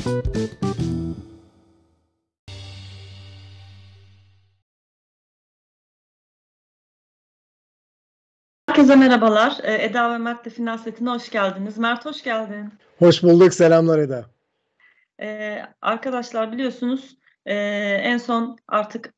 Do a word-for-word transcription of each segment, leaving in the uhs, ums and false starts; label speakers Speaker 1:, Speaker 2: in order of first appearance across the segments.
Speaker 1: Herkese merhabalar. Eda ve Mert'le Final Seti'ne hoş geldiniz. Mert hoş geldin.
Speaker 2: Hoş bulduk. Selamlar Eda.
Speaker 1: Ee, arkadaşlar biliyorsunuz e, en son artık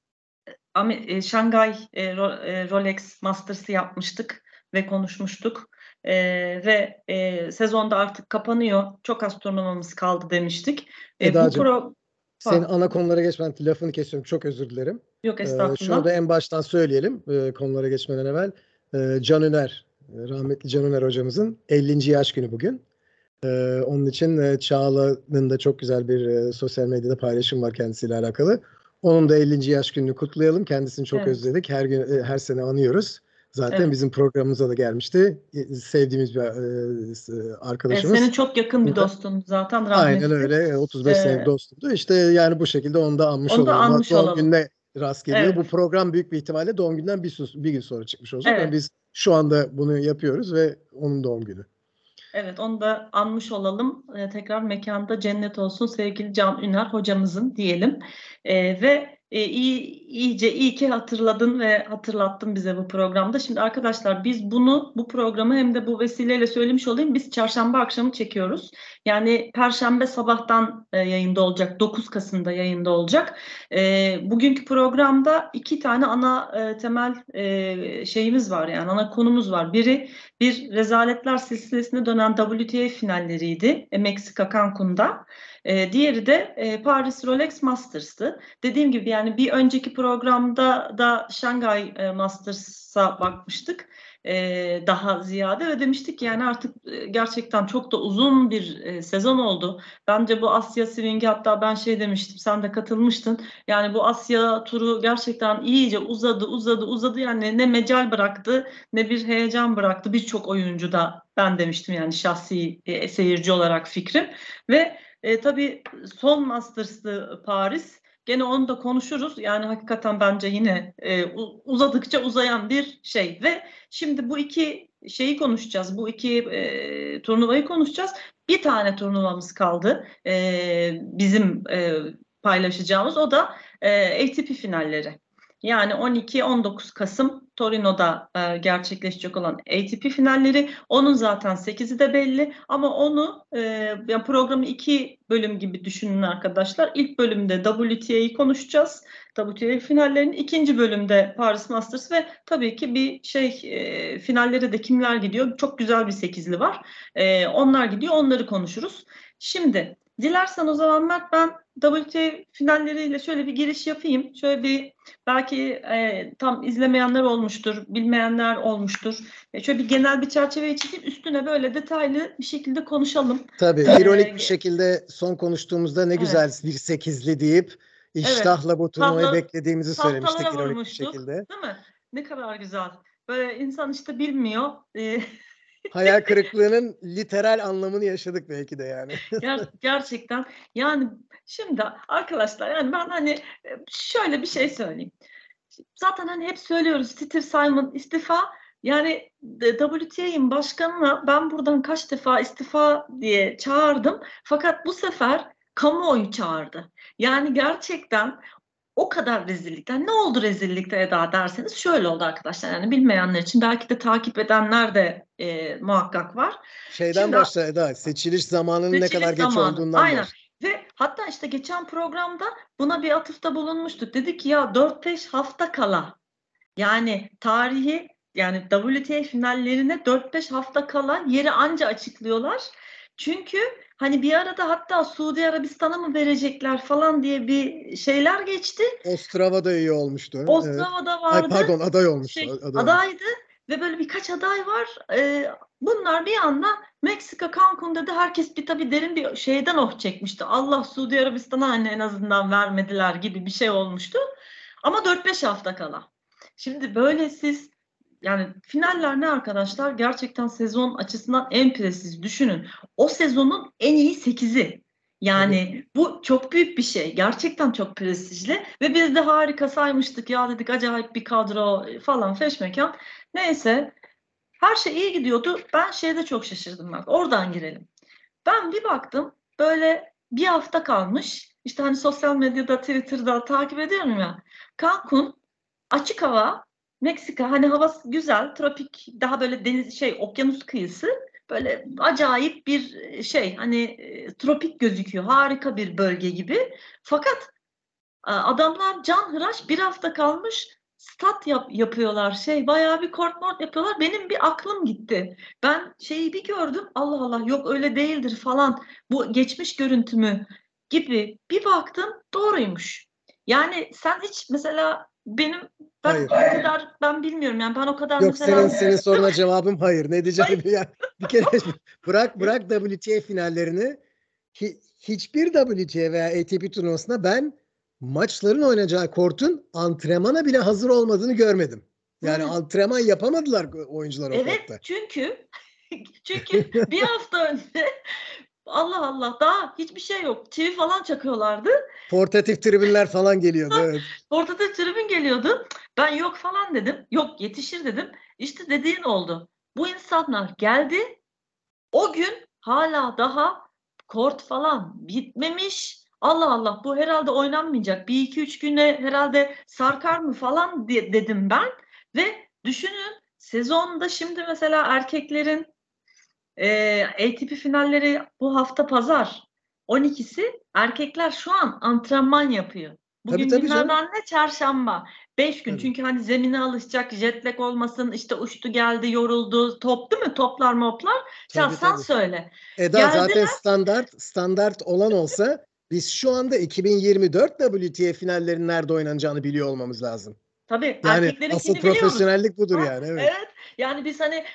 Speaker 1: e, Şangay e, Rolex Masters'ı yapmıştık ve konuşmuştuk. E, ve e, sezonda artık kapanıyor. Çok az turnuvamız kaldı demiştik. E,
Speaker 2: Edacığım,
Speaker 1: bu pro...
Speaker 2: senin ana konulara geçmeden lafını kesiyorum. Çok özür dilerim.
Speaker 1: Yok
Speaker 2: Ee,
Speaker 1: estağfurullah.
Speaker 2: şunu da en baştan söyleyelim e, konulara geçmeden evvel. E, Can Üner, rahmetli Can Üner hocamızın ellinci yaş günü bugün. E, onun için e, Çağla'nın da çok güzel bir e, sosyal medyada paylaşım var kendisiyle alakalı. Onun da ellinci yaş gününü kutlayalım. Kendisini çok
Speaker 1: Evet.
Speaker 2: özledik. Her gün e, her sene anıyoruz. Zaten
Speaker 1: Evet.
Speaker 2: bizim programımıza da gelmişti. E, sevdiğimiz bir e, arkadaşımız.
Speaker 1: E, senin çok yakın bir dostun zaten rahmetli.
Speaker 2: Aynen öyle. otuz beş
Speaker 1: Ee,
Speaker 2: senelik dostumdu. İşte yani bu şekilde onu da anmış
Speaker 1: Onu da
Speaker 2: olalım.
Speaker 1: anmış
Speaker 2: Doğum
Speaker 1: olalım.
Speaker 2: gününe rast geliyor.
Speaker 1: Evet.
Speaker 2: Bu program büyük bir ihtimalle doğum günden bir, bir gün sonra çıkmış olacak.
Speaker 1: Evet.
Speaker 2: Ama biz şu anda bunu yapıyoruz ve onun doğum günü.
Speaker 1: Evet, onu da anmış olalım. Ee, tekrar mekanda cennet olsun sevgili Can Üner hocamızın diyelim. Ee, ve e, iyi iyice iyi ki hatırladın ve hatırlattın bize bu programda. Şimdi arkadaşlar biz bunu bu programı hem de bu vesileyle söylemiş olayım. Biz çarşamba akşamı çekiyoruz. Yani perşembe sabahtan e, yayında olacak. dokuz Kasım'da yayında olacak. E, bugünkü programda iki tane ana e, temel e, şeyimiz var, yani ana konumuz var. Biri bir rezaletler silsilesine dönen W T A finalleriydi e, Meksika Cancun'da. E, diğeri de e, Paris Rolex Masters'tı. Dediğim gibi yani bir önceki programda da Şangay e, Masters'a bakmıştık. E, daha ziyade ve demiştik yani artık e, gerçekten çok da uzun bir e, sezon oldu. Bence bu Asya Swing'i, hatta ben şey demiştim, sen de katılmıştın. Yani bu Asya turu gerçekten iyice uzadı uzadı uzadı, yani ne mecal bıraktı ne bir heyecan bıraktı birçok oyuncu da, ben demiştim yani şahsi e, seyirci olarak fikrim. Ve e, tabii son Masters'lı Paris. Gene onu da konuşuruz. Yani hakikaten bence yine e, uzadıkça uzayan bir şey. Ve şimdi bu iki şeyi konuşacağız. Bu iki e, turnuvayı konuşacağız. Bir tane turnuvamız kaldı. E, bizim e, paylaşacağımız. O da e, A T P finalleri. Yani on iki on dokuz Kasım Torino'da e, gerçekleşecek olan A T P finalleri. Onun zaten sekizi de belli ama onu e, yani programı iki bölüm gibi düşünün arkadaşlar. İlk bölümde W T A'yı konuşacağız. W T A finallerinin, ikinci bölümde Paris Masters ve tabii ki bir şey e, finallere de kimler gidiyor? Çok güzel bir sekizli var. E, onlar gidiyor, onları konuşuruz. Şimdi dilersen o zaman Mert, ben W T A finalleriyle şöyle bir giriş yapayım. Şöyle bir, belki e, tam izlemeyenler olmuştur, bilmeyenler olmuştur. E, şöyle bir genel bir çerçeve çizeyim. Üstüne böyle detaylı bir şekilde konuşalım.
Speaker 2: Tabii
Speaker 1: Ee,
Speaker 2: ironik bir şekilde son konuştuğumuzda ne
Speaker 1: evet.
Speaker 2: güzel bir sekizli deyip iştahla
Speaker 1: Evet.
Speaker 2: bu turnuvayı
Speaker 1: Tahta,
Speaker 2: beklediğimizi söylemiştik
Speaker 1: tahtalara
Speaker 2: ironik bir
Speaker 1: vurmuştuk.
Speaker 2: şekilde.
Speaker 1: Değil mi? Ne kadar güzel. Böyle insan işte bilmiyor. Ee,
Speaker 2: Hayal kırıklığının literal anlamını yaşadık belki de yani.
Speaker 1: Ger- gerçekten yani şimdi arkadaşlar, yani ben hani şöyle bir şey söyleyeyim. Zaten hani hep söylüyoruz, Steve Simon istifa. Yani W T A'nin başkanına ben buradan kaç defa istifa diye çağırdım. Fakat bu sefer kamuoyu çağırdı. Yani gerçekten o kadar rezillikten. Ne oldu rezillikte Eda derseniz şöyle oldu arkadaşlar. Yani bilmeyenler için, belki de takip edenler de e, muhakkak var.
Speaker 2: Şeyden
Speaker 1: Şimdi
Speaker 2: başla Eda, seçiliş zamanının ne kadar geç
Speaker 1: zamanı.
Speaker 2: olduğundan
Speaker 1: Aynen.
Speaker 2: başla.
Speaker 1: Ve hatta işte geçen programda buna bir atıfta bulunmuştuk. Dedik ki ya dört beş hafta kala, yani tarihi, yani W T A finallerine dört beş hafta kala yeri anca açıklıyorlar. Çünkü hani bir arada hatta Suudi Arabistan'a mı verecekler falan diye bir şeyler geçti.
Speaker 2: Ostrava'da üye olmuştu.
Speaker 1: Ostrava'da
Speaker 2: Evet.
Speaker 1: vardı.
Speaker 2: Ay pardon, aday olmuştu.
Speaker 1: Şey,
Speaker 2: Aday
Speaker 1: adaydı
Speaker 2: olmuştu.
Speaker 1: ve böyle birkaç aday var. Ee, bunlar bir anda Meksika Cancun'da da herkes bir tabii derin bir şeyden oh çekmişti. Allah, Suudi Arabistan'a hani en azından vermediler gibi bir şey olmuştu. Ama dört beş hafta kala. Şimdi böyle siz, yani finaller ne arkadaşlar? Gerçekten sezon açısından en prestij, düşünün. O sezonun en iyi sekizi. Yani
Speaker 2: Tabii.
Speaker 1: bu çok büyük bir şey. Gerçekten çok prestijli. Ve biz de harika saymıştık. Ya dedik, acayip bir kadro falan feşmekan. Neyse. Her şey iyi gidiyordu. Ben şeyde çok şaşırdım bak. Oradan girelim. Ben bir baktım böyle bir hafta kalmış. İşte hani sosyal medyada, Twitter'da takip ediyorum ya. Cancun, açık hava, Meksika, hani havası güzel, tropik, daha böyle deniz şey, okyanus kıyısı. Böyle acayip bir şey, hani e, tropik gözüküyor. Harika bir bölge gibi. Fakat e, adamlar canhıraş bir hafta kalmış stat yap, yapıyorlar. Şey, bayağı bir kort mort yapıyorlar. Benim bir aklım gitti. Ben şeyi bir gördüm. Allah Allah, yok öyle değildir falan. Bu geçmiş görüntü mü gibi bir baktım, doğruymuş. Yani sen hiç mesela benim ben o
Speaker 2: Hayır.
Speaker 1: kadar ben bilmiyorum yani ben o kadar
Speaker 2: Yok,
Speaker 1: mesela
Speaker 2: senin senin soruna cevabım hayır. Ne diyeceğimi
Speaker 1: hayır.
Speaker 2: ya bir kere bırak bırak W T A finallerini, hi- hiçbir W T A veya A T P turnuvasında ben maçların oynanacağı kortun antrenmana bile hazır olmadığını görmedim. Yani
Speaker 1: Hı.
Speaker 2: antrenman yapamadılar oyuncular o
Speaker 1: Evet,
Speaker 2: kortta.
Speaker 1: çünkü çünkü bir hafta önce Allah Allah daha hiçbir şey yok. Çivi falan çakıyorlardı.
Speaker 2: Portatif tribünler falan geliyordu, evet.
Speaker 1: Ortada tribün geliyordu. Ben yok falan dedim. Yok, yetişir dedim. İşte dediğin oldu. Bu insanlar geldi. O gün hala daha kort falan bitmemiş. Allah Allah, bu herhalde oynanmayacak. Bir iki üç güne herhalde sarkar mı falan diye dedim ben. Ve düşünün, sezonda şimdi mesela erkeklerin e, A T P finalleri bu hafta pazar. on ikisi, erkekler şu an antrenman yapıyor.
Speaker 2: Tabii
Speaker 1: Bugün
Speaker 2: tabii canım.
Speaker 1: günlerden ne? Çarşamba. beş gün,
Speaker 2: Tabii.
Speaker 1: çünkü hani zemine alışacak, jet lag olmasın, işte uçtu geldi yoruldu, top değil mi? Toplar moplar. Ya
Speaker 2: Tabii
Speaker 1: sen
Speaker 2: tabii.
Speaker 1: söyle.
Speaker 2: Eda, zaten
Speaker 1: Geldiler.
Speaker 2: standart standart olan olsa biz şu anda iki bin yirmi dört W T A finallerinin nerede oynanacağını biliyor olmamız lazım.
Speaker 1: Tabii
Speaker 2: Yani asıl
Speaker 1: erkeklerinkini biliyoruz.
Speaker 2: profesyonellik budur
Speaker 1: Ha,
Speaker 2: yani, evet.
Speaker 1: evet. Yani biz hani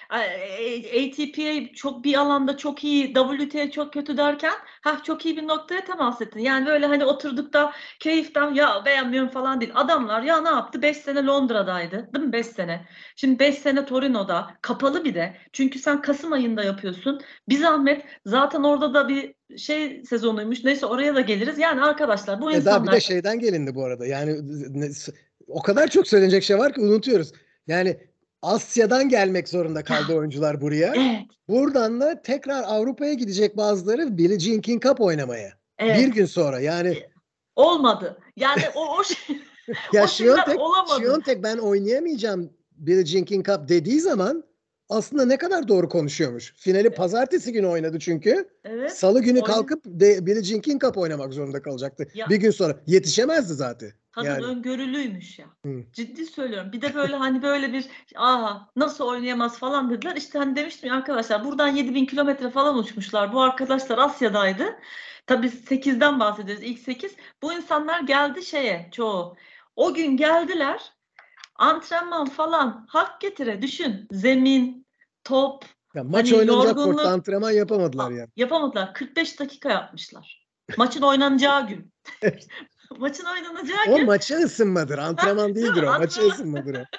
Speaker 1: e, A T P'ye çok bir alanda çok iyi, W T A çok kötü derken ha çok iyi bir noktaya temas ettin. Yani böyle hani oturduk da keyiften ya beğenmiyorum falan değil. Adamlar ya ne yaptı? beş sene Londra'daydı. Değil mi? beş sene. Şimdi beş sene Torino'da. Kapalı bir de. Çünkü sen Kasım ayında yapıyorsun. Bir zahmet, zaten orada da bir şey sezonuymuş. Neyse, oraya da geliriz. Yani arkadaşlar, bu
Speaker 2: Eda, bir de
Speaker 1: insanlar
Speaker 2: şeyden gelindi bu arada. Yani ne- o kadar çok söylenecek şey var ki unutuyoruz. Yani Asya'dan gelmek zorunda kaldı oyuncular buraya.
Speaker 1: evet,
Speaker 2: Buradan da tekrar Avrupa'ya gidecek bazıları Billie Jean King Cup oynamaya. Bir
Speaker 1: evet.
Speaker 2: gün sonra yani.
Speaker 1: Olmadı. Yani o o şey,
Speaker 2: Ya
Speaker 1: o şeyler
Speaker 2: Świątek,
Speaker 1: olamadı.
Speaker 2: Świątek ben oynayamayacağım Billie Jean King Cup dediği zaman aslında ne kadar doğru konuşuyormuş. Finali pazartesi günü oynadı çünkü.
Speaker 1: Evet.
Speaker 2: Salı günü
Speaker 1: Oyun
Speaker 2: kalkıp de Billie Jean King Cup oynamak zorunda kalacaktı. Bir
Speaker 1: ya,
Speaker 2: gün sonra yetişemezdi zaten.
Speaker 1: kadın
Speaker 2: Yani.
Speaker 1: öngörülüymüş ya.
Speaker 2: Hı.
Speaker 1: Ciddi söylüyorum. Bir de böyle hani böyle bir aa nasıl oynayamaz falan dediler. İşte hani demiştim ya arkadaşlar, buradan yedi bin kilometre falan uçmuşlar. Bu arkadaşlar Asya'daydı. Tabii sekizden bahsediyoruz. İlk sekiz. Bu insanlar geldi şeye, çoğu. O gün geldiler. Antrenman falan hak getire, düşün. Zemin, top,
Speaker 2: Ya maç
Speaker 1: hani
Speaker 2: oynanacak kortta
Speaker 1: yorgunluk.
Speaker 2: antrenman yapamadılar yani.
Speaker 1: Yapamadılar. kırk beş dakika yapmışlar. Maçın oynanacağı gün. Maçın oynanacağı
Speaker 2: O
Speaker 1: gün.
Speaker 2: maça ısınmadır.
Speaker 1: Hah,
Speaker 2: Antrenman
Speaker 1: değil mi?
Speaker 2: değildir o. Maça
Speaker 1: Antrenman.
Speaker 2: ısınmadır o.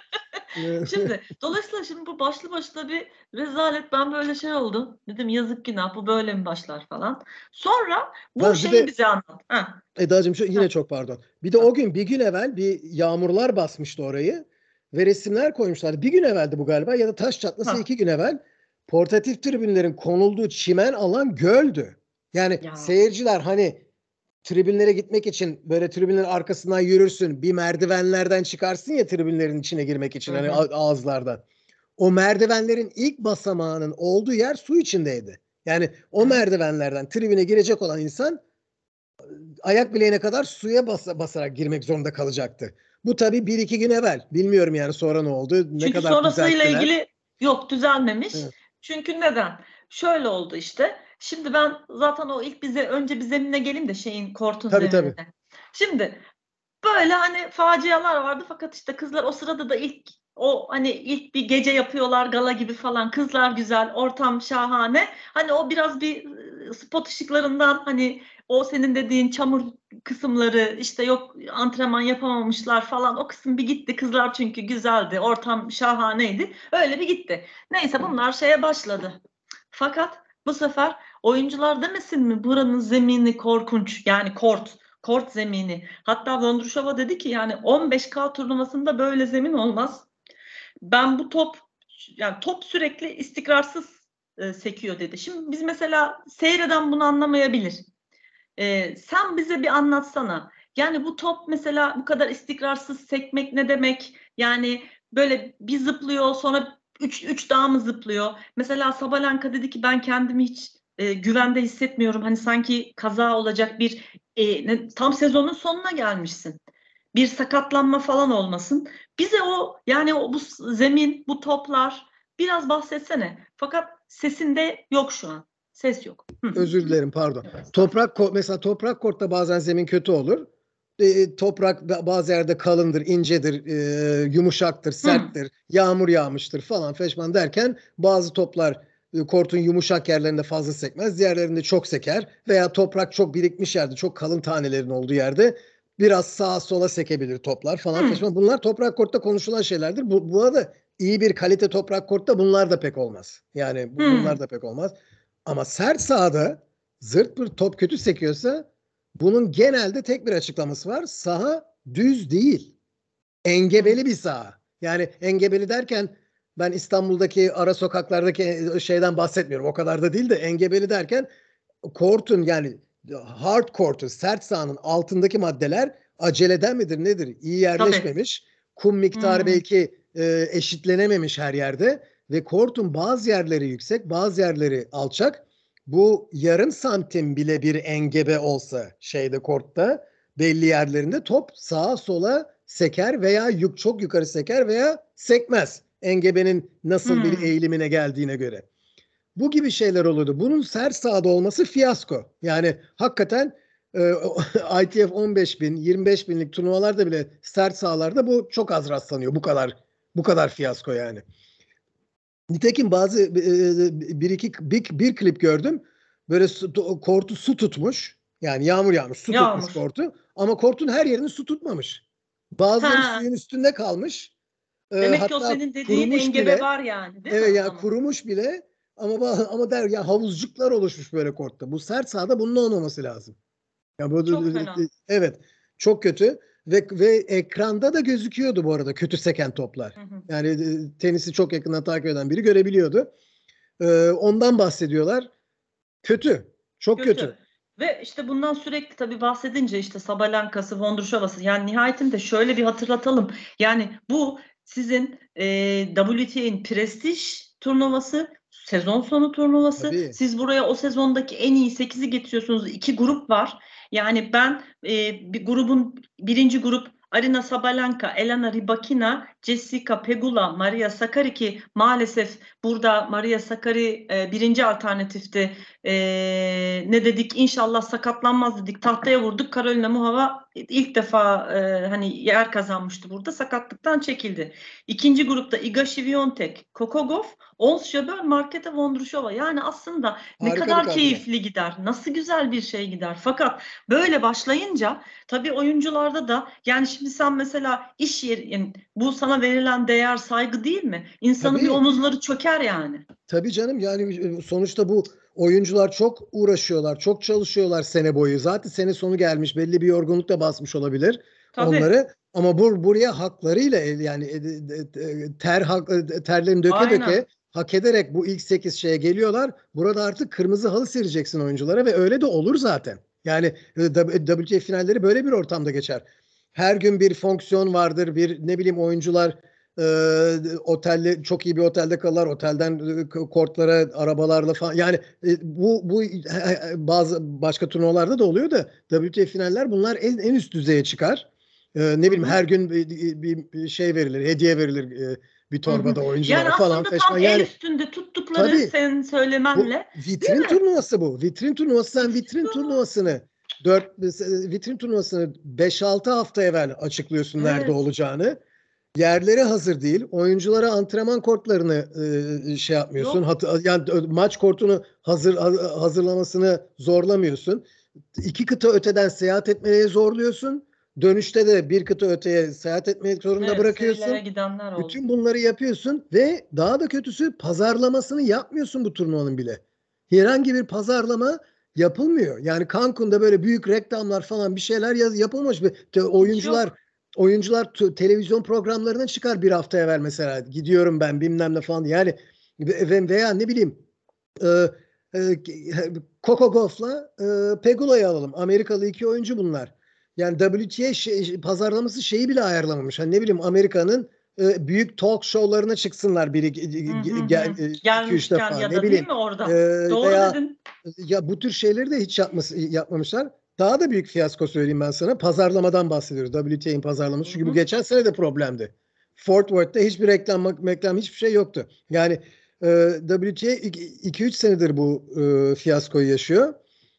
Speaker 1: Şimdi dolayısıyla şimdi bu başlı başına bir rezalet. Ben böyle şey oldum. Dedim yazık, günah, bu böyle mi başlar falan. Sonra bu
Speaker 2: Ha, bir
Speaker 1: şeyi
Speaker 2: de
Speaker 1: bize anlat. Ha,
Speaker 2: Eda'cığım, şu
Speaker 1: ha,
Speaker 2: yine çok pardon. Bir de
Speaker 1: ha,
Speaker 2: o gün bir gün evvel bir yağmurlar basmıştı orayı ve resimler koymuşlardı. Bir gün evveldi bu galiba, ya da taş çatlası
Speaker 1: ha.
Speaker 2: iki gün evvel. Portatif tribünlerin konulduğu çimen alan göldü. Yani
Speaker 1: Ya.
Speaker 2: seyirciler hani tribünlere gitmek için böyle tribünlerin arkasından yürürsün. Bir merdivenlerden çıkarsın ya tribünlerin içine girmek için,
Speaker 1: Hı
Speaker 2: hani
Speaker 1: hı.
Speaker 2: ağızlardan. O merdivenlerin ilk basamağının olduğu yer su içindeydi. Yani o
Speaker 1: Evet.
Speaker 2: merdivenlerden tribüne girecek olan insan ayak bileğine kadar suya basa, basarak girmek zorunda kalacaktı. Bu tabii bir iki gün evvel. Bilmiyorum yani sonra ne oldu? Ne
Speaker 1: Çünkü
Speaker 2: kadar
Speaker 1: sonrasıyla
Speaker 2: düzelttiler?
Speaker 1: ilgili yok, düzelmemiş.
Speaker 2: Evet.
Speaker 1: Çünkü neden? Şöyle oldu işte. Şimdi ben zaten o ilk bize önce bir zemine geleyim de şeyin, kortun
Speaker 2: Tabii tabii.
Speaker 1: zeminine. Şimdi böyle hani facialar vardı, fakat işte kızlar o sırada da ilk o hani ilk bir gece yapıyorlar gala gibi falan. Kızlar güzel, ortam şahane. Hani o biraz bir e, spot ışıklarından, hani o senin dediğin çamur kısımları, işte yok antrenman yapamamışlar falan, o kısım bir gitti. Kızlar çünkü güzeldi, ortam şahaneydi. Öyle bir gitti. Neyse, bunlar şeye başladı. Fakat bu sefer oyuncular demesin mi buranın zemini korkunç, yani kort. Kort zemini. Hatta Vondrushova dedi ki yani on beş K turnuvasında böyle zemin olmaz. Ben bu top, yani top sürekli istikrarsız e, sekiyor dedi. Şimdi biz mesela seyreden bunu anlamayabilir. Ee, sen bize bir anlatsana. Yani bu top mesela bu kadar istikrarsız sekmek ne demek? Yani böyle bir zıplıyor sonra üç, üç daha mı zıplıyor? Mesela Sabalenka dedi ki ben kendimi hiç e, güvende hissetmiyorum. Hani sanki kaza olacak bir e, ne- tam sezonun sonuna gelmişsin. Bir sakatlanma falan olmasın. Bize o yani o bu zemin, bu toplar biraz bahsetsene. Fakat sesinde yok şu an. Ses yok. Hı.
Speaker 2: Özür dilerim, pardon.
Speaker 1: Yok, estağfurullah.
Speaker 2: Toprak mesela toprak kortta bazen zemin kötü olur. E, toprak bazı yerde kalındır, incedir, e, yumuşaktır,
Speaker 1: Hı.
Speaker 2: serttir, yağmur yağmıştır falan feşman derken bazı toplar e, kortun yumuşak yerlerinde fazla sekmez, diğerlerinde çok seker veya toprak çok birikmiş yerde, çok kalın tanelerin olduğu yerde biraz sağa sola sekebilir toplar falan
Speaker 1: Hı.
Speaker 2: feşman. Bunlar toprak kortta konuşulan şeylerdir. Bu, bu arada iyi bir kalite toprak kortta bunlar da pek olmaz. Yani bu,
Speaker 1: Hı.
Speaker 2: bunlar da pek olmaz. Ama sert sahada zırt pırt top kötü sekiyorsa bunun genelde tek bir açıklaması var. Saha düz değil.
Speaker 1: Hı.
Speaker 2: Engebeli bir saha. Yani engebeli derken ben İstanbul'daki ara sokaklardaki şeyden bahsetmiyorum. O kadar da değil de engebeli derken kortun yani hard kortun, sert sahanın altındaki maddeler aceleden midir nedir? İyi
Speaker 1: Tabii.
Speaker 2: yerleşmemiş. Kum miktarı
Speaker 1: Hı.
Speaker 2: belki e, eşitlenememiş her yerde ve kortun bazı yerleri yüksek, bazı yerleri alçak. Bu yarım santim bile bir engebe olsa şeyde kortta belli yerlerinde top sağa sola seker veya yük çok yukarı seker veya sekmez. Engebenin nasıl bir
Speaker 1: Hı.
Speaker 2: eğilimine geldiğine göre. Bu gibi şeyler oluyordu. Bunun sert sahada olması fiyasko. Yani hakikaten e, I T F on beş bin, yirmi beş binlik turnuvalarda bile sert sahalarda bu çok az rastlanıyor. Bu kadar bu kadar fiyasko yani. Nitekim bazı e, bir iki bir, bir klip gördüm. Böyle su, kortu su tutmuş. Yani yağmur yağmış, su tutmuş
Speaker 1: Yağmur.
Speaker 2: kortu. Ama kortun her yerini su tutmamış. Bazıları
Speaker 1: Ha.
Speaker 2: suyun üstünde kalmış. E,
Speaker 1: Demek ki o
Speaker 2: hatta
Speaker 1: senin dediğin
Speaker 2: kurumuş
Speaker 1: engebe
Speaker 2: bile.
Speaker 1: var yani, değil mi
Speaker 2: Evet
Speaker 1: o
Speaker 2: yani
Speaker 1: zaman?
Speaker 2: kurumuş bile ama ama der ya havuzcuklar oluşmuş böyle kortta. Bu sert sahada bunun olmaması lazım. Ya bu
Speaker 1: Çok fena.
Speaker 2: evet çok kötü ve ve ekranda da gözüküyordu bu arada kötü seken toplar.
Speaker 1: Hı hı.
Speaker 2: Yani e, tenisi çok yakından takip eden biri görebiliyordu. Ee, ondan bahsediyorlar. Kötü. Çok kötü.
Speaker 1: Kötü. Ve işte bundan sürekli tabii bahsedince işte Sabalenka'sı, Vondrusheva'sı yani nihayetinde şöyle bir hatırlatalım. Yani bu sizin e, W T A'nin prestij turnuvası, sezon sonu turnuvası.
Speaker 2: Tabii.
Speaker 1: Siz buraya o sezondaki en iyi sekizi getiriyorsunuz. İki grup var. Yani ben e, bir grubun birinci grup Arina Sabalenka, Elena Rybakina, Jessica Pegula, Maria Sakkari ki maalesef burada Maria Sakkari e, birinci alternatifti. E, ne dedik? İnşallah sakatlanmaz dedik. Tahtaya vurduk. Karolina Muhova ilk defa e, hani yer kazanmıştı burada. Sakatlıktan çekildi. İkinci grupta Iga Świątek, Coco Gauff, Ons Jabeur, Marketa Vondrushova. Yani aslında ne
Speaker 2: Harika bir
Speaker 1: kadar
Speaker 2: kadro.
Speaker 1: keyifli gider. Nasıl güzel bir şey gider. Fakat böyle başlayınca tabii oyuncularda da yani şimdi sen mesela iş yerin bu sana verilen değer saygı değil mi? İnsanın bir
Speaker 2: Tabii.
Speaker 1: omuzları çöker yani.
Speaker 2: Tabii canım yani sonuçta bu oyuncular çok uğraşıyorlar, çok çalışıyorlar sene boyu. Zaten sene sonu gelmiş, belli bir yorgunluk da basmış olabilir
Speaker 1: Tabii.
Speaker 2: onları. Ama bu buraya haklarıyla yani e, e, ter terlerini döke döke
Speaker 1: Aynen.
Speaker 2: hak ederek bu ilk sekiz şeye geliyorlar. Burada artık kırmızı halı sereceksin oyunculara ve öyle de olur zaten. Yani e, W T F finalleri böyle bir ortamda geçer. Her gün bir fonksiyon vardır, bir ne bileyim oyuncular e, otelde çok iyi bir otelde kalırlar. Otelden e, kortlara arabalarla falan. Yani e, bu bu e, bazı başka turnuvalarda da oluyor da W T F finaller bunlar en, en üst düzeye çıkar. E, ne
Speaker 1: Hı
Speaker 2: bileyim
Speaker 1: hı.
Speaker 2: her gün bir, bir şey verilir, hediye verilir e, bir
Speaker 1: Hı hı.
Speaker 2: torbada oyunculara
Speaker 1: Yani
Speaker 2: falan
Speaker 1: aslında tam
Speaker 2: feşman.
Speaker 1: el
Speaker 2: Yani
Speaker 1: üstünde tuttukları
Speaker 2: tabii
Speaker 1: senin
Speaker 2: bu
Speaker 1: söylemenle değil
Speaker 2: vitrin
Speaker 1: mi?
Speaker 2: turnuvası bu. Vitrin turnuvası sen
Speaker 1: Vitrin
Speaker 2: vitrin
Speaker 1: turnuvası.
Speaker 2: turnuvasını dört vitrin turnuvasını beş altı hafta evvel açıklıyorsun nerede
Speaker 1: Evet.
Speaker 2: olacağını. Yerleri hazır değil. Oyunculara antrenman kortlarını e, şey yapmıyorsun.
Speaker 1: Yok.
Speaker 2: Hat, yani maç kortunu hazır hazırlamasını zorlamıyorsun. İki kıta öteden seyahat etmeye zorluyorsun. Dönüşte de bir kıta öteye seyahat etmek zorunda
Speaker 1: Evet, serilere
Speaker 2: bırakıyorsun.
Speaker 1: gidenler oldu.
Speaker 2: Bütün bunları yapıyorsun ve daha da kötüsü pazarlamasını yapmıyorsun bu turnuvanın bile. Herhangi bir pazarlama yapılmıyor. Yani Cancun'da böyle büyük reklamlar falan bir şeyler yaz, yapılmış.
Speaker 1: Hiç
Speaker 2: Oyuncular
Speaker 1: yok.
Speaker 2: oyuncular televizyon programlarına çıkar bir hafta evvel mesela. Gidiyorum ben bilmem ne falan. Yani veya ne bileyim e, Coco Gauff'la e, Pegula'yı alalım. Amerikalı iki oyuncu bunlar. Yani W T A şey, pazarlaması şeyi bile ayarlamamış. Hani ne bileyim Amerika'nın e, büyük talk show'larına çıksınlar biri
Speaker 1: Hı hı
Speaker 2: gel
Speaker 1: hı.
Speaker 2: iki üç
Speaker 1: Gelmişken
Speaker 2: defa
Speaker 1: ya
Speaker 2: ne
Speaker 1: da değil
Speaker 2: bileyim
Speaker 1: mi
Speaker 2: e,
Speaker 1: orada? Doğru
Speaker 2: veya
Speaker 1: dedin.
Speaker 2: ya bu tür şeyleri de hiç yapması, yapmamışlar. Daha da büyük fiyasko söyleyeyim ben sana. Pazarlamadan bahsediyoruz. W T A'nin pazarlaması.
Speaker 1: Hı
Speaker 2: Çünkü bu
Speaker 1: hı.
Speaker 2: geçen sene de problemdi. Fort Worth'te hiçbir reklam, reklam hiçbir şey yoktu. Yani e, W T A iki üç senedir bu e, fiyaskoyu yaşıyor.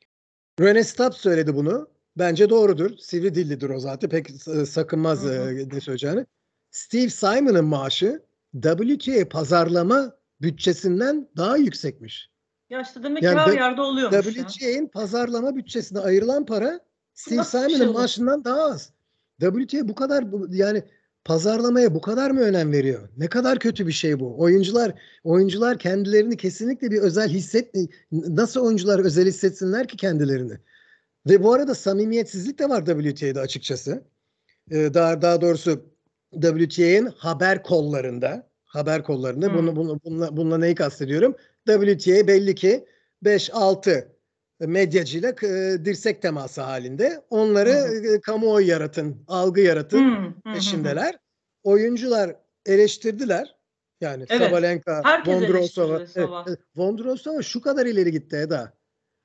Speaker 2: Rene Stubbs söyledi bunu. Bence doğrudur. Sivri dillidir o zaten. Pek e, sakınmaz
Speaker 1: Hı hı.
Speaker 2: e, ne söyleyeceğini. Steve Simon'ın maaşı W T A pazarlama bütçesinden daha yüksekmiş.
Speaker 1: Ya işte demek ki
Speaker 2: Yani
Speaker 1: her
Speaker 2: de,
Speaker 1: yerde oluyormuş ya.
Speaker 2: W T A'nin pazarlama bütçesine ayrılan para Steve
Speaker 1: Nasıl bir şey
Speaker 2: Simon'ın
Speaker 1: olur?
Speaker 2: maaşından daha az. W T A bu kadar bu- yani pazarlamaya bu kadar mı önem veriyor? Ne kadar kötü bir şey bu. Oyuncular oyuncular kendilerini kesinlikle bir özel hisset nasıl oyuncular özel hissetsinler ki kendilerini? Ve bu arada samimiyetsizlik de var W T A'da açıkçası. Ee, daha daha doğrusu W T A'nin haber kollarında, haber kollarında
Speaker 1: Hı.
Speaker 2: bunu, bunu bununla, bununla neyi kastediyorum? W T A belli ki beş altı medyacıyla e, dirsek teması halinde. Onları
Speaker 1: Hı hı.
Speaker 2: e, kamuoyu yaratın, algı
Speaker 1: Hı
Speaker 2: yaratın
Speaker 1: hı hı hı.
Speaker 2: peşindeler. Oyuncular eleştirdiler. Yani
Speaker 1: Evet.
Speaker 2: Sabalenka,
Speaker 1: Herkes
Speaker 2: Vondrousova,
Speaker 1: eleştirdi
Speaker 2: evet,
Speaker 1: sabah.
Speaker 2: evet, Vondrousova şu kadar ileri gitti Eda.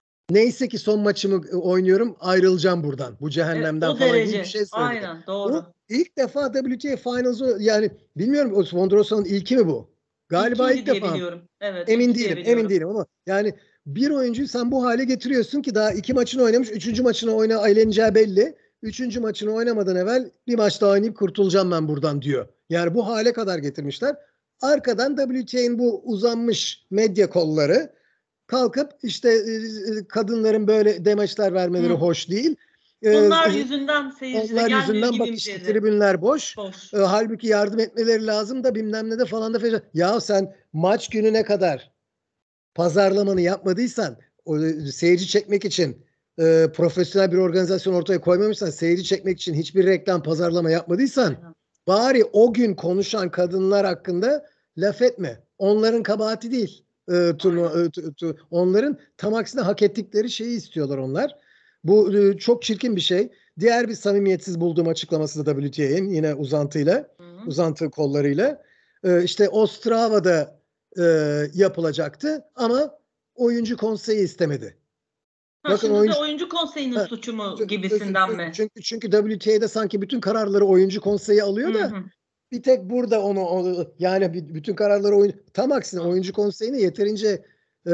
Speaker 2: Neyse ki son maçımı oynuyorum, ayrılacağım buradan. Bu
Speaker 1: Evet,
Speaker 2: cehennemden
Speaker 1: o
Speaker 2: falan gibi bir
Speaker 1: derece.
Speaker 2: şey söyledi.
Speaker 1: Aynen
Speaker 2: Bu
Speaker 1: doğru.
Speaker 2: ilk defa W T A Finals'ı yani bilmiyorum o Vondrousova'nın ilki mi bu? Galiba ilk
Speaker 1: İlkiydi diye
Speaker 2: defa.
Speaker 1: biliyorum. Evet,
Speaker 2: Emin
Speaker 1: ilk diye
Speaker 2: değilim, emin
Speaker 1: biliyorum.
Speaker 2: değilim ama yani bir oyuncuyu sen bu hale getiriyorsun ki daha iki maçını oynamış, üçüncü maçını oyna eğleneceği belli. Üçüncü maçını oynamadan evvel bir maç daha oynayıp kurtulacağım ben buradan diyor. Yani bu hale kadar getirmişler. Arkadan W T A'nin bu uzanmış medya kolları kalkıp işte e, kadınların böyle demeçler vermeleri
Speaker 1: Hı.
Speaker 2: hoş değil. E,
Speaker 1: Onlar yüzünden seyirci de
Speaker 2: onlar
Speaker 1: gelmiyor
Speaker 2: yüzünden bak
Speaker 1: gibi
Speaker 2: işte
Speaker 1: dedi.
Speaker 2: tribünler boş.
Speaker 1: Boş.
Speaker 2: E, halbuki yardım etmeleri lazım da bilmem ne de falan da falan. Ya sen maç gününe kadar pazarlamanı yapmadıysan, o, seyirci çekmek için e, profesyonel bir organizasyon ortaya koymamışsan, seyirci çekmek için hiçbir reklam pazarlama yapmadıysan
Speaker 1: Aynen.
Speaker 2: bari o gün konuşan kadınlar hakkında laf etme. Onların kabahati değil. E, turnuva,
Speaker 1: Aynen.
Speaker 2: e, tu, tu, onların tam aksine hak ettikleri şeyi istiyorlar onlar. Bu e, çok çirkin bir şey. Diğer bir samimiyetsiz bulduğum açıklaması da W T A'nin yine uzantıyla,
Speaker 1: Hı hı.
Speaker 2: uzantı kollarıyla. E, işte Ostrava'da e, yapılacaktı ama oyuncu konseyi istemedi.
Speaker 1: Ha,
Speaker 2: Bakın
Speaker 1: şimdi de
Speaker 2: oyuncu
Speaker 1: oyuncu konseyinin
Speaker 2: ha,
Speaker 1: suçu mu gibisinden mi?
Speaker 2: çünkü çünkü W T A'da sanki bütün kararları oyuncu konseyi alıyor
Speaker 1: Hı
Speaker 2: da
Speaker 1: hı.
Speaker 2: bir tek burada onu, onu yani bütün kararları oyun tam aksine
Speaker 1: Hı.
Speaker 2: oyuncu konseyine yeterince e,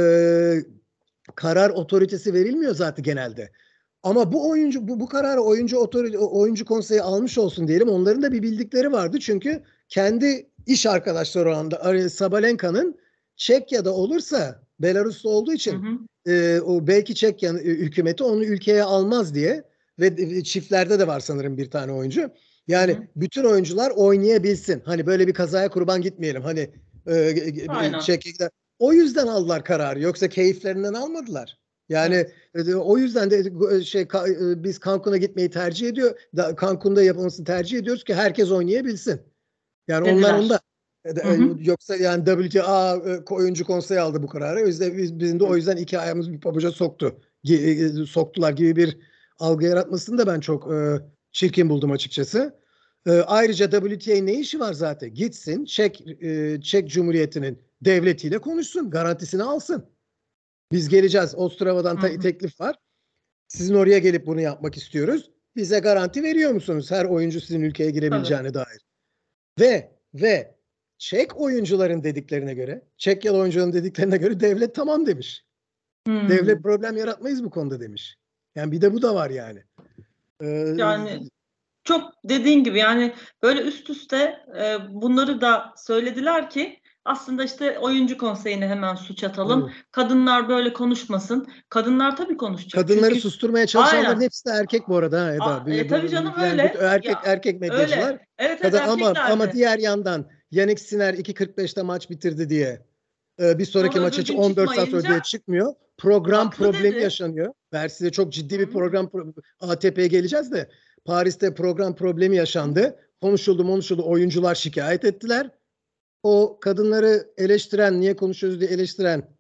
Speaker 2: karar otoritesi verilmiyor zaten genelde. Ama bu oyuncu bu, bu kararı oyuncu otorite, oyuncu konseyi almış olsun diyelim. Onların da bir bildikleri vardı. Çünkü kendi iş arkadaşları oranda Sabalenka'nın Çekya'da olursa Belarus'ta olduğu
Speaker 1: Hı
Speaker 2: için
Speaker 1: hı.
Speaker 2: e, o belki Çekya hükümeti onu ülkeye almaz diye ve çiftlerde de var sanırım bir tane oyuncu.
Speaker 1: Hı
Speaker 2: Yani
Speaker 1: hı.
Speaker 2: bütün oyuncular oynayabilsin. Hani böyle bir kazaya kurban gitmeyelim. Hani e,
Speaker 1: Aynen.
Speaker 2: Çekya'da o yüzden aldılar kararı. Yoksa keyiflerinden almadılar. Yani
Speaker 1: Evet.
Speaker 2: e, o yüzden de e, şey e, biz Cancun'a gitmeyi tercih ediyor. Da, Cancun'da yapılmasını tercih ediyoruz ki herkes oynayabilsin. Yani onlar onda
Speaker 1: Dediler. Hı hı.
Speaker 2: yoksa yani W T A oyuncu konseyi aldı bu kararı. O yüzden biz, bizim de o
Speaker 1: Hı.
Speaker 2: yüzden iki ayağımız bir pabuca soktu. Soktular gibi bir algı yaratmasını da ben çok e, çirkin buldum açıkçası. E, ayrıca W T A ne işi var zaten? Gitsin Çek e, Çek Cumhuriyeti'nin devletiyle konuşsun. Garantisini alsın. Biz geleceğiz. Ostrava'dan
Speaker 1: Hı
Speaker 2: te-
Speaker 1: hı.
Speaker 2: teklif var. Sizin oraya gelip bunu yapmak istiyoruz. Bize garanti veriyor musunuz her oyuncu sizin ülkeye
Speaker 1: Tabii.
Speaker 2: girebileceğine dair? Ve ve Çek oyuncuların dediklerine göre, Çekyalı oyuncuların dediklerine göre devlet tamam demiş.
Speaker 1: Hmm.
Speaker 2: Devlet problem yaratmayız bu konuda demiş. Yani bir de bu da var yani. Ee,
Speaker 1: Yani çok dediğin gibi yani böyle üst üste e, bunları da söylediler ki aslında işte oyuncu konseyine hemen suç atalım.
Speaker 2: evet.
Speaker 1: Kadınlar böyle konuşmasın. Kadınlar tabii konuşacak.
Speaker 2: Kadınları
Speaker 1: Çünkü
Speaker 2: susturmaya çalışanların
Speaker 1: aynen.
Speaker 2: hepsi de erkek bu arada ha
Speaker 1: A,
Speaker 2: Eda.
Speaker 1: e, tabii canım
Speaker 2: Yani bütün
Speaker 1: öyle.
Speaker 2: erkek
Speaker 1: Ya
Speaker 2: erkek medyacılar.
Speaker 1: öyle. Evet evet
Speaker 2: Kadın ama ama
Speaker 1: erkeklerdi.
Speaker 2: diğer yandan Yannick Sinner iki kırk beşte maç bitirdi diye Ee, bir sonraki
Speaker 1: Sonra
Speaker 2: maç
Speaker 1: öbür
Speaker 2: için
Speaker 1: gün
Speaker 2: on dört saat sonra
Speaker 1: çıkmayınca
Speaker 2: diye çıkmıyor. Program
Speaker 1: haklı
Speaker 2: problemi
Speaker 1: dedi.
Speaker 2: yaşanıyor. Versi'de çok ciddi bir
Speaker 1: Hı
Speaker 2: program A T P'ye geleceğiz de Paris'te program problemi
Speaker 1: hı.
Speaker 2: yaşandı. Konuşuldu konuşuldu. Oyuncular şikayet ettiler. O kadınları eleştiren, niye konuşuyoruz diye eleştiren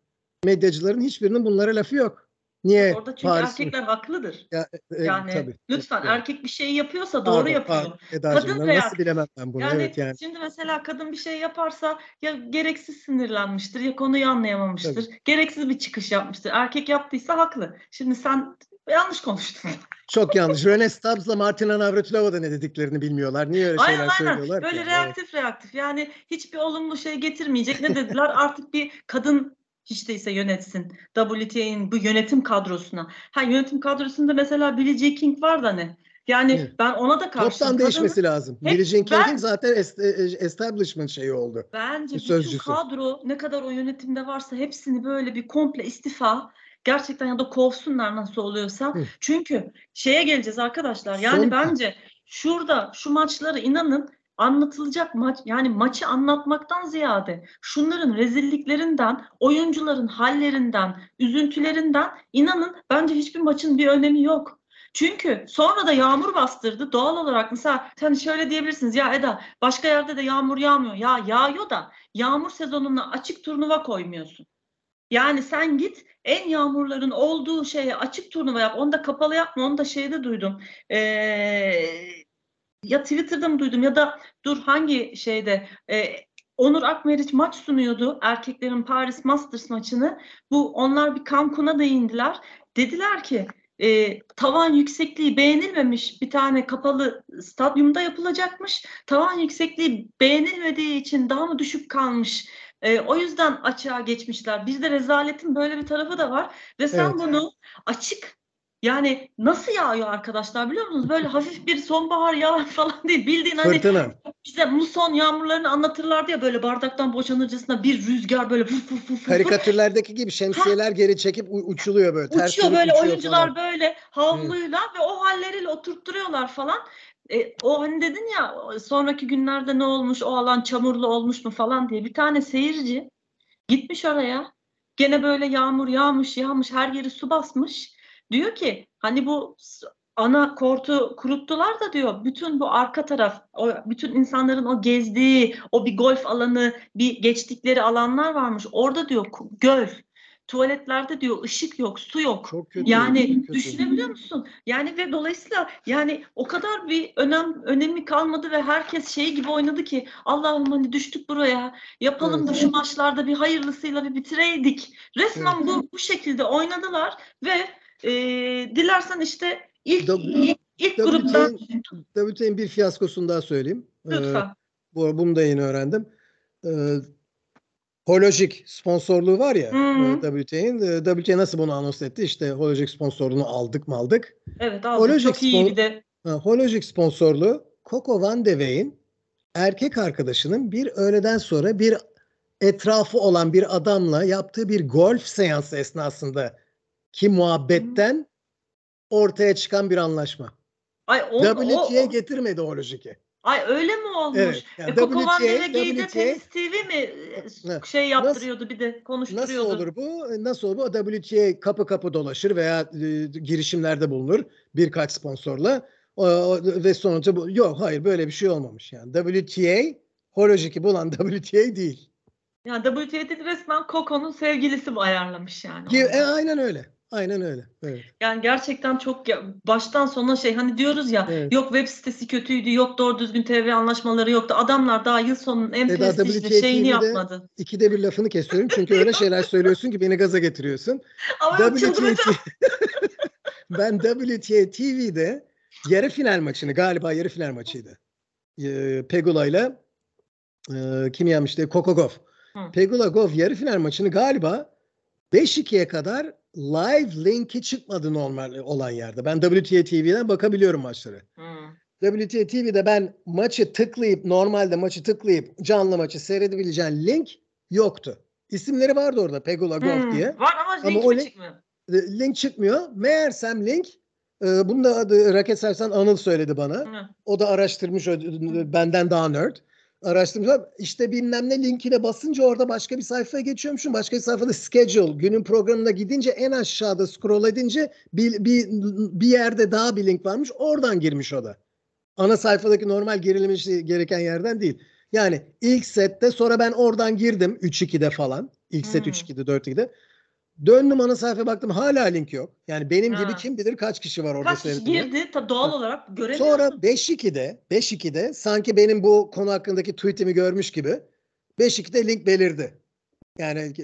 Speaker 2: Medyacıların hiçbirinin bunlara lafı yok. Niye
Speaker 1: Orada çünkü
Speaker 2: Paris
Speaker 1: erkekler haklıdır.
Speaker 2: ya, e,
Speaker 1: Yani
Speaker 2: tabii.
Speaker 1: lütfen
Speaker 2: Yani.
Speaker 1: erkek bir şey yapıyorsa doğru
Speaker 2: Pardon,
Speaker 1: yapıyor.
Speaker 2: pardon Eda'cığım.
Speaker 1: Kadın
Speaker 2: Na- Nasıl
Speaker 1: reakt.
Speaker 2: bilemem ben bunu? Evet
Speaker 1: Yani
Speaker 2: yani.
Speaker 1: şimdi mesela kadın bir şey yaparsa ya gereksiz sinirlenmiştir ya konuyu anlayamamıştır.
Speaker 2: Tabii.
Speaker 1: Gereksiz bir çıkış yapmıştır. Erkek yaptıysa haklı. Şimdi sen yanlış konuştun.
Speaker 2: Çok yanlış. Rene Stubbs'la Martina Navratilova da ne dediklerini bilmiyorlar. Niye öyle
Speaker 1: Aynen
Speaker 2: şeyler
Speaker 1: aynen.
Speaker 2: söylüyorlar ki?
Speaker 1: Böyle
Speaker 2: Yani? Evet.
Speaker 1: reaktif reaktif. Yani hiçbir olumlu şey getirmeyecek. Ne dediler? Artık bir kadın hiç değilse yönetsin. W T A'nın bu yönetim kadrosuna. Ha yönetim kadrosunda mesela Billie Jean King var da ne? Yani
Speaker 2: Evet.
Speaker 1: ben ona da karşıyım.
Speaker 2: Toptan
Speaker 1: Kadın
Speaker 2: değişmesi lazım.
Speaker 1: hep
Speaker 2: Billie Jean King'in
Speaker 1: ben
Speaker 2: zaten est- e, establishment şeyi oldu.
Speaker 1: bence bütün
Speaker 2: Sözcüsü.
Speaker 1: kadro ne kadar o yönetimde varsa hepsini böyle bir komple istifa gerçekten ya da kovsunlar nasıl oluyorsa.
Speaker 2: Hı.
Speaker 1: Çünkü şeye geleceğiz arkadaşlar. Yani
Speaker 2: Son
Speaker 1: bence şurada şu maçları inanın anlatılacak maç yani maçı anlatmaktan ziyade şunların rezilliklerinden, oyuncuların hallerinden, üzüntülerinden inanın bence hiçbir maçın bir önemi yok. Çünkü sonra da yağmur bastırdı. Doğal olarak mesela hani şöyle diyebilirsiniz ya Eda başka yerde de yağmur yağmıyor. Ya yağıyor da yağmur sezonuna açık turnuva koymuyorsun. Yani sen git en yağmurların olduğu şeye açık turnuva yap. Onu da kapalı yapma. Onu da şeyde duydum. Ee, ya Twitter'da mı duydum ya da dur hangi şeyde e, Onur Akmeriç maç sunuyordu erkeklerin Paris Masters maçını. Bu onlar bir Cancun'a değindiler. Dediler ki e, tavan yüksekliği beğenilmemiş bir tane kapalı stadyumda yapılacakmış. Tavan yüksekliği beğenilmediği için daha mı düşük kalmış? E, o yüzden açığa geçmişler. Bir de rezaletin böyle bir tarafı da var ve sen
Speaker 2: Evet.
Speaker 1: bunu açık yani nasıl yağıyor arkadaşlar biliyor musunuz? Böyle hafif bir sonbahar yağar falan değil. Bildiğin hani
Speaker 2: Fırtına.
Speaker 1: bize muson yağmurlarını anlatırlardı ya böyle bardaktan boşanırcasına bir rüzgar böyle fır fır fır fır.
Speaker 2: Karikatürlerdeki gibi şemsiyeler geri çekip u- uçuluyor böyle. Ters
Speaker 1: Uçuyor
Speaker 2: dönüp
Speaker 1: böyle
Speaker 2: uçuyor
Speaker 1: oyuncular
Speaker 2: falan.
Speaker 1: böyle havluyla ve o halleriyle oturtturuyorlar falan. E, o hani dedin ya sonraki günlerde ne olmuş o alan çamurlu olmuş mu falan diye bir tane seyirci gitmiş oraya. Gene böyle yağmur yağmış yağmış her yeri su basmış. Diyor ki hani bu ana kortu kuruttular da diyor bütün bu arka taraf o bütün insanların o gezdiği o bir golf alanı bir geçtikleri alanlar varmış. Orada diyor göl. Tuvaletlerde diyor ışık yok, su yok.
Speaker 2: Çok kötü.
Speaker 1: Yani
Speaker 2: Çok kötü.
Speaker 1: düşünebiliyor musun? Yani ve dolayısıyla yani o kadar bir önem önemi kalmadı ve herkes şey gibi oynadı ki Allah'ım hani düştük buraya. Yapalım
Speaker 2: Evet.
Speaker 1: da şu maçlarda bir hayırlısıyla bir bitireydik. Resmen
Speaker 2: Evet.
Speaker 1: bu bu şekilde oynadılar ve e, dilersen işte ilk ilk, ilk gruptan
Speaker 2: W T A'nin bir fiyaskosunu daha söyleyeyim. Ee,
Speaker 1: lütfen.
Speaker 2: bu, bunu da yeni öğrendim. Ee, Hologic sponsorluğu var ya
Speaker 1: Hmm.
Speaker 2: W T A'nin. E, W T A nasıl bunu anons etti? İşte Hologic sponsorluğunu aldık mı aldık.
Speaker 1: Evet aldık.
Speaker 2: Hologic,
Speaker 1: Çok iyi bir de.
Speaker 2: Ha, Hologic sponsorluğu Coco Van de Wey'in erkek arkadaşının bir öğleden sonra bir etrafı olan bir adamla yaptığı bir golf seansı esnasında ki muhabbetten ortaya çıkan bir anlaşma.
Speaker 1: Ay on, o,
Speaker 2: W T A
Speaker 1: o
Speaker 2: getirmedi Hologic'i.
Speaker 1: ay öyle mi olmuş?
Speaker 2: Evet. Yani
Speaker 1: E, Coco Van de
Speaker 2: W T A,
Speaker 1: Vege'yi de
Speaker 2: W T A
Speaker 1: Tenis T V mi e,
Speaker 2: ne?
Speaker 1: şey
Speaker 2: Nasıl
Speaker 1: yaptırıyordu bir de
Speaker 2: nasıl
Speaker 1: konuşturuyordu.
Speaker 2: olur bu? Nasıl olur bu? W T A kapı kapı dolaşır veya e, girişimlerde bulunur birkaç sponsorla. O, ve sonuçta bu yok hayır böyle bir şey olmamış yani. W T A Hologic'i bulan W T A değil.
Speaker 1: Yani W T A'de resmen Coco'nun sevgilisi mi ayarlamış yani
Speaker 2: Ki, e,
Speaker 1: orada.
Speaker 2: aynen öyle. Aynen öyle. Evet.
Speaker 1: Yani gerçekten çok ya, baştan sona şey hani diyoruz ya
Speaker 2: Evet.
Speaker 1: yok web sitesi kötüydü, yok doğru düzgün T V anlaşmaları yoktu. Adamlar daha yıl sonunun en
Speaker 2: Eda
Speaker 1: prestijli
Speaker 2: W T A
Speaker 1: şeyini
Speaker 2: T V'de
Speaker 1: yapmadı.
Speaker 2: ikide bir lafını kesiyorum. Çünkü öyle şeyler söylüyorsun ki beni gaza getiriyorsun.
Speaker 1: Ama yok
Speaker 2: W T A
Speaker 1: çıldıracağım.
Speaker 2: Ben W T A T V'de yarı final maçını galiba yarı final maçıydı. Ee, Pegula ile e, kim yenmişti? Coco Gauff.
Speaker 1: Hı.
Speaker 2: Pegula Gauff yarı final maçını galiba beş ikiye kadar live linki çıkmadı normal olan yerde. Ben W T A T V'den bakabiliyorum maçları.
Speaker 1: Hı.
Speaker 2: W T A T V'de ben maçı tıklayıp normalde maçı tıklayıp canlı maçı seyredebileceğin link yoktu. İsimleri vardı orada Pegula Gauff
Speaker 1: Hmm,
Speaker 2: diye.
Speaker 1: var ama
Speaker 2: Ama
Speaker 1: link
Speaker 2: o
Speaker 1: mi
Speaker 2: link,
Speaker 1: çıkmıyor?
Speaker 2: link çıkmıyor. Meğersem link e, bunu da adı Raket Sersen Anıl söyledi bana.
Speaker 1: Hı.
Speaker 2: O da araştırmış o, benden daha nerd. Araştırmışlar. İşte bilmem ne linkine basınca orada başka bir sayfaya geçiyormuşum. Başka bir sayfada schedule günün programına gidince en aşağıda scroll edince bir, bir, bir yerde daha bir link varmış. Oradan girmiş o da. Ana sayfadaki normal girilmesi gereken yerden değil. Yani ilk sette sonra ben oradan girdim üç ikide falan. İlk set
Speaker 1: Hmm.
Speaker 2: üç ikide dört ikide. Döndüm ana sayfaya baktım, hala link yok. Yani benim gibi
Speaker 1: Ha.
Speaker 2: kim bilir kaç kişi var orada
Speaker 1: Kaç kişi
Speaker 2: seyrediyor.
Speaker 1: girdi? Ta doğal
Speaker 2: Ha.
Speaker 1: olarak göremiyorsun.
Speaker 2: Sonra beş ikide beş ikide sanki benim bu konu hakkındaki tweetimi görmüş gibi beş ikide link belirdi. Yani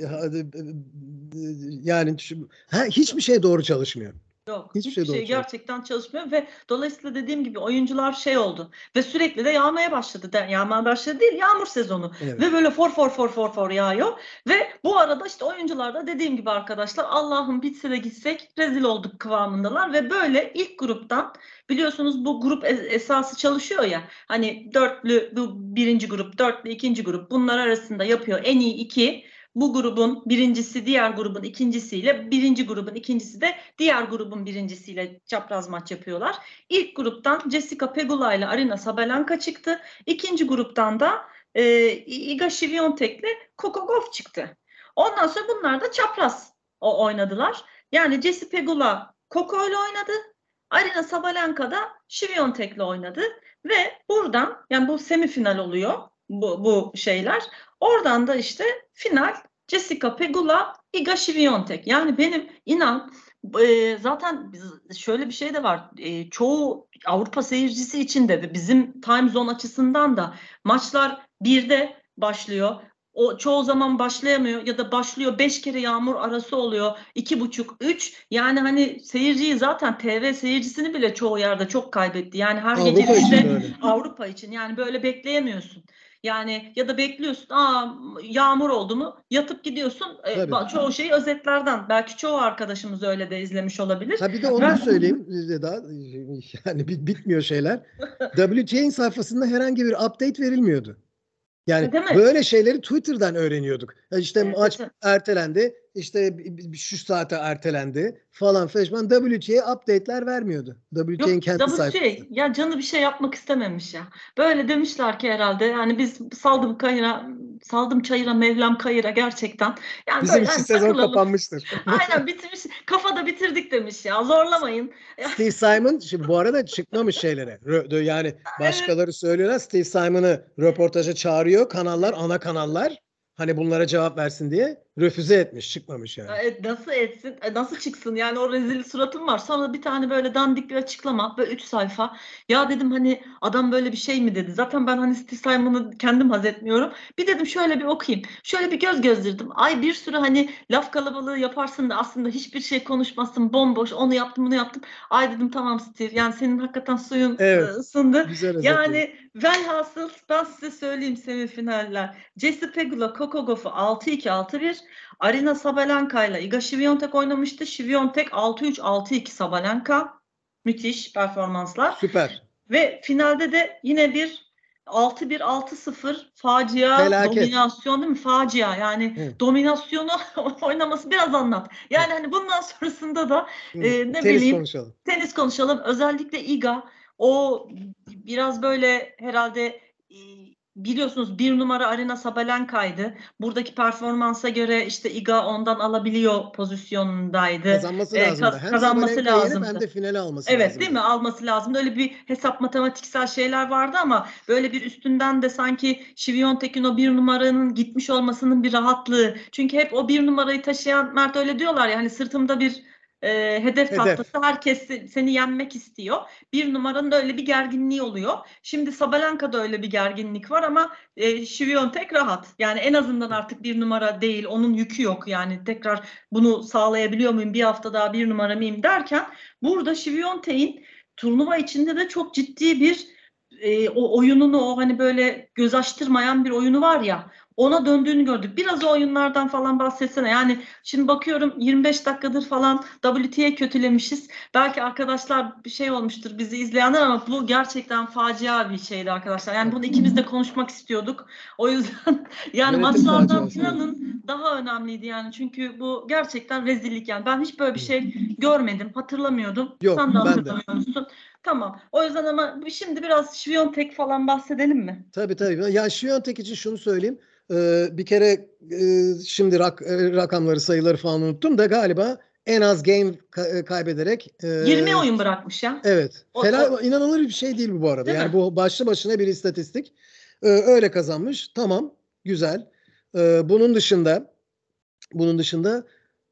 Speaker 2: yani ha, hiçbir şey doğru çalışmıyor.
Speaker 1: Yok.
Speaker 2: Hiçbir,
Speaker 1: Hiçbir
Speaker 2: şey,
Speaker 1: şey gerçekten çalışmıyor ve dolayısıyla dediğim gibi oyuncular şey oldu ve sürekli de yağmaya başladı. De, yağmaya başladı değil, yağmur sezonu.
Speaker 2: Evet.
Speaker 1: Ve böyle for for for for for yağıyor ve bu arada işte oyuncular da dediğim gibi arkadaşlar, Allah'ım bitse de gitsek rezil olduk kıvamındalar ve böyle ilk gruptan, biliyorsunuz bu grup esası çalışıyor ya, hani dörtlü bu birinci grup, dörtlü ikinci grup, bunlar arasında yapıyor en iyi iki. Bu grubun birincisi diğer grubun ikincisiyle, birinci grubun ikincisi de diğer grubun birincisiyle çapraz maç yapıyorlar. İlk gruptan Jessica Pegula ile Aryna Sabalenka çıktı. İkinci gruptan da e, Iga Świątek ile Coco Gauff çıktı. Ondan sonra bunlar da çapraz o oynadılar. Yani Jessica Pegula Coco ile oynadı. Aryna Sabalenka da Świątek ile oynadı ve buradan, yani bu semifinal oluyor bu, bu şeyler. Oradan da işte final Jessica Pegula, Iga Świątek. Yani benim inan e, zaten şöyle bir şey de var. E, çoğu Avrupa seyircisi için de ve bizim time zone açısından da maçlar birde başlıyor. O çoğu zaman başlayamıyor ya da başlıyor, beş kere yağmur arası oluyor, iki buçuk üç, yani hani seyirciyi zaten T V seyircisini bile çoğu yerde çok kaybetti. Yani her
Speaker 2: Avrupa
Speaker 1: gece
Speaker 2: için
Speaker 1: üçte
Speaker 2: de öyle.
Speaker 1: Avrupa için yani böyle bekleyemiyorsun. Yani ya da bekliyorsun, aa yağmur oldu mu yatıp gidiyorsun. E, çoğu şeyi özetlerden, belki çoğu arkadaşımız öyle de izlemiş olabilir.
Speaker 2: Ha bir de onu
Speaker 1: Ben...
Speaker 2: da söyleyeyim daha, yani bitmiyor şeyler. W T A'nin sayfasında herhangi bir update verilmiyordu. Yani böyle şeyleri Twitter'dan öğreniyorduk. İşte evet, maç evet. ertelendi, işte şu saate ertelendi falan falan. W T A update'ler vermiyordu. W T A'nin kendi sayfası. W T A
Speaker 1: ya canı bir şey yapmak istememiş ya. Böyle demişler ki herhalde, yani biz saldım kayıra, saldım çayıra Mevlam kayıra gerçekten. Yani
Speaker 2: bizim
Speaker 1: böyle,
Speaker 2: için
Speaker 1: hani
Speaker 2: sezon
Speaker 1: takılalım.
Speaker 2: Kapanmıştır.
Speaker 1: Aynen, bitmiş. Kafada bitirdik demiş ya. Zorlamayın.
Speaker 2: Steve Simon şimdi bu arada çıkmamış şeylere. Yani başkaları söylüyorlar. Steve Simon'ı röportaja çağırıyor. Kanallar, ana kanallar. Hani bunlara cevap versin diye refüze etmiş, çıkmamış yani.
Speaker 1: Evet, nasıl etsin, nasıl çıksın yani, o rezil suratım var. Sonra bir tane böyle dandik bir açıklama, böyle üç sayfa. Ya dedim hani adam böyle bir şey mi dedi? Zaten ben hani Steve Simon'ı kendim haz etmiyorum. Bir dedim şöyle bir okuyayım. Şöyle bir göz gezdirdim. Ay bir sürü hani laf kalabalığı yaparsın da aslında hiçbir şey konuşmazsın, bomboş, onu yaptım bunu yaptım. Ay dedim tamam Steve, yani senin hakikaten suyun evet, ısındı. Yani velhasıl ben size söyleyeyim semifinaller. Jessica Pegula, Coco Gauff'u altı iki altı bir. Aryna Sabalenka ile Iga Świątek oynamıştı. Świątek altı üç altı iki Sabalenka. Müthiş performanslar.
Speaker 2: Süper.
Speaker 1: Ve finalde de yine bir altı bir altı sıfır facia, felaket. Dominasyon değil mi? Facia yani Hı. dominasyonu oynaması, biraz anlat. Yani Hı. hani bundan sonrasında da e, ne
Speaker 2: tenis
Speaker 1: bileyim
Speaker 2: konuşalım.
Speaker 1: Tenis konuşalım. Özellikle Iga o biraz böyle herhalde e, biliyorsunuz bir numara Aryna Sabalenka'ydı. Buradaki performansa göre işte Iga ondan alabiliyor pozisyonundaydı.
Speaker 2: Kazanması ee, lazımdı. Hem kazanması lazımdı. Hem de finale alması
Speaker 1: evet,
Speaker 2: lazımdı.
Speaker 1: Evet değil mi? Alması lazımdı. Öyle bir hesap, matematiksel şeyler vardı ama böyle bir üstünden de sanki Świątek'in o bir numaranın gitmiş olmasının bir rahatlığı. Çünkü hep o bir numarayı taşıyan, Mert öyle diyorlar ya, hani sırtımda bir e, hedef tahtası, hedef. Herkes seni yenmek istiyor. Bir numaranın öyle bir gerginliği oluyor. Şimdi Sabalenka'da öyle bir gerginlik var ama e, Świątek rahat. Yani en azından artık bir numara değil, onun yükü yok. Yani tekrar bunu sağlayabiliyor muyum, bir hafta daha bir numara mıyım derken, burada Świątek'in turnuva içinde de çok ciddi bir e, o oyununu, o hani böyle göz açtırmayan bir oyunu var ya, ona döndüğünü gördük. Biraz o oyunlardan falan bahsetsene. Yani şimdi bakıyorum yirmi beş dakikadır falan W T A kötülemişiz. Belki arkadaşlar bir şey olmuştur bizi izleyenler ama bu gerçekten facia bir şeydi arkadaşlar. Yani bunu ikimiz de konuşmak istiyorduk. O yüzden yani Yönetim maçlardan planın daha önemliydi yani. Çünkü bu gerçekten rezillik yani. Ben hiç böyle bir şey görmedim. Hatırlamıyordum.
Speaker 2: Yok,
Speaker 1: sen de hatırlamıyor musun? Tamam. O yüzden ama şimdi biraz Świątek falan bahsedelim mi?
Speaker 2: Tabii tabii. Ya Świątek için şunu söyleyeyim. Ee, bir kere e, şimdi rak, e, rakamları, sayıları falan unuttum da galiba en az game ka- kaybederek e,
Speaker 1: yirmi oyun bırakmış ya.
Speaker 2: Evet.
Speaker 1: O,
Speaker 2: Fela,
Speaker 1: o,
Speaker 2: inanılır bir şey değil bu bu arada.
Speaker 1: değil
Speaker 2: yani
Speaker 1: mi?
Speaker 2: bu başlı başına bir istatistik. Ee, öyle kazanmış. Tamam. Güzel. Ee, bunun dışında bunun dışında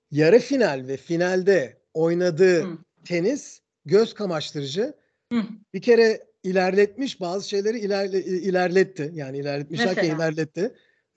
Speaker 2: yarı final ve finalde oynadığı
Speaker 1: Hı.
Speaker 2: tenis göz kamaştırıcı.
Speaker 1: Hı.
Speaker 2: Bir kere ilerletmiş, bazı şeyleri ilerle, ilerletti. Yani ilerletmiş derken
Speaker 1: Mesela.
Speaker 2: ilerletti.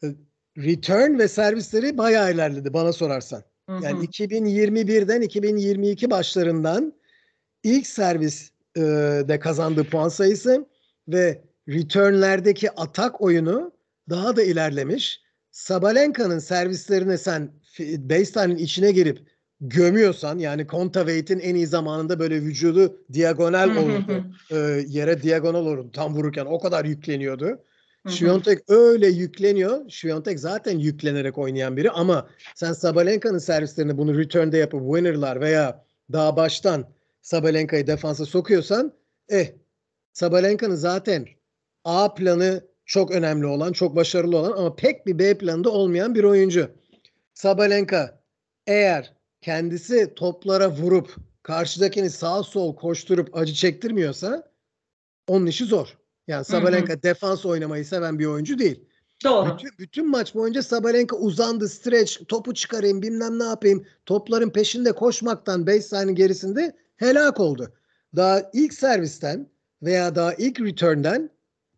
Speaker 2: Return ve servisleri bayağı ilerledi bana sorarsan.
Speaker 1: Hı hı.
Speaker 2: Yani iki bin yirmi birden iki bin yirmi iki başlarından ilk servis e, de kazandığı puan sayısı ve returnlerdeki atak oyunu daha da ilerlemiş. Sabalenka'nın servislerine sen baseline'in içine girip gömüyorsan, yani Kontaveit'in en iyi zamanında böyle vücudu diagonal olurdu. E, yere diagonal olurdu tam vururken, o kadar yükleniyordu. Świątek öyle yükleniyor. Świątek zaten yüklenerek oynayan biri ama sen Sabalenka'nın servislerini bunu return'de yapıp winner'lar veya daha baştan Sabalenka'yı defansa sokuyorsan, eh Sabalenka'nın zaten A planı çok önemli olan, çok başarılı olan ama pek bir B planında olmayan bir oyuncu. Sabalenka eğer kendisi toplara vurup karşıdakini sağ sol koşturup acı çektirmiyorsa onun işi zor. Yani Sabalenka hı hı. defans oynamayı seven bir oyuncu değil.
Speaker 1: Doğru.
Speaker 2: Bütün, bütün maç boyunca Sabalenka uzandı, stretch, topu çıkarayım, bilmem ne yapayım. Topların peşinde koşmaktan baseline'in gerisinde helak oldu. Daha ilk servisten veya daha ilk return'den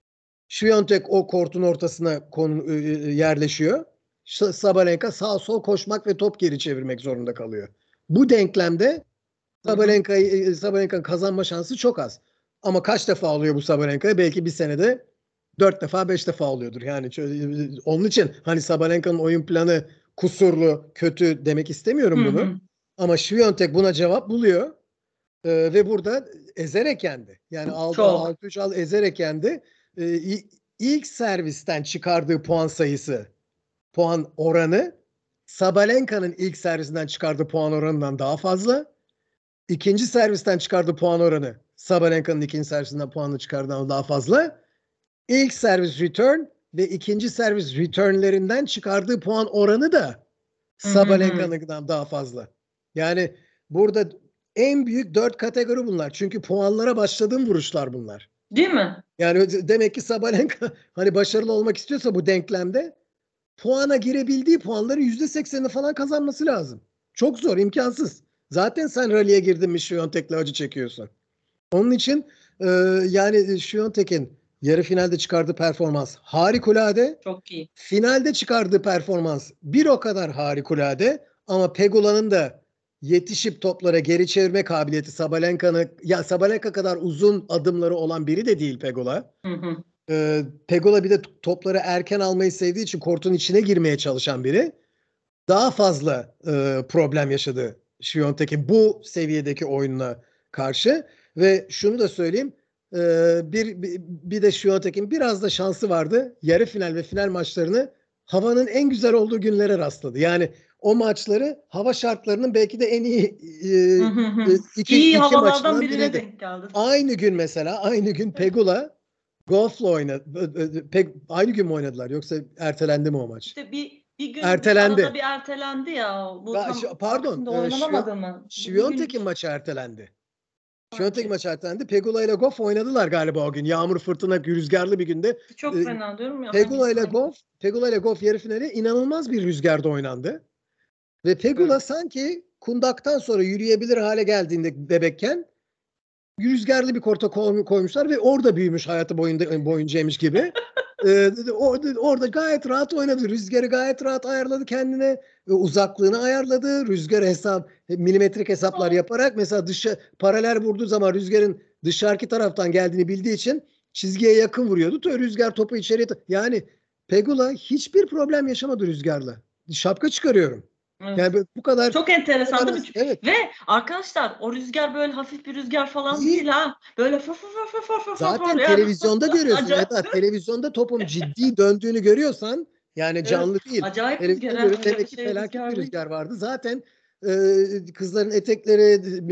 Speaker 2: Świątek o kortun ortasına konu, yerleşiyor. Sabalenka sağ sol koşmak ve top geri çevirmek zorunda kalıyor. Bu denklemde Sabalenka'yı Sabalenka'nın kazanma şansı çok az. Ama kaç defa oluyor bu Sabalenka'ya? Belki bir senede dört defa, beş defa oluyordur. Yani onun için hani Sabalenka'nın oyun planı kusurlu, kötü demek istemiyorum bunu. Hı hı. Ama Świątek buna cevap buluyor. Ee, ve burada ezerek yendi. Yani altı üç al ezerek yendi. Ee, ilk servisten çıkardığı puan sayısı, puan oranı Sabalenka'nın ilk servisinden çıkardığı puan oranından daha fazla. İkinci servisten çıkardığı puan oranı Sabalenka'nın ikinci servisinden puanını çıkardığından daha fazla. İlk servis return ve ikinci servis returnlerinden çıkardığı puan oranı da Sabalenka'nınkinden daha fazla. Yani burada en büyük dört kategori bunlar. Çünkü puanlara başladığım vuruşlar bunlar.
Speaker 1: Değil mi?
Speaker 2: Yani demek ki Sabalenka hani başarılı olmak istiyorsa bu denklemde puana girebildiği puanları yüzde seksenini falan kazanması lazım. Çok zor, imkansız. Zaten sen rally'e girdin mi Świątek'le acı çekiyorsun. Onun için e, yani Świątek'in yarı finalde çıkardığı performans harikulade.
Speaker 1: Çok iyi.
Speaker 2: Finalde çıkardığı performans bir o kadar harikulade ama Pegula'nın da yetişip toplara geri çevirme kabiliyeti Sabalenka'nın, ya Sabalenka kadar uzun adımları olan biri de değil Pegula.
Speaker 1: Hı hı.
Speaker 2: Ee, Pegula bir de topları erken almayı sevdiği için kortun içine girmeye çalışan biri. Daha fazla e, problem yaşadı Świątek'in bu seviyedeki oyununa karşı ve şunu da söyleyeyim, e, bir, bir bir de Świątek'in biraz da şansı vardı. Yarı final ve final maçlarını havanın en güzel olduğu günlere rastladı. Yani o maçları hava şartlarının belki de en iyi e,
Speaker 1: Hı hı hı.
Speaker 2: iki,
Speaker 1: İyi
Speaker 2: iki
Speaker 1: havalardan
Speaker 2: maçından
Speaker 1: birine
Speaker 2: biriydi.
Speaker 1: denk geldi.
Speaker 2: Aynı gün mesela, aynı gün Pegula Golf'la oynadı. Pek aynı gün mü oynadılar yoksa ertelendi mi o maç?
Speaker 1: İşte bir bir gün
Speaker 2: ertelendi.
Speaker 1: arada bir ertelendi ya. Bu
Speaker 2: Ya,
Speaker 1: tam
Speaker 2: şu, pardon,
Speaker 1: vaktinde
Speaker 2: e,
Speaker 1: oynanamadı mı?
Speaker 2: Świątek'in maçı ertelendi. Świątek'in
Speaker 1: Sanki.
Speaker 2: maçı ertelendi. Pegula ile Goff oynadılar galiba o gün. Yağmur, fırtına, rüzgarlı bir günde.
Speaker 1: Çok
Speaker 2: E,
Speaker 1: fena diyorum ya.
Speaker 2: Pegula ile
Speaker 1: hangisi?
Speaker 2: Goff, Pegula ile Goff yarı finali inanılmaz bir rüzgarda oynandı. Ve Pegula
Speaker 1: Hı.
Speaker 2: sanki kundaktan sonra yürüyebilir hale geldiğinde bebekken rüzgarlı bir korta koymuşlar ve orada büyümüş hayatı boyunca boyuncaymış gibi. ee, orada, orada gayet rahat oynadı. Rüzgarı gayet rahat ayarladı kendine. Uzaklığını ayarladı. Rüzgar hesap, milimetrik hesaplar yaparak mesela dışa paralel vurduğu zaman rüzgarın dışarıki taraftan geldiğini bildiği için çizgiye yakın vuruyordu. Rüzgar topu içeriye. Yani Pegula hiçbir problem yaşamadı rüzgarla. Şapka çıkarıyorum.
Speaker 1: Evet.
Speaker 2: Yani bu kadar
Speaker 1: çok enteresan
Speaker 2: kadar,
Speaker 1: değil mi?
Speaker 2: evet.
Speaker 1: Ve arkadaşlar o rüzgar böyle hafif bir rüzgar falan
Speaker 2: İyi.
Speaker 1: değil ha. Böyle fır fır fır fır fır fır
Speaker 2: Zaten
Speaker 1: yani.
Speaker 2: televizyonda görüyorsun.
Speaker 1: Acayip.
Speaker 2: Evet, televizyonda topun ciddi döndüğünü görüyorsan yani canlı
Speaker 1: Evet,
Speaker 2: değil.
Speaker 1: acayip
Speaker 2: Televizyonda
Speaker 1: rüzgar ha.
Speaker 2: görüyorsun.
Speaker 1: Öyle
Speaker 2: Demek ki
Speaker 1: şey
Speaker 2: felaket bir
Speaker 1: rüzgar değil.
Speaker 2: rüzgar vardı. Zaten e, kızların etekleri,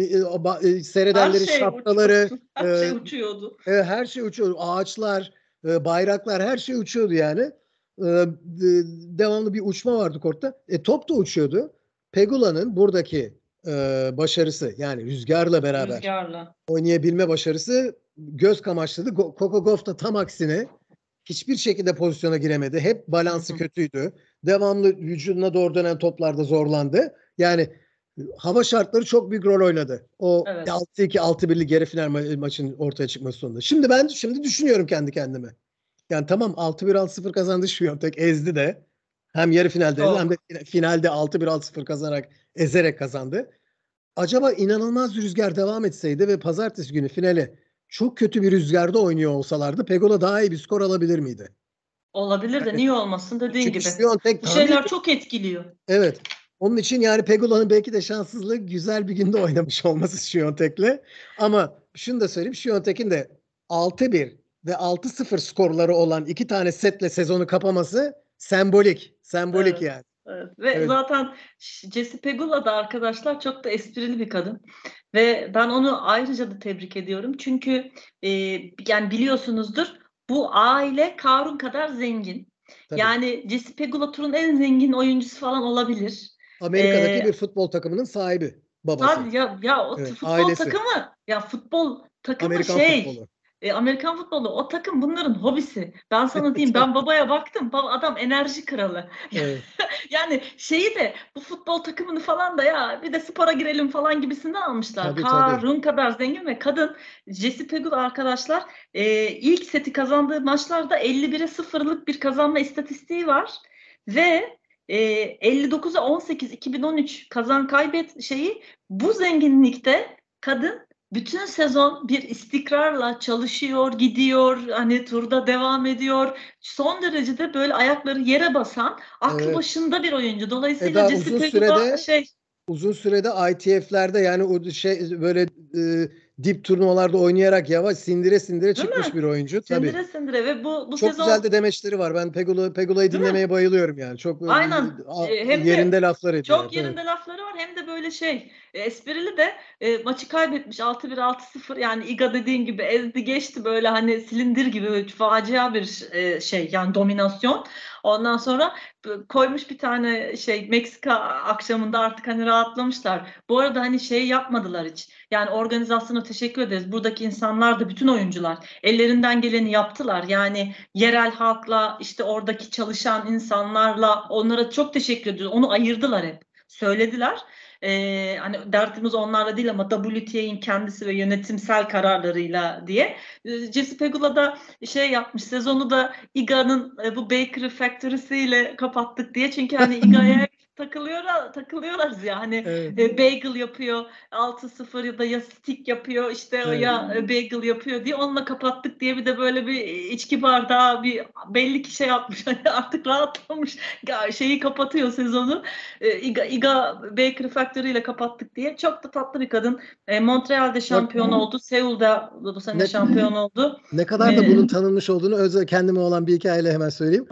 Speaker 2: e, e,
Speaker 1: Her
Speaker 2: seyredenlerin
Speaker 1: şey
Speaker 2: şapkaları,
Speaker 1: uçuyordu. Her
Speaker 2: e,
Speaker 1: şey uçuyordu.
Speaker 2: e, her şey uçuyordu. Ağaçlar, e, bayraklar, her şey uçuyordu yani. E, e, devamlı bir uçma vardı kortta. E, top da uçuyordu. Pegula'nın buradaki e, başarısı, yani rüzgarla beraber
Speaker 1: Rüzgarla.
Speaker 2: oynayabilme başarısı göz kamaştırdı. Coco Gauff da tam aksine hiçbir şekilde pozisyona giremedi. Hep balansı
Speaker 1: Hı hı.
Speaker 2: kötüydü. Devamlı vücuduna doğru dönen toplarda zorlandı. Yani hava şartları çok büyük rol oynadı. O
Speaker 1: Evet.
Speaker 2: altı iki altı birlik yarı final ma- maçın ortaya çıkması sonunda. Şimdi ben şimdi düşünüyorum kendi kendime. Yani tamam altı bir altı sıfır kazandı Świątek, ezdi de. Hem yarı finalde ezdi, hem de
Speaker 1: Çok.
Speaker 2: finalde altı bir altı sıfır kazanarak ezerek kazandı. Acaba inanılmaz bir rüzgar devam etseydi ve pazartesi günü finale çok kötü bir rüzgarda oynuyor olsalardı Pegula daha iyi bir skor alabilir miydi?
Speaker 1: Olabilir de
Speaker 2: Yani
Speaker 1: niye olmasın dediğin
Speaker 2: çünkü
Speaker 1: gibi.
Speaker 2: Świątek
Speaker 1: Bu
Speaker 2: tam bir
Speaker 1: şeyler çok etkiliyor.
Speaker 2: evet. Onun için yani Pegula'nın belki de şanssızlığı güzel bir günde oynamış olması Świątek'le. Ama şunu da söyleyeyim. Świątek'in de altı bir ve altı sıfır skorları olan iki tane setle sezonu kapaması sembolik. Sembolik
Speaker 1: Evet.
Speaker 2: yani.
Speaker 1: Evet. Ve
Speaker 2: Evet.
Speaker 1: zaten Jessie Pegula da arkadaşlar çok da esprili bir kadın. Ve ben onu ayrıca da tebrik ediyorum. Çünkü e, yani biliyorsunuzdur bu aile Karun kadar zengin.
Speaker 2: Tabii.
Speaker 1: Yani Jessie Pegula turun en zengin oyuncusu falan olabilir.
Speaker 2: Amerika'daki
Speaker 1: E,
Speaker 2: bir futbol takımının sahibi babası.
Speaker 1: Tabii ya ya o t-
Speaker 2: Evet,
Speaker 1: futbol
Speaker 2: ailesi.
Speaker 1: takımı ya futbol takımı
Speaker 2: Amerikan
Speaker 1: şey
Speaker 2: futbolu.
Speaker 1: e, Amerikan futbolu o takım bunların hobisi. Ben sana diyeyim ben babaya baktım. Baba adam enerji kralı.
Speaker 2: Evet.
Speaker 1: Yani şeyi de bu futbol takımını falan da ya bir de spora girelim falan gibisinden almışlar.
Speaker 2: Tabii tabii.
Speaker 1: Karun kadar zengin ve kadın Jessie Pegula arkadaşlar e, ilk seti kazandığı maçlarda elli bire sıfırlık bir kazanma istatistiği var ve e, elli dokuza on sekiz iki bin on üç kazan kaybet şeyi bu zenginlikte kadın bütün sezon bir istikrarla çalışıyor, gidiyor, hani turda devam ediyor. Son derecede böyle ayakları yere basan, aklı
Speaker 2: Evet.
Speaker 1: başında bir oyuncu. Dolayısıyla
Speaker 2: Eda
Speaker 1: Jessie
Speaker 2: uzun
Speaker 1: Pegula
Speaker 2: sürede
Speaker 1: şey
Speaker 2: uzun sürede I T F'lerde yani o şey böyle e, dip turnuvalarda oynayarak yavaş sindire sindire
Speaker 1: değil
Speaker 2: çıkmış
Speaker 1: mi?
Speaker 2: bir oyuncu tabii.
Speaker 1: Sindire sindire ve bu bu
Speaker 2: Çok güzel
Speaker 1: sezon
Speaker 2: de demeçleri var. Ben Pegula Pegula'yı
Speaker 1: değil mi?
Speaker 2: dinlemeye bayılıyorum yani. Çok e,
Speaker 1: Aynen.
Speaker 2: a-
Speaker 1: E, hem de
Speaker 2: yerinde laflar ediyor.
Speaker 1: çok
Speaker 2: Evet.
Speaker 1: yerinde lafları var hem de böyle şey e, esprili de e, maçı kaybetmiş altı bir altı sıfır yani Iga dediğin gibi ezdi geçti böyle hani silindir gibi böyle facia bir e, şey yani dominasyon. Ondan sonra e, koymuş bir tane şey Meksika akşamında artık hani rahatlamışlar. Bu arada hani şey yapmadılar hiç. Yani organizasyona teşekkür ederiz. Buradaki insanlar da bütün oyuncular ellerinden geleni yaptılar. Yani yerel halkla işte oradaki çalışan insanlarla onlara çok teşekkür ediyoruz. Onu ayırdılar hep. Söylediler. Ee, hani dertimiz onlarla değil ama W T A'nin kendisi ve yönetimsel kararlarıyla diye. Ee, Jessie Pegula da şey yapmış sezonu da Iga'nın e, bu Bakery Factory'siyle kapattık diye. Çünkü hani Iga'ya takılıyor takılıyorlar ya hani
Speaker 2: Evet.
Speaker 1: e, bagel yapıyor altı sıfır ya da ya stick yapıyor işte o
Speaker 2: Evet.
Speaker 1: ya e, bagel yapıyor diye onunla kapattık diye bir de böyle bir içki bardağı bir belli ki şey yapmış hani artık rahatlamış şeyi kapatıyor sezonu e, Iga, Iga Bakery Factory ile kapattık diye çok da tatlı bir kadın e, Montreal'de
Speaker 2: Bak
Speaker 1: şampiyon oldu Seul'da bu sene
Speaker 2: ne
Speaker 1: şampiyon oldu
Speaker 2: ne kadar da
Speaker 1: e,
Speaker 2: bunun tanınmış olduğunu özel kendime olan bir hikayeyle hemen söyleyeyim.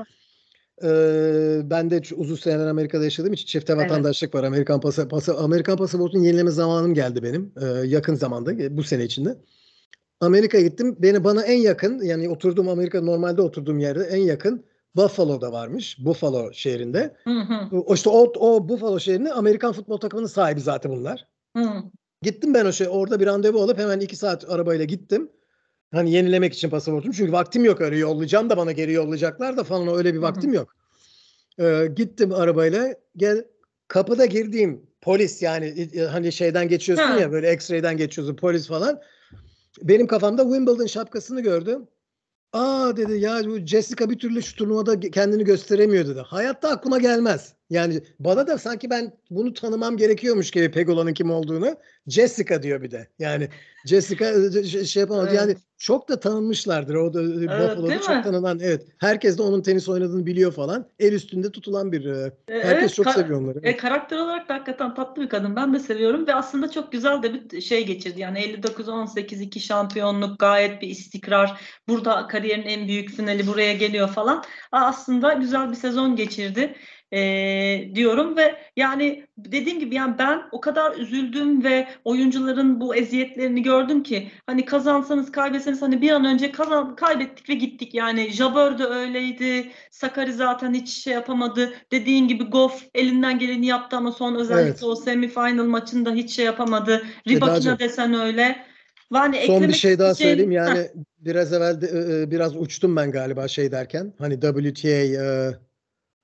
Speaker 2: Ee, ben de uzun süreler Amerika'da yaşadığım için çifte
Speaker 1: evet.
Speaker 2: vatandaşlık var. Amerikan pasa, pasa, Amerikan pasaportunu yenileme zamanım geldi benim. Ee, yakın zamanda, bu sene içinde. Amerika'ya gittim. Beni bana en yakın, yani oturduğum Amerika normalde oturduğum yerde en yakın Buffalo'da varmış. Buffalo şehrinde.
Speaker 1: Hı hı.
Speaker 2: O işte o, o Buffalo şehrinin Amerikan futbol takımının sahibi zaten bunlar.
Speaker 1: Hı.
Speaker 2: Gittim ben o şey orada bir randevu alıp hemen iki saat arabayla gittim. Hani yenilemek için pasaportum. Çünkü vaktim yok, öyle yollayacağım da bana geri yollayacaklar da falan, öyle bir
Speaker 1: Hı hı.
Speaker 2: vaktim yok. Ee, gittim arabayla, gel kapıda girdiğim polis, yani e, hani şeyden geçiyorsun
Speaker 1: Ha.
Speaker 2: ya, böyle X-ray'den geçiyorsun, polis falan. Benim kafamda Wimbledon şapkasını gördüm. Aa dedi ya, bu Jessica bir türlü şu turnuvada kendini gösteremiyor dedi. Hayatta aklıma gelmez. Yani bana da sanki ben bunu tanımam gerekiyormuş gibi Pegula'nın kim olduğunu. Jessica diyor bir de. Yani Jessica şey, şey yapamadı. Yani
Speaker 1: Evet.
Speaker 2: çok da tanınmışlardır. O da
Speaker 1: Evet,
Speaker 2: Buffalo'da
Speaker 1: değil
Speaker 2: çok
Speaker 1: mi?
Speaker 2: tanınan, evet. Herkes de onun tenis oynadığını biliyor falan. El üstünde tutulan bir e,
Speaker 1: E,
Speaker 2: herkes
Speaker 1: Evet,
Speaker 2: çok
Speaker 1: ka-
Speaker 2: seviyor onları.
Speaker 1: e,
Speaker 2: Evet.
Speaker 1: karakter olarak da hakikaten tatlı bir kadın. Ben de seviyorum ve aslında çok güzel de bir şey geçirdi. Yani elli dokuz on sekiz iki şampiyonluk, gayet bir istikrar. Burada kariyerin en büyük finali buraya geliyor falan. Aa, Aslında güzel bir sezon geçirdi. e, diyorum ve yani dediğim gibi yani ben o kadar üzüldüm ve oyuncuların bu eziyetlerini gördüm ki hani kazansanız kaybetseniz hani bir an önce kazan kaybettik ve gittik yani Jabeur de öyleydi, Sakari zaten hiç şey yapamadı, dediğin gibi Goff elinden geleni yaptı ama son özellikle
Speaker 2: Evet.
Speaker 1: o semifinal maçında hiç şey yapamadı, Rybakina
Speaker 2: Edacığım,
Speaker 1: desen öyle. Yani
Speaker 2: son bir
Speaker 1: eklemek
Speaker 2: şey daha söyleyeyim.
Speaker 1: isteyeceğin heh,
Speaker 2: Yani biraz evvel de, e, e, biraz uçtum ben galiba şey derken. Hani W T A e,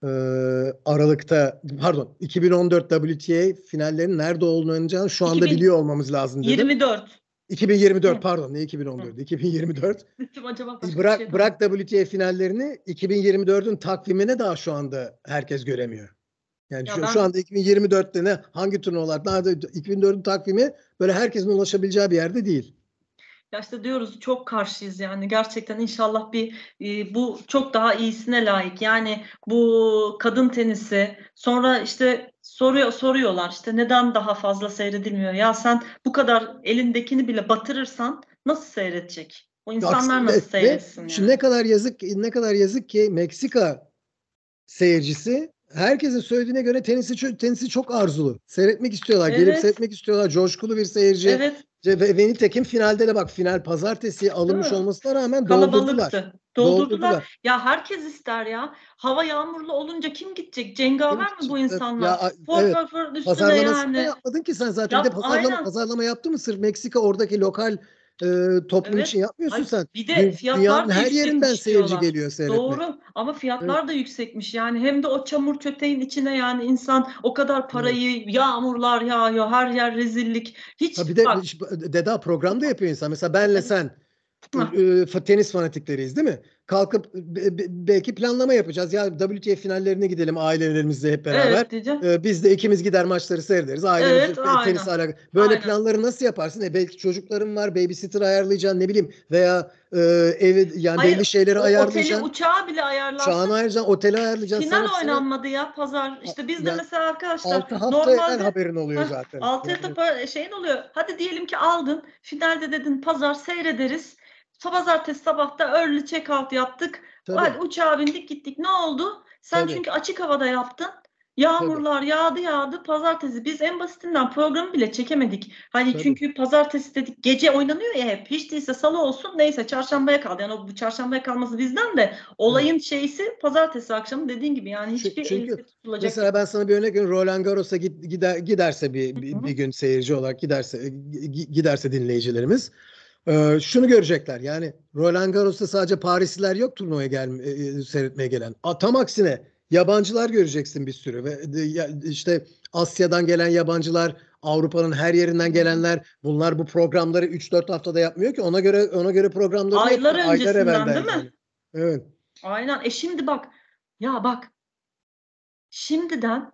Speaker 2: e, Aralık'ta pardon iki bin on dört W T A finallerinin nerede oynanacağını şu anda biliyor olmamız lazım dedim.
Speaker 1: yirmi dört.
Speaker 2: iki bin yirmi dört
Speaker 1: Hı.
Speaker 2: pardon ne iki bin on dört? Hı. iki bin yirmi dört.
Speaker 1: Acaba başka
Speaker 2: bırak
Speaker 1: bir şey
Speaker 2: bırak W T A finallerini iki bin yirmi dördün takvimine daha şu anda herkes göremiyor. Yani şu,
Speaker 1: ben...
Speaker 2: şu anda iki bin yirmi dörtte ne hangi turnuvalar daha da iki bin dördün takvimi böyle herkesin ulaşabileceği bir yerde değil.
Speaker 1: Ya işte diyoruz çok karşıyız yani gerçekten inşallah bir e, bu çok daha iyisine layık. Yani bu kadın tenisi sonra işte soruyor soruyorlar işte neden daha fazla seyredilmiyor? Ya sen bu kadar elindekini bile batırırsan nasıl seyredecek? O insanlar nasıl seyretsin yani?
Speaker 2: Şimdi ne kadar yazık ne kadar yazık ki Meksika seyircisi herkesin söylediğine göre tenisi tenisi çok arzulu. Seyretmek istiyorlar. Evet. Gelip seyretmek istiyorlar. Coşkulu bir seyirci. Evet. Ve, ve nitekim finalde de bak final pazartesi alınmış olmasına rağmen doldurdular.
Speaker 1: Doldurdular. doldurdular. Ya herkes ister ya. Hava yağmurlu olunca kim gidecek? Cengaver kim mi bu insanlar?
Speaker 2: Ya,
Speaker 1: for,
Speaker 2: evet.
Speaker 1: for, for üstüne
Speaker 2: Pazarlamasını
Speaker 1: yani.
Speaker 2: yapmadın ki sen zaten.
Speaker 1: Yap,
Speaker 2: bir de pazarlama, pazarlama yaptı mı sırf Meksika oradaki lokal e, toplum evet. için yapmıyorsun Hayır, sen.
Speaker 1: Bir de fiyatlar da
Speaker 2: her yerinden seyirci
Speaker 1: diyorlar.
Speaker 2: geliyor seyretmeye.
Speaker 1: Doğru ama fiyatlar evet. da yüksekmiş yani hem de o çamur çöteğin içine yani insan o kadar parayı evet. yağmurlar yağıyor her yer rezillik. Hiç
Speaker 2: ha bir de bak, Deda programda yapıyor insan. Mesela benle sen e, tenis fanatikleriyiz değil mi? Kalkıp be, be, belki planlama yapacağız. Ya W T A finallerine gidelim ailelerimizle hep beraber. Evet, e, biz de ikimiz gider maçları seyrederiz. Ailemiz evet, tenis alakalı. Böyle aynen. planları nasıl yaparsın? E, belki çocukların var, babysitter ayarlayacaksın ne bileyim veya e, evi yani Hayır, belli şeyleri ayarlayacaksın.
Speaker 1: Oteli uçağı bile ayarlarsın.
Speaker 2: Uçağını ayarlayacaksın, oteli ayarlayacaksın.
Speaker 1: Final sana, oynanmadı sana... ya pazar. İşte biz de ya, mesela arkadaşlar
Speaker 2: altı haftaya haberin oluyor zaten.
Speaker 1: altı yani. şeyin oluyor. Hadi diyelim ki aldın. Finalde dedin pazar seyrederiz. Pazartesi sabahta early check out yaptık. Tabii. Hadi uçağa bindik gittik. Ne oldu? Sen Tabii. çünkü açık havada yaptın. Yağmurlar Tabii. yağdı yağdı. Pazartesi biz en basitinden programı bile çekemedik. Hani Tabii. çünkü pazartesi dedik gece oynanıyor ya hep. Hiç değilse salı olsun neyse çarşambaya kaldı. Yani o bu çarşambaya kalması bizden de olayın evet. şeysi pazartesi akşamı dediğin gibi yani hiçbir
Speaker 2: çünkü mesela gibi. Ben sana bir örnek veriyorum. Roland Garros'a gider, giderse bir, bir, bir gün seyirci olarak giderse giderse dinleyicilerimiz Ee, şunu görecekler yani Roland Garros'ta sadece Parisliler yok turnuvaya gel, e, seyretmeye gelen. A, tam aksine yabancılar göreceksin bir sürü ve de, işte Asya'dan gelen yabancılar, Avrupa'nın her yerinden gelenler. Bunlar bu programları üç dört haftada yapmıyor ki ona göre ona göre programları
Speaker 1: aylar yapıyor. öncesinden aylar değil mi?
Speaker 2: Yani. Evet.
Speaker 1: Aynen. E şimdi bak ya bak şimdiden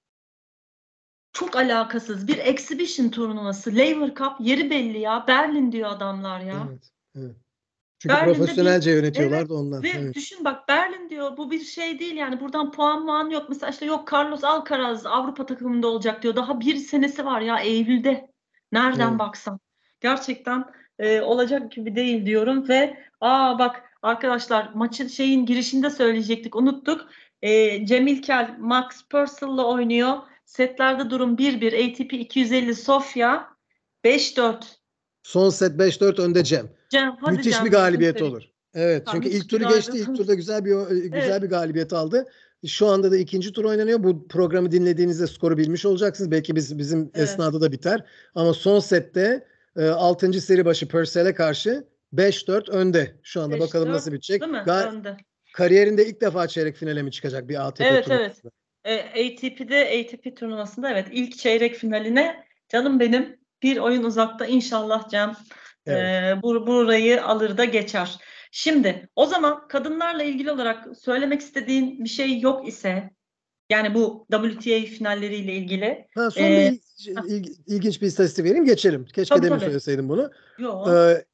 Speaker 1: çok alakasız bir exhibition turnuvası. Laver Cup yeri belli ya. Berlin diyor adamlar ya.
Speaker 2: Evet. Evet. Çünkü
Speaker 1: Berlin'de
Speaker 2: profesyonelce
Speaker 1: bir,
Speaker 2: yönetiyorlar
Speaker 1: evet,
Speaker 2: da ondan.
Speaker 1: Ve
Speaker 2: evet.
Speaker 1: düşün bak Berlin diyor bu bir şey değil yani buradan puan puan yok. Mesela işte yok Carlos Alcaraz Avrupa takımında olacak diyor. Daha bir senesi var ya Eylül'de. Nereden evet. baksan. Gerçekten e, olacak gibi değil diyorum ve aa bak arkadaşlar maçın şeyin girişinde söyleyecektik unuttuk. E, Cemil Kel Max Purcell'la oynuyor. Setlerde durum bir bir A T P iki yüz elli Sofia beş dört.
Speaker 2: Son set beş dört önde Cem.
Speaker 1: Cem hadi
Speaker 2: Müthiş
Speaker 1: Cem,
Speaker 2: bir galibiyet olur. Evet
Speaker 1: tamam,
Speaker 2: çünkü ilk turu geçti. İlk turda güzel bir güzel evet. bir galibiyet aldı. Şu anda da ikinci tur oynanıyor. Bu programı dinlediğinizde skoru bilmiş olacaksınız. Belki biz bizim evet. esnada da biter. Ama son sette e, altıncı seri başı Purcell'e karşı beş dört önde. Şu anda bakalım nasıl bitecek.
Speaker 1: Değil mi? Gal- önde.
Speaker 2: Kariyerinde ilk defa çeyrek finale mi çıkacak bir A T P
Speaker 1: evet,
Speaker 2: turnuvasında?
Speaker 1: Evet evet. A T P'de A T P turnuvasında evet ilk çeyrek finaline canım benim bir oyun uzakta inşallah Cem evet. e, bur- burayı alır da geçer. Şimdi o zaman kadınlarla ilgili olarak söylemek istediğin bir şey yok ise yani bu W T A finalleriyle ilgili.
Speaker 2: Ha, son ee, bir il, il, ilginç bir istatistik vereyim geçelim. Keşke tabii, demin tabii. söyleseydim bunu.
Speaker 1: Yok.
Speaker 2: Ee,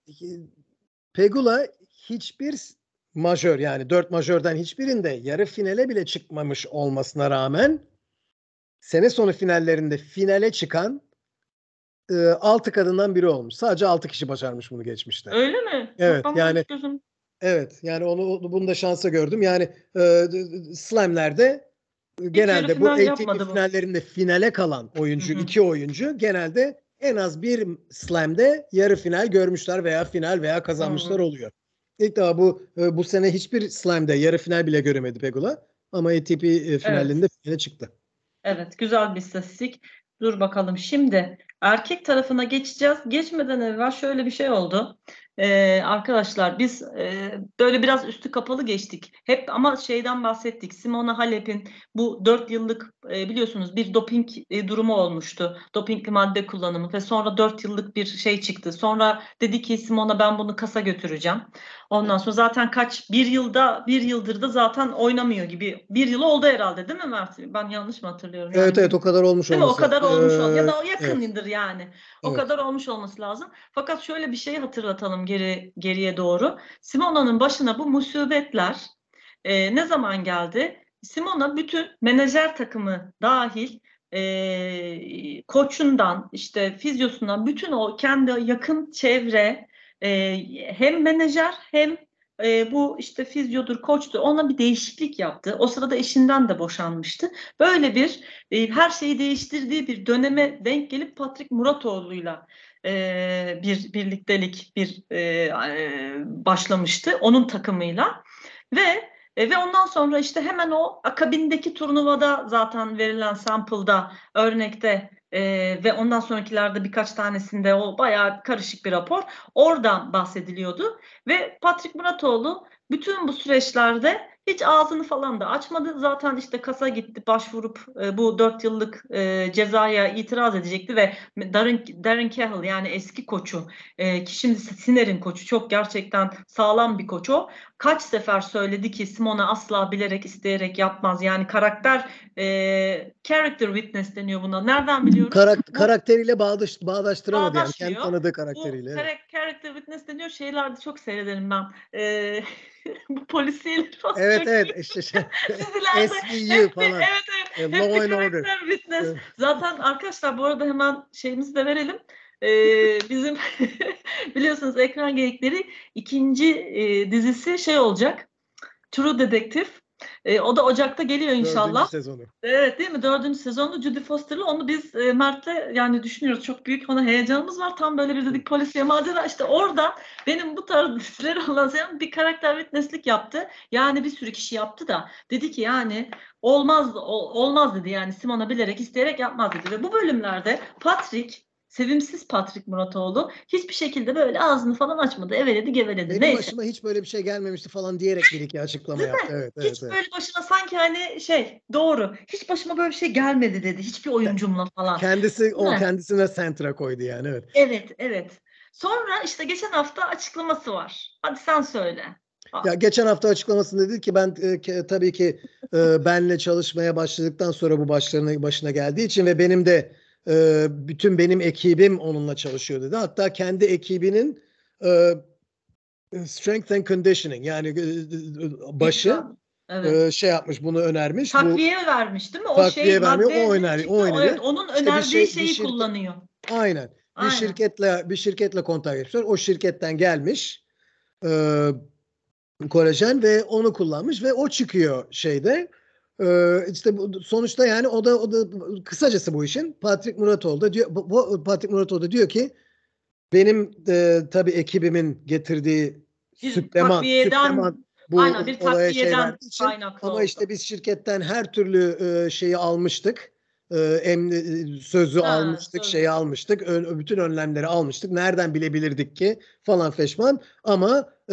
Speaker 2: Pegula hiçbir majör yani dört majörden hiçbirinde yarı finale bile çıkmamış olmasına rağmen sene sonu finallerinde finale çıkan e, altı kadından biri olmuş. Sadece altı kişi başarmış bunu geçmişte.
Speaker 1: Öyle mi?
Speaker 2: Evet
Speaker 1: Çok
Speaker 2: yani
Speaker 1: gözüm.
Speaker 2: evet yani onu bunu da şansa gördüm. Yani e, slamlerde genelde bu A T P finallerinde finale kalan oyuncu, hı hı. iki oyuncu genelde en az bir slam'de yarı final görmüşler veya final veya kazanmışlar hı hı. oluyor. İlk defa bu bu sene hiçbir slam'de yarı final bile göremedi Pegula ama A T P finallerinde evet. finale çıktı.
Speaker 1: Evet, güzel bir istatistik. Dur bakalım şimdi erkek tarafına geçeceğiz. Geçmeden evvel şöyle bir şey oldu. Ee, arkadaşlar biz e, böyle biraz üstü kapalı geçtik. Hep ama şeyden bahsettik. Simona Halep'in bu dört yıllık e, biliyorsunuz bir doping e, durumu olmuştu. Dopingli madde kullanımı ve sonra dört yıllık bir şey çıktı. Sonra dedi ki Simona ben bunu kasa götüreceğim. Ondan sonra zaten kaç bir yılda bir yıldır da zaten oynamıyor gibi. Bir yıl oldu herhalde değil mi Mert? Ben yanlış mı hatırlıyorum? Yani
Speaker 2: Evet evet o kadar olmuş
Speaker 1: değil mi? O
Speaker 2: olması.
Speaker 1: kadar olmuş ol ya
Speaker 2: Ee,
Speaker 1: da o
Speaker 2: evet.
Speaker 1: yakındır yani. O
Speaker 2: Evet.
Speaker 1: kadar olmuş olması lazım. Fakat şöyle bir şeyi hatırlatalım geri geriye doğru. Simona'nın başına bu musibetler e, ne zaman geldi? Simona bütün menajer takımı dahil e, koçundan işte fizyosundan bütün o kendi yakın çevre e, hem menajer hem e, bu işte fizyodur, koçtur ona bir değişiklik yaptı. O sırada eşinden de boşanmıştı. Böyle bir e, her şeyi değiştirdiği bir döneme denk gelip Patrick Muratoğlu'yla e, bir birliktelik bir e, e, başlamıştı onun takımıyla ve e, ve ondan sonra işte hemen o akabindeki turnuvada zaten verilen sample'da örnekte e, ve ondan sonrakilerde birkaç tanesinde o bayağı karışık bir rapor oradan bahsediliyordu ve Patrick Muratoğlu bütün bu süreçlerde hiç ağzını falan da açmadı. Zaten işte kasa gitti başvurup e, bu dört yıllık e, cezaya itiraz edecekti ve Darren, Darren Cahill yani eski koçu e, ki şimdi Sinner'in koçu çok gerçekten sağlam bir koç o. Kaç sefer söyledi ki Simona asla bilerek isteyerek yapmaz. Yani karakter e, character witness deniyor buna. Nereden biliyoruz?
Speaker 2: Karak
Speaker 1: Bu
Speaker 2: karakteriyle bağdaş bağdaştıramadı yani kendi
Speaker 1: bağdaşmıyor.
Speaker 2: tanıdığı
Speaker 1: Bu
Speaker 2: karakteriyle. Evet.
Speaker 1: character witness deniyor şeylerde çok seyrederim ben. E, bu polisiyeleri falan
Speaker 2: Evet
Speaker 1: çok
Speaker 2: evet işte şey,
Speaker 1: dizilerde
Speaker 2: S V U
Speaker 1: hep bir
Speaker 2: falan.
Speaker 1: evet evet
Speaker 2: E,
Speaker 1: hep
Speaker 2: Law
Speaker 1: bir
Speaker 2: and Order.
Speaker 1: karakter witness.
Speaker 2: Evet.
Speaker 1: Zaten arkadaşlar bu arada hemen şeyimizi de verelim. Ee, bizim biliyorsunuz Ekran Geyikleri ikinci e, dizisi şey olacak. True Detective. E, o da Ocak'ta geliyor
Speaker 2: Dördüncü
Speaker 1: inşallah.
Speaker 2: sezonu.
Speaker 1: Evet değil mi? Dördüncü sezonda Jodie Foster'lı. Onu biz e, Mert'le yani düşünüyoruz. Çok büyük ona heyecanımız var. Tam böyle bir dedik polisiye macera. İşte orada benim bu tarz dizileri olan seven bir karakter witnesslik yaptı. Yani bir sürü kişi yaptı da. Dedi ki yani olmaz ol- olmaz dedi. Yani Simona bilerek isteyerek yapmaz dedi. Ve bu bölümlerde Patrick sevimsiz Patrick Muratoğlu hiçbir şekilde böyle ağzını falan açmadı. Eveledi geveledi.
Speaker 2: Benim
Speaker 1: Neyse.
Speaker 2: başıma hiç böyle bir şey gelmemişti falan diyerek bir iki açıklama
Speaker 1: Değil
Speaker 2: yaptı.
Speaker 1: mi?
Speaker 2: Evet evet
Speaker 1: Hiç
Speaker 2: evet.
Speaker 1: böyle başına sanki hani şey doğru. Hiç başıma böyle bir şey gelmedi dedi. Hiçbir oyuncumla falan.
Speaker 2: Kendisi
Speaker 1: Değil
Speaker 2: o
Speaker 1: mi?
Speaker 2: kendisine sentra koydu yani evet.
Speaker 1: Evet, evet. Sonra işte geçen hafta açıklaması var. Hadi sen söyle. Aa,
Speaker 2: Ya geçen hafta açıklamasında dedi ki ben e, ke- tabii ki e, benle çalışmaya başladıktan sonra bu başlarına başına geldiği için ve benim de e, bütün benim ekibim onunla çalışıyor dedi. Hatta kendi ekibinin e, strength and conditioning yani e, e, başı
Speaker 1: idman. Evet.
Speaker 2: e, şey yapmış bunu önermiş. Bu
Speaker 1: Takviye vermiş değil mi? O şey
Speaker 2: takviye vermiyor o
Speaker 1: madde ne
Speaker 2: öner
Speaker 1: çıktı?
Speaker 2: o
Speaker 1: O, evet,
Speaker 2: önerdi.
Speaker 1: onun
Speaker 2: İşte bir
Speaker 1: önerdiği
Speaker 2: şey bir
Speaker 1: şeyi
Speaker 2: şirket
Speaker 1: kullanıyor.
Speaker 2: aynen bir
Speaker 1: Aynen.
Speaker 2: şirketle bir şirketle kontak etmişler. O şirketten gelmiş. E, kolajen ve onu kullanmış ve o çıkıyor şeyde. Ee, işte bu, sonuçta yani o da o da kısacası bu işin Patrick Muratoğlu da diyor bu, bu Patrick Muratoğlu da diyor ki benim e, tabii ekibimin getirdiği
Speaker 1: Bir
Speaker 2: süpleman
Speaker 1: takviyeden
Speaker 2: süpleman
Speaker 1: aynen
Speaker 2: bu
Speaker 1: bir
Speaker 2: olaya şey
Speaker 1: takviyeden
Speaker 2: verdiği için
Speaker 1: kaynaklı
Speaker 2: ama
Speaker 1: oldu.
Speaker 2: işte biz şirketten her türlü e, şeyi almıştık. E, em, sözü
Speaker 1: Ha,
Speaker 2: almıştık, şeyi
Speaker 1: sözlü.
Speaker 2: almıştık, ö- bütün önlemleri almıştık. Nereden bilebilirdik ki falan feşman. Ama e,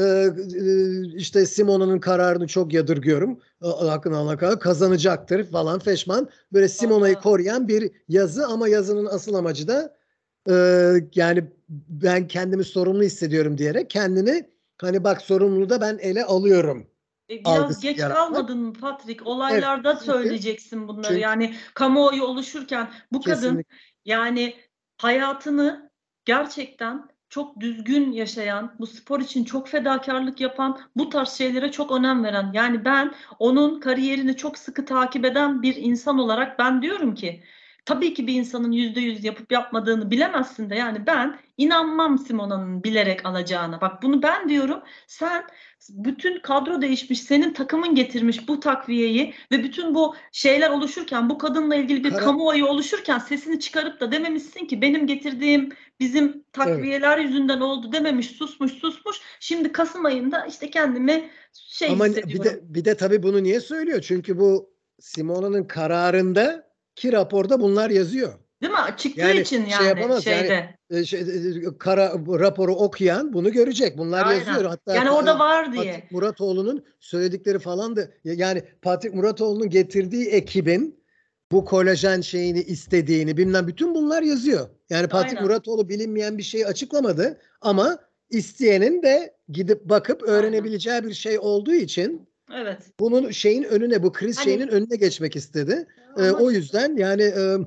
Speaker 2: e, işte Simona'nın kararını çok yadırgıyorum. A- Hakkını Allah kadar kazanacaktır falan feşman. Böyle Simona'yı
Speaker 1: Vallahi
Speaker 2: koruyan bir yazı ama yazının asıl amacı da e, yani ben kendimi sorumlu hissediyorum diyerek kendini hani bak sorumluluğu da ben ele alıyorum
Speaker 1: E, biraz
Speaker 2: algısı
Speaker 1: geç
Speaker 2: yaratmak.
Speaker 1: kalmadın mı Patrick?
Speaker 2: Evet.
Speaker 1: Olaylarda
Speaker 2: Çünkü
Speaker 1: söyleyeceksin bunları.
Speaker 2: çünkü
Speaker 1: Yani kamuoyu oluşurken bu kadın
Speaker 2: kesinlikle
Speaker 1: yani hayatını gerçekten çok düzgün yaşayan, bu spor için çok fedakarlık yapan, bu tarz şeylere çok önem veren. Yani ben onun kariyerini çok sıkı takip eden bir insan olarak ben diyorum ki tabii ki bir insanın yüzde yüz yapıp yapmadığını bilemezsin de yani ben inanmam Simona'nın bilerek alacağına. Bak bunu ben diyorum. Sen bütün kadro değişmiş, senin takımın getirmiş bu takviyeyi ve bütün bu şeyler oluşurken, bu kadınla ilgili bir
Speaker 2: kara
Speaker 1: kamuoyu oluşurken sesini çıkarıp da dememişsin ki benim getirdiğim bizim
Speaker 2: evet.
Speaker 1: takviyeler yüzünden oldu dememiş, susmuş, susmuş. Şimdi Kasım ayında işte kendimi şey
Speaker 2: Ama bir de
Speaker 1: hissediyorum.
Speaker 2: bir de tabii bunu niye söylüyor? Çünkü bu Simona'nın kararında ki raporda bunlar yazıyor.
Speaker 1: Değil mi? Çıktığı
Speaker 2: Yani
Speaker 1: için
Speaker 2: şey
Speaker 1: yani
Speaker 2: yapamaz yani
Speaker 1: şeyde.
Speaker 2: e, şey, e, kara raporu okuyan bunu görecek. Bunlar yazıyor.
Speaker 1: Aynen.
Speaker 2: Hatta
Speaker 1: Yani
Speaker 2: ka-
Speaker 1: orada var
Speaker 2: Patrik
Speaker 1: diye.
Speaker 2: Muratoğlu'nun söyledikleri falan da yani Patrik Muratoğlu'nun getirdiği ekibin bu kolajen şeyini istediğini bilmem bütün bunlar yazıyor. Yani Patrik
Speaker 1: Aynen.
Speaker 2: Muratoğlu bilinmeyen bir şeyi açıklamadı ama isteyenin de gidip bakıp
Speaker 1: Aynen.
Speaker 2: öğrenebileceği bir şey olduğu için
Speaker 1: Evet.
Speaker 2: bunun şeyin önüne, bu kriz
Speaker 1: Hani
Speaker 2: şeyinin önüne geçmek istedi. Ee,
Speaker 1: ama
Speaker 2: o
Speaker 1: işte
Speaker 2: yüzden yani e,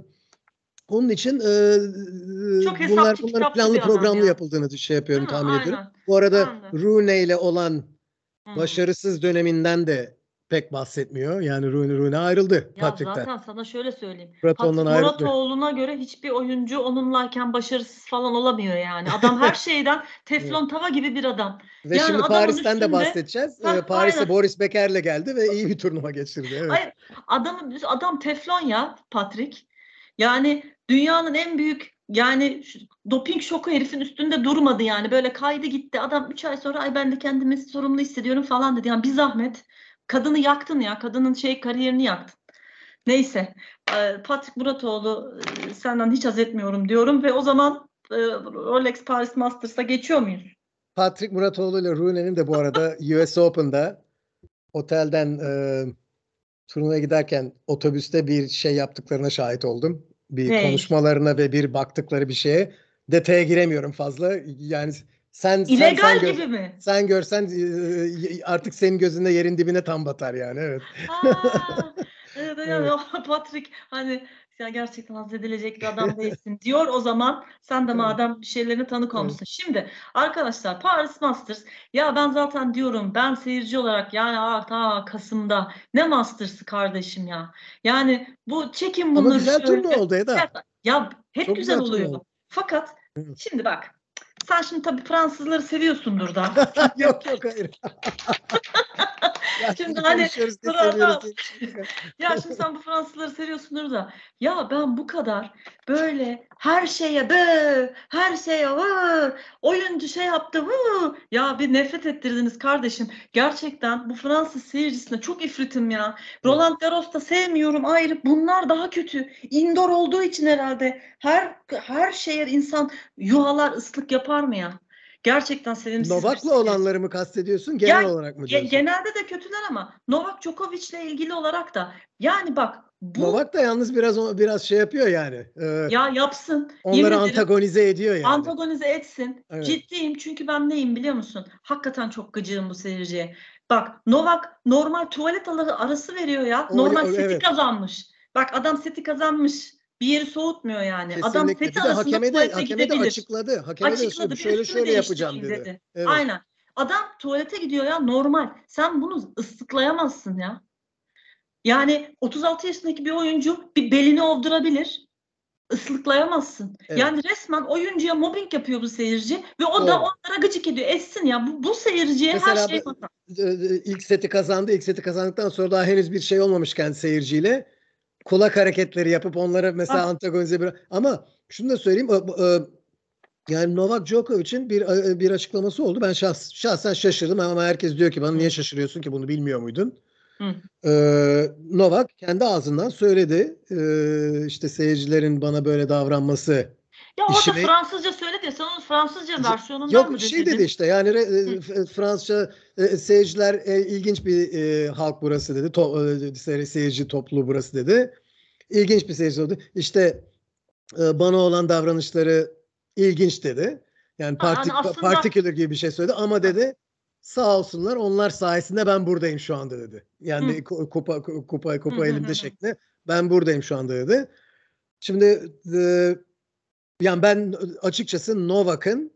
Speaker 2: onun için e,
Speaker 1: çok
Speaker 2: bunlar
Speaker 1: hesapçı
Speaker 2: bunların
Speaker 1: kitapçı
Speaker 2: planlı
Speaker 1: bir adam
Speaker 2: programlı
Speaker 1: ya.
Speaker 2: yapıldığını şey yapıyorum,
Speaker 1: Değil mi?
Speaker 2: tahmin ediyorum.
Speaker 1: Aynen.
Speaker 2: Bu arada
Speaker 1: Ben de.
Speaker 2: Rooney ile olan
Speaker 1: Hmm.
Speaker 2: başarısız döneminden de pek bahsetmiyor. Yani Rooney Rooney ayrıldı
Speaker 1: Ya
Speaker 2: Patrick'ten.
Speaker 1: zaten sana şöyle söyleyeyim.
Speaker 2: Muratoğlu'ndan
Speaker 1: Patrik
Speaker 2: ayrıldı.
Speaker 1: Muratoğlu'na göre hiçbir oyuncu onunlayken başarısız falan olamıyor yani. Adam her şeyden teflon tava gibi bir adam.
Speaker 2: Ve
Speaker 1: Yani
Speaker 2: şimdi
Speaker 1: adamın
Speaker 2: Paris'ten de
Speaker 1: üstünde
Speaker 2: bahsedeceğiz. Ee,
Speaker 1: heh,
Speaker 2: Paris'e
Speaker 1: aynen.
Speaker 2: Boris Becker'le geldi ve iyi bir turnuva geçirdi. Evet.
Speaker 1: Hayır, adamın adam teflon ya Patrik. Yani dünyanın en büyük yani şu, doping şoku herifin üstünde durmadı yani. Böyle kaydı gitti. Adam üç ay sonra ay ben de kendimi sorumlu hissediyorum falan dedi. Yani bir zahmet. Kadını yaktın ya. Kadının şey kariyerini yaktın. Neyse. e, Patrik Muratoğlu e, senden hiç haz etmiyorum diyorum ve o zaman e, Rolex Paris Masters'a geçiyor muyuz?
Speaker 2: Patrik Muratoğlu ile Rooney'nin de bu arada U S Open'da otelden e, turnuvaya giderken otobüste bir şey yaptıklarına şahit oldum. Bir
Speaker 1: Hey.
Speaker 2: konuşmalarına ve bir baktıkları bir şeye. Detaya giremiyorum fazla. Yani sen sen sen
Speaker 1: İlegal
Speaker 2: gör
Speaker 1: gibi mi?
Speaker 2: sen görsen e, artık senin gözünde yerin dibine tam batar yani. Evet.
Speaker 1: Aa, evet, yani
Speaker 2: Evet.
Speaker 1: o Patrick hani ya gerçekten haz edilecek bir adam değilsin diyor. O zaman sen de
Speaker 2: Evet.
Speaker 1: madem bir şeylerine tanık
Speaker 2: Evet.
Speaker 1: olmuşsun. Şimdi arkadaşlar Paris Masters ya ben zaten diyorum ben seyirci olarak yani aa, ta Kasım'da ne Masters'ı kardeşim ya. Yani bu çekin
Speaker 2: Ama
Speaker 1: bunları
Speaker 2: güzel
Speaker 1: şöyle.
Speaker 2: turnuva oldu Eda.
Speaker 1: Ya, ya hep
Speaker 2: Çok
Speaker 1: güzel
Speaker 2: güzel turnuva
Speaker 1: oluyor.
Speaker 2: oldu.
Speaker 1: Fakat
Speaker 2: Evet.
Speaker 1: şimdi bak sen şimdi tabii Fransızları seviyorsundur da.
Speaker 2: Yok yok hayır.
Speaker 1: Şimdi
Speaker 2: Yaşlı
Speaker 1: hani
Speaker 2: konuşuyoruz diye seviyoruz
Speaker 1: sırada
Speaker 2: diye bir şey yok.
Speaker 1: ya şimdi sen bu Fransızları seviyorsundur da ya ben bu kadar böyle her şeye be her şeye vı, oyuncu şey yaptı vı. Ya bir nefret ettirdiniz kardeşim. Gerçekten bu Fransız seyircisine çok ifritim ya.
Speaker 2: Evet.
Speaker 1: Roland Garros'ta sevmiyorum ayrı. Bunlar daha kötü. Indoor olduğu için herhalde her her şeye insan yuhalar ıslık yapar mı ya? Gerçekten sevimsiz bir
Speaker 2: Novak'la
Speaker 1: seyir.
Speaker 2: olanları mı kastediyorsun? Genel
Speaker 1: Ya
Speaker 2: olarak mı
Speaker 1: ge-
Speaker 2: diyorsun?
Speaker 1: genelde de kötüler ama Novak Djokovic'le ilgili olarak da yani bak bu
Speaker 2: Novak da yalnız biraz biraz şey yapıyor yani. E,
Speaker 1: ya yapsın yemin
Speaker 2: onları
Speaker 1: ederim
Speaker 2: antagonize ediyor yani.
Speaker 1: antagonize etsin.
Speaker 2: Evet.
Speaker 1: Ciddiyim çünkü ben neyim biliyor musun? Hakikaten çok gıcığım bu seyirciye. Bak Novak normal tuvalet aları arası veriyor ya.
Speaker 2: O,
Speaker 1: Normal
Speaker 2: o-
Speaker 1: seti
Speaker 2: evet.
Speaker 1: kazanmış. Bak adam seti kazanmış. Bir yeri soğutmuyor yani. Adam
Speaker 2: Kesinlikle.
Speaker 1: seti
Speaker 2: Bir de
Speaker 1: arasında
Speaker 2: hakeme de
Speaker 1: tuvalete
Speaker 2: hakeme de
Speaker 1: gidebilir.
Speaker 2: açıkladı. Hakeme de açıkladı.
Speaker 1: Açıkladı bir
Speaker 2: Şöyle
Speaker 1: üstümü
Speaker 2: şöyle yapacağım
Speaker 1: değiştireyim
Speaker 2: dedi.
Speaker 1: dedi.
Speaker 2: Evet.
Speaker 1: Aynen. Adam tuvalete gidiyor ya normal. Sen bunu ıslıklayamazsın ya. Yani otuz altı yaşındaki bir oyuncu bir belini ovdurabilir. Islıklayamazsın.
Speaker 2: Evet.
Speaker 1: Yani resmen oyuncuya mobbing yapıyor bu seyirci ve o da
Speaker 2: Doğru.
Speaker 1: onlara gıcık ediyor. Etsin ya. Bu, bu seyirciye her
Speaker 2: Mesela
Speaker 1: şey
Speaker 2: b-
Speaker 1: bakar.
Speaker 2: e, ilk seti kazandı. İlk seti kazandıktan sonra daha henüz bir şey olmamışken seyirciyle kulak hareketleri yapıp onlara mesela
Speaker 1: Ah,
Speaker 2: antagonize bir ama şunu da söyleyeyim e, e, yani Novak Djokovic'in bir e, bir açıklaması oldu. Ben şahs, şahsen şaşırdım ama herkes diyor ki bana niye
Speaker 1: hı,
Speaker 2: şaşırıyorsun ki bunu bilmiyor muydun?
Speaker 1: hı.
Speaker 2: Ee, Novak kendi ağzından söyledi. Ee, işte seyircilerin bana böyle davranması
Speaker 1: Ya orada
Speaker 2: işime
Speaker 1: Fransızca söyledi ya. Sen onun Fransızca versiyonundan
Speaker 2: yok
Speaker 1: mı
Speaker 2: şey dedi
Speaker 1: dinledin?
Speaker 2: işte yani
Speaker 1: Hı,
Speaker 2: e, F- Fransızca e, seyirciler e, ilginç bir e, halk burası dedi. To, e, seyir- seyirci topluluğu burası dedi. İlginç bir seyirci oldu. İşte e, bana olan davranışları ilginç dedi. Yani
Speaker 1: ha, yani
Speaker 2: partik
Speaker 1: aslında
Speaker 2: particular gibi bir şey söyledi ama
Speaker 1: ha,
Speaker 2: dedi sağ olsunlar onlar sayesinde ben buradayım şu anda dedi.
Speaker 1: hı,
Speaker 2: Yani ku- kupa kupa
Speaker 1: hı,
Speaker 2: kupa
Speaker 1: hı, hı,
Speaker 2: elimde
Speaker 1: hı.
Speaker 2: şeklinde ben buradayım şu anda dedi. Şimdi e, yani ben açıkçası Novak'ın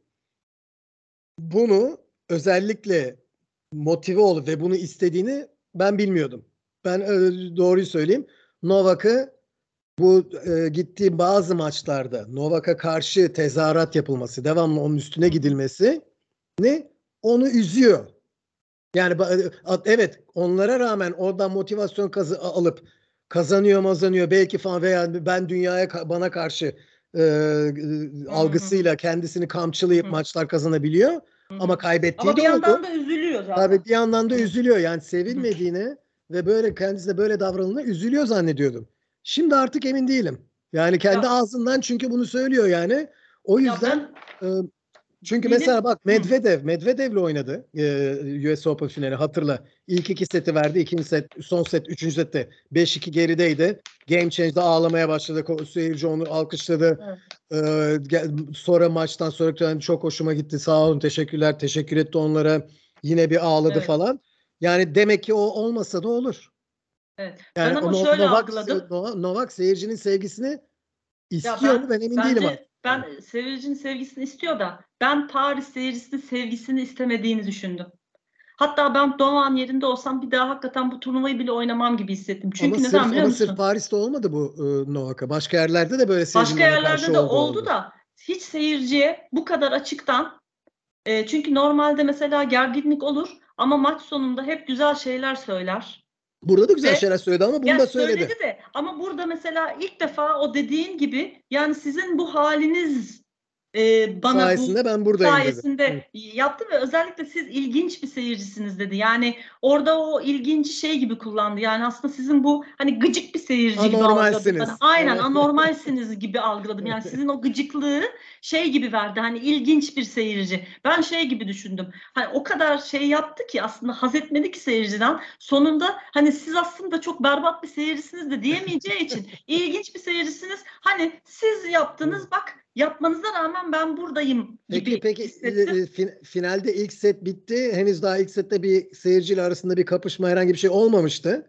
Speaker 2: bunu özellikle motive olup ve bunu istediğini ben bilmiyordum. Ben e, doğruyu söyleyeyim. Novak'ı bu e, gittiği bazı maçlarda Novak'a karşı tezahürat yapılması, devamlı onun üstüne
Speaker 1: Hı hı.
Speaker 2: gidilmesi ne onu üzüyor. Yani ba- evet onlara rağmen oradan motivasyon kazı alıp kazanıyor mazanıyor belki falan veya ben dünyaya ka- bana karşı e, e,
Speaker 1: Hı hı, hı
Speaker 2: algısıyla kendisini
Speaker 1: hı,
Speaker 2: kamçılayıp
Speaker 1: hı
Speaker 2: maçlar kazanabiliyor.
Speaker 1: hı,
Speaker 2: Ama
Speaker 1: hı.
Speaker 2: kaybettiği
Speaker 1: Ama
Speaker 2: de
Speaker 1: bir
Speaker 2: oldu.
Speaker 1: yandan da üzülüyor
Speaker 2: Tabii
Speaker 1: zaten.
Speaker 2: bir yandan da
Speaker 1: Hı hı,
Speaker 2: üzülüyor. Yani
Speaker 1: hı hı.
Speaker 2: sevilmediğine ve böyle kendisine böyle davranıldığına üzülüyor zannediyordum. Şimdi artık emin değilim. Yani kendi
Speaker 1: Ya
Speaker 2: ağzından çünkü bunu söylüyor yani. O
Speaker 1: Ya
Speaker 2: yüzden
Speaker 1: ben
Speaker 2: e, çünkü
Speaker 1: benim
Speaker 2: mesela bak
Speaker 1: Hı.
Speaker 2: Medvedev, Medvedev'le oynadı e, U S Open finali hatırla. İlk iki seti verdi, ikinci set, son set, üçüncü sette beş iki gerideydi. Game Change'de ağlamaya başladı. Ko- Seyirci onu alkışladı.
Speaker 1: Evet.
Speaker 2: Ee, gel- sonra maçtan sonra yani çok hoşuma gitti. Sağ olun, teşekkürler. Teşekkür etti onlara. Yine bir ağladı
Speaker 1: Evet.
Speaker 2: falan. Yani demek ki o olmasa da olur.
Speaker 1: Evet. Ben
Speaker 2: Yani o
Speaker 1: ama
Speaker 2: No-
Speaker 1: şöyle
Speaker 2: Novak
Speaker 1: algıladım.
Speaker 2: Novak Novak seyircinin sevgisini
Speaker 1: Ya
Speaker 2: istiyor mu?
Speaker 1: ben
Speaker 2: Ben emin değilim
Speaker 1: bence
Speaker 2: aslında.
Speaker 1: ben seyircinin sevgisini istiyor da ben Paris seyircisinin sevgisini istemediğini düşündüm. Hatta ben Doğan yerinde olsam bir daha hakikaten bu turnuvayı bile oynamam gibi hissettim.
Speaker 2: Ama
Speaker 1: Çünkü neden
Speaker 2: sırf
Speaker 1: biliyor
Speaker 2: ama sırf
Speaker 1: musun?
Speaker 2: Paris'te olmadı bu e, Novak'a. Başka yerlerde de böyle
Speaker 1: Başka
Speaker 2: seyircinin ona karşı
Speaker 1: yerlerde de
Speaker 2: olduğu
Speaker 1: oldu
Speaker 2: oldu.
Speaker 1: da hiç seyirciye bu kadar açıktan e, çünkü normalde mesela gerginlik olur ama maç sonunda hep güzel şeyler söyler.
Speaker 2: Burada da güzel
Speaker 1: Ve
Speaker 2: şeyler söyledi ama bunu
Speaker 1: ya
Speaker 2: da söyledi.
Speaker 1: söyledi de ama burada mesela ilk defa o dediğin gibi yani sizin bu haliniz e, bana bu
Speaker 2: Sayesinde ben buradayım dedi. Hı.
Speaker 1: sayesinde yaptı ve özellikle siz ilginç bir seyircisiniz dedi. Yani orada o ilginç şey gibi kullandı. Yani aslında sizin bu hani gıcık bir seyirci gibi algıladım. Ben
Speaker 2: Anormalsiniz.
Speaker 1: aynen anormalsiniz gibi algıladım. Yani sizin o gıcıklığı şey gibi verdi. Hani ilginç bir seyirci. Ben şey gibi düşündüm. Hani o kadar şey yaptı ki aslında haz etmedi ki seyirciden. Sonunda hani siz aslında çok berbat bir seyircisiniz de diyemeyeceği için ilginç bir seyircisiniz. Hani siz yaptınız bak yapmanıza rağmen ben buradayım
Speaker 2: Peki
Speaker 1: gibi
Speaker 2: peki
Speaker 1: hissettim.
Speaker 2: e, fin- finalde ilk set bitti. Henüz daha ilk sette bir seyirciyle arasında bir kapışma herhangi bir şey olmamıştı.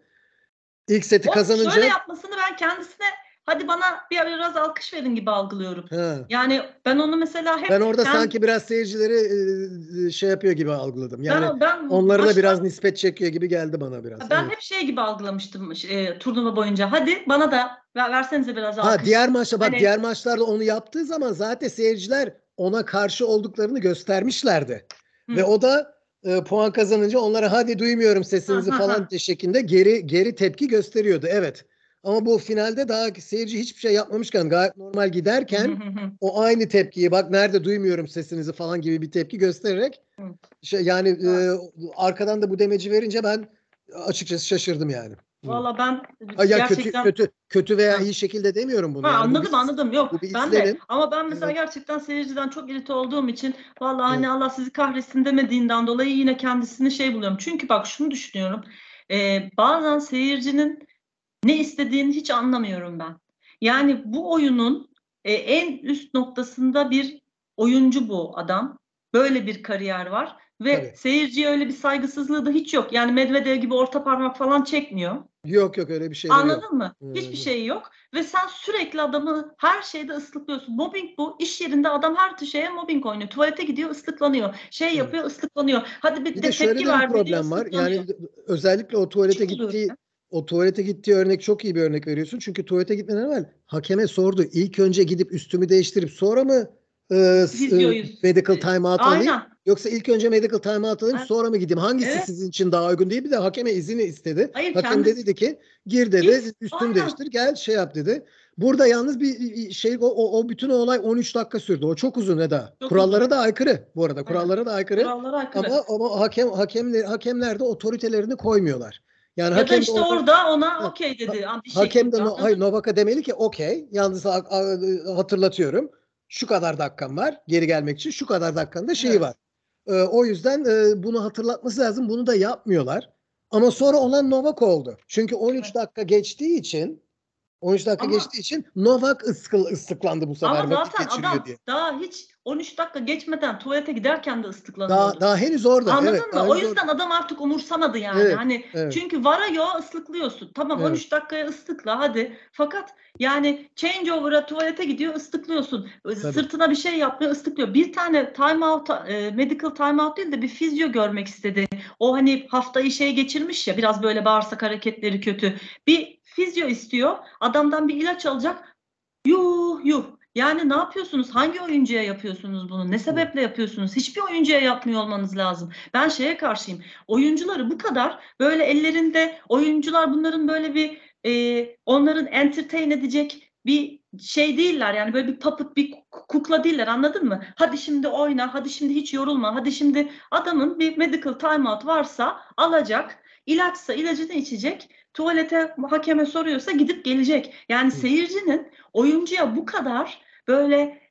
Speaker 2: İlk seti
Speaker 1: O şöyle
Speaker 2: kazanınca
Speaker 1: yapmasını ben kendisine hadi bana bir biraz alkış verin gibi algılıyorum.
Speaker 2: ha,
Speaker 1: Yani ben onu mesela hep
Speaker 2: ben orada
Speaker 1: kendi
Speaker 2: sanki biraz seyircileri e, şey yapıyor gibi algıladım. Yani
Speaker 1: ben ben
Speaker 2: onlara da biraz
Speaker 1: maçta
Speaker 2: nispet çekiyor gibi geldi bana biraz.
Speaker 1: ben
Speaker 2: Evet.
Speaker 1: hep şey gibi algılamıştım e, turnuva boyunca. Hadi bana da ver, versenize biraz
Speaker 2: Ha
Speaker 1: alkış.
Speaker 2: diğer maçta bak
Speaker 1: Hani
Speaker 2: diğer maçlarda onu yaptığı zaman zaten seyirciler ona karşı olduklarını göstermişlerdi. Ve
Speaker 1: hı,
Speaker 2: o da e, puan kazanınca onlara hadi duymuyorum
Speaker 1: ha,
Speaker 2: sesinizi
Speaker 1: ha,
Speaker 2: falan
Speaker 1: ha.
Speaker 2: şeklinde geri geri tepki gösteriyordu. Evet. Ama bu finalde daha seyirci hiçbir şey yapmamışken gayet normal
Speaker 1: Hı, hı,
Speaker 2: giderken
Speaker 1: hı, hı.
Speaker 2: o aynı tepkiyi bak nerede duymuyorum sesinizi falan gibi bir tepki göstererek
Speaker 1: Hı.
Speaker 2: şey yani
Speaker 1: Ha.
Speaker 2: e, arkadan da bu demeci verince ben açıkçası şaşırdım yani. Hı.
Speaker 1: Valla ben
Speaker 2: Ha, ya kötü
Speaker 1: gerçekten
Speaker 2: kötü kötü veya
Speaker 1: ha.
Speaker 2: iyi şekilde demiyorum bunu.
Speaker 1: Ha,
Speaker 2: Yani bu bir
Speaker 1: anladım anladım yok
Speaker 2: bu bir
Speaker 1: ben de
Speaker 2: izlenim.
Speaker 1: ama ben mesela
Speaker 2: Evet.
Speaker 1: gerçekten seyirciden çok irite olduğum için vallahi
Speaker 2: Evet.
Speaker 1: hani Allah sizi kahretsin demediğinden dolayı yine kendisini şey buluyorum. Çünkü bak şunu düşünüyorum e, bazen seyircinin ne istediğini hiç anlamıyorum ben. Yani bu oyunun e, en üst noktasında bir oyuncu bu adam. Böyle bir kariyer var ve
Speaker 2: Tabii.
Speaker 1: seyirciye öyle bir saygısızlığı da hiç yok. Yani Medvedev gibi orta parmak falan çekmiyor.
Speaker 2: Yok yok öyle bir şeyleri yok.
Speaker 1: Anladın mı?
Speaker 2: Ee,
Speaker 1: Hiçbir
Speaker 2: yok.
Speaker 1: şey yok ve sen sürekli adamı her şeyde ıslıklıyorsun. Mobbing bu. İş yerinde adam her şeye mobbing oynuyor. Tuvalete gidiyor, ıslıklanıyor. Şey
Speaker 2: Evet.
Speaker 1: yapıyor, ıslıklanıyor. Hadi bir
Speaker 2: Bir de
Speaker 1: de
Speaker 2: şöyle
Speaker 1: tepki
Speaker 2: de bir
Speaker 1: verdi diyor,
Speaker 2: problem var.
Speaker 1: ıslıklanıyor.
Speaker 2: Yani özellikle o tuvalete
Speaker 1: Gıcık buluyorum
Speaker 2: gittiği
Speaker 1: ya.
Speaker 2: o tuvalete gittiği örnek çok iyi bir örnek veriyorsun. Çünkü tuvalete gitmeden evvel hakeme sordu. İlk önce gidip üstümü değiştirip sonra mı e, s- e,
Speaker 1: Videoyu.
Speaker 2: medical
Speaker 1: e,
Speaker 2: timeout alayım?
Speaker 1: Aynen.
Speaker 2: Yoksa ilk önce medical timeout alayım
Speaker 1: Ha,
Speaker 2: sonra mı gideyim? Hangisi
Speaker 1: evet.
Speaker 2: sizin için daha uygun diye bir de hakeme izini istedi.
Speaker 1: Hayır
Speaker 2: Hakem de
Speaker 1: kendisi.
Speaker 2: dedi ki gir dedi
Speaker 1: Git.
Speaker 2: üstünü
Speaker 1: Aynen.
Speaker 2: değiştir gel şey yap dedi. Burada yalnız bir şey o, o, o bütün olay on üç dakika sürdü. O çok uzun Eda.
Speaker 1: Çok
Speaker 2: Kurallara
Speaker 1: uzun.
Speaker 2: da aykırı bu arada.
Speaker 1: Aynen.
Speaker 2: Kurallara da aykırı.
Speaker 1: Kurallara
Speaker 2: Ama
Speaker 1: aykırı.
Speaker 2: ama hakem hakemler hakemler de otoritelerini koymuyorlar. Yani
Speaker 1: Ya da
Speaker 2: hakem de
Speaker 1: işte
Speaker 2: orada
Speaker 1: orada ona
Speaker 2: ha,
Speaker 1: okey
Speaker 2: ha-
Speaker 1: dedi bir
Speaker 2: hakem de
Speaker 1: şekilde
Speaker 2: no, hayır,
Speaker 1: anladın mı?
Speaker 2: Novak'a demeli ki okey. Yalnız ha- ha- hatırlatıyorum. Şu kadar dakikam var. Geri gelmek için şu kadar dakikanın da şeyi var.
Speaker 1: Evet.
Speaker 2: Ee, o yüzden e, bunu hatırlatması lazım. Bunu da yapmıyorlar. Ama sonra olan Novak oldu. Çünkü on üç
Speaker 1: Evet.
Speaker 2: dakika geçtiği için on üç dakika
Speaker 1: Ama
Speaker 2: geçtiği için Novak ıskıl, ıslıklandı bu sefer
Speaker 1: ama
Speaker 2: vakit
Speaker 1: zaten
Speaker 2: geçiriyor
Speaker 1: adam
Speaker 2: diye.
Speaker 1: daha hiç on üç dakika geçmeden tuvalete giderken de
Speaker 2: Daha
Speaker 1: ıslıklanıyordu.
Speaker 2: daha henüz orada. Evet,
Speaker 1: Anladın mı?
Speaker 2: daha
Speaker 1: O
Speaker 2: henüz orada.
Speaker 1: yüzden adam artık umursamadı yani.
Speaker 2: Evet,
Speaker 1: Hani
Speaker 2: evet,
Speaker 1: çünkü varıyor ıslıklıyorsun. Tamam
Speaker 2: evet.
Speaker 1: on üç dakikaya ıslıkla hadi. Fakat yani changeover'a tuvalete gidiyor ıslıklıyorsun.
Speaker 2: Tabii.
Speaker 1: Sırtına bir şey yapmıyor ıslıklıyor. Bir tane time out, e, medical time out değil de bir fizyo görmek istedi. O hani haftayı şey geçirmiş ya biraz böyle bağırsak hareketleri kötü. Bir fizyo istiyor. Adamdan bir ilaç alacak. Yuh yuh. Yani ne yapıyorsunuz? Hangi oyuncuya yapıyorsunuz bunu? Ne
Speaker 2: Hı.
Speaker 1: sebeple yapıyorsunuz? Hiçbir oyuncuya yapmıyor olmanız lazım. Ben şeye karşıyım. Oyuncuları bu kadar böyle ellerinde oyuncular bunların böyle bir e, onların entertain edecek bir şey değiller. Yani böyle bir puppet bir kukla değiller anladın mı? Hadi şimdi oyna, hadi şimdi hiç yorulma, hadi şimdi adamın bir medical timeout varsa alacak, ilaçsa ilacını içecek, tuvalete hakeme soruyorsa gidip gelecek. Yani
Speaker 2: Hı.
Speaker 1: seyircinin oyuncuya bu kadar böyle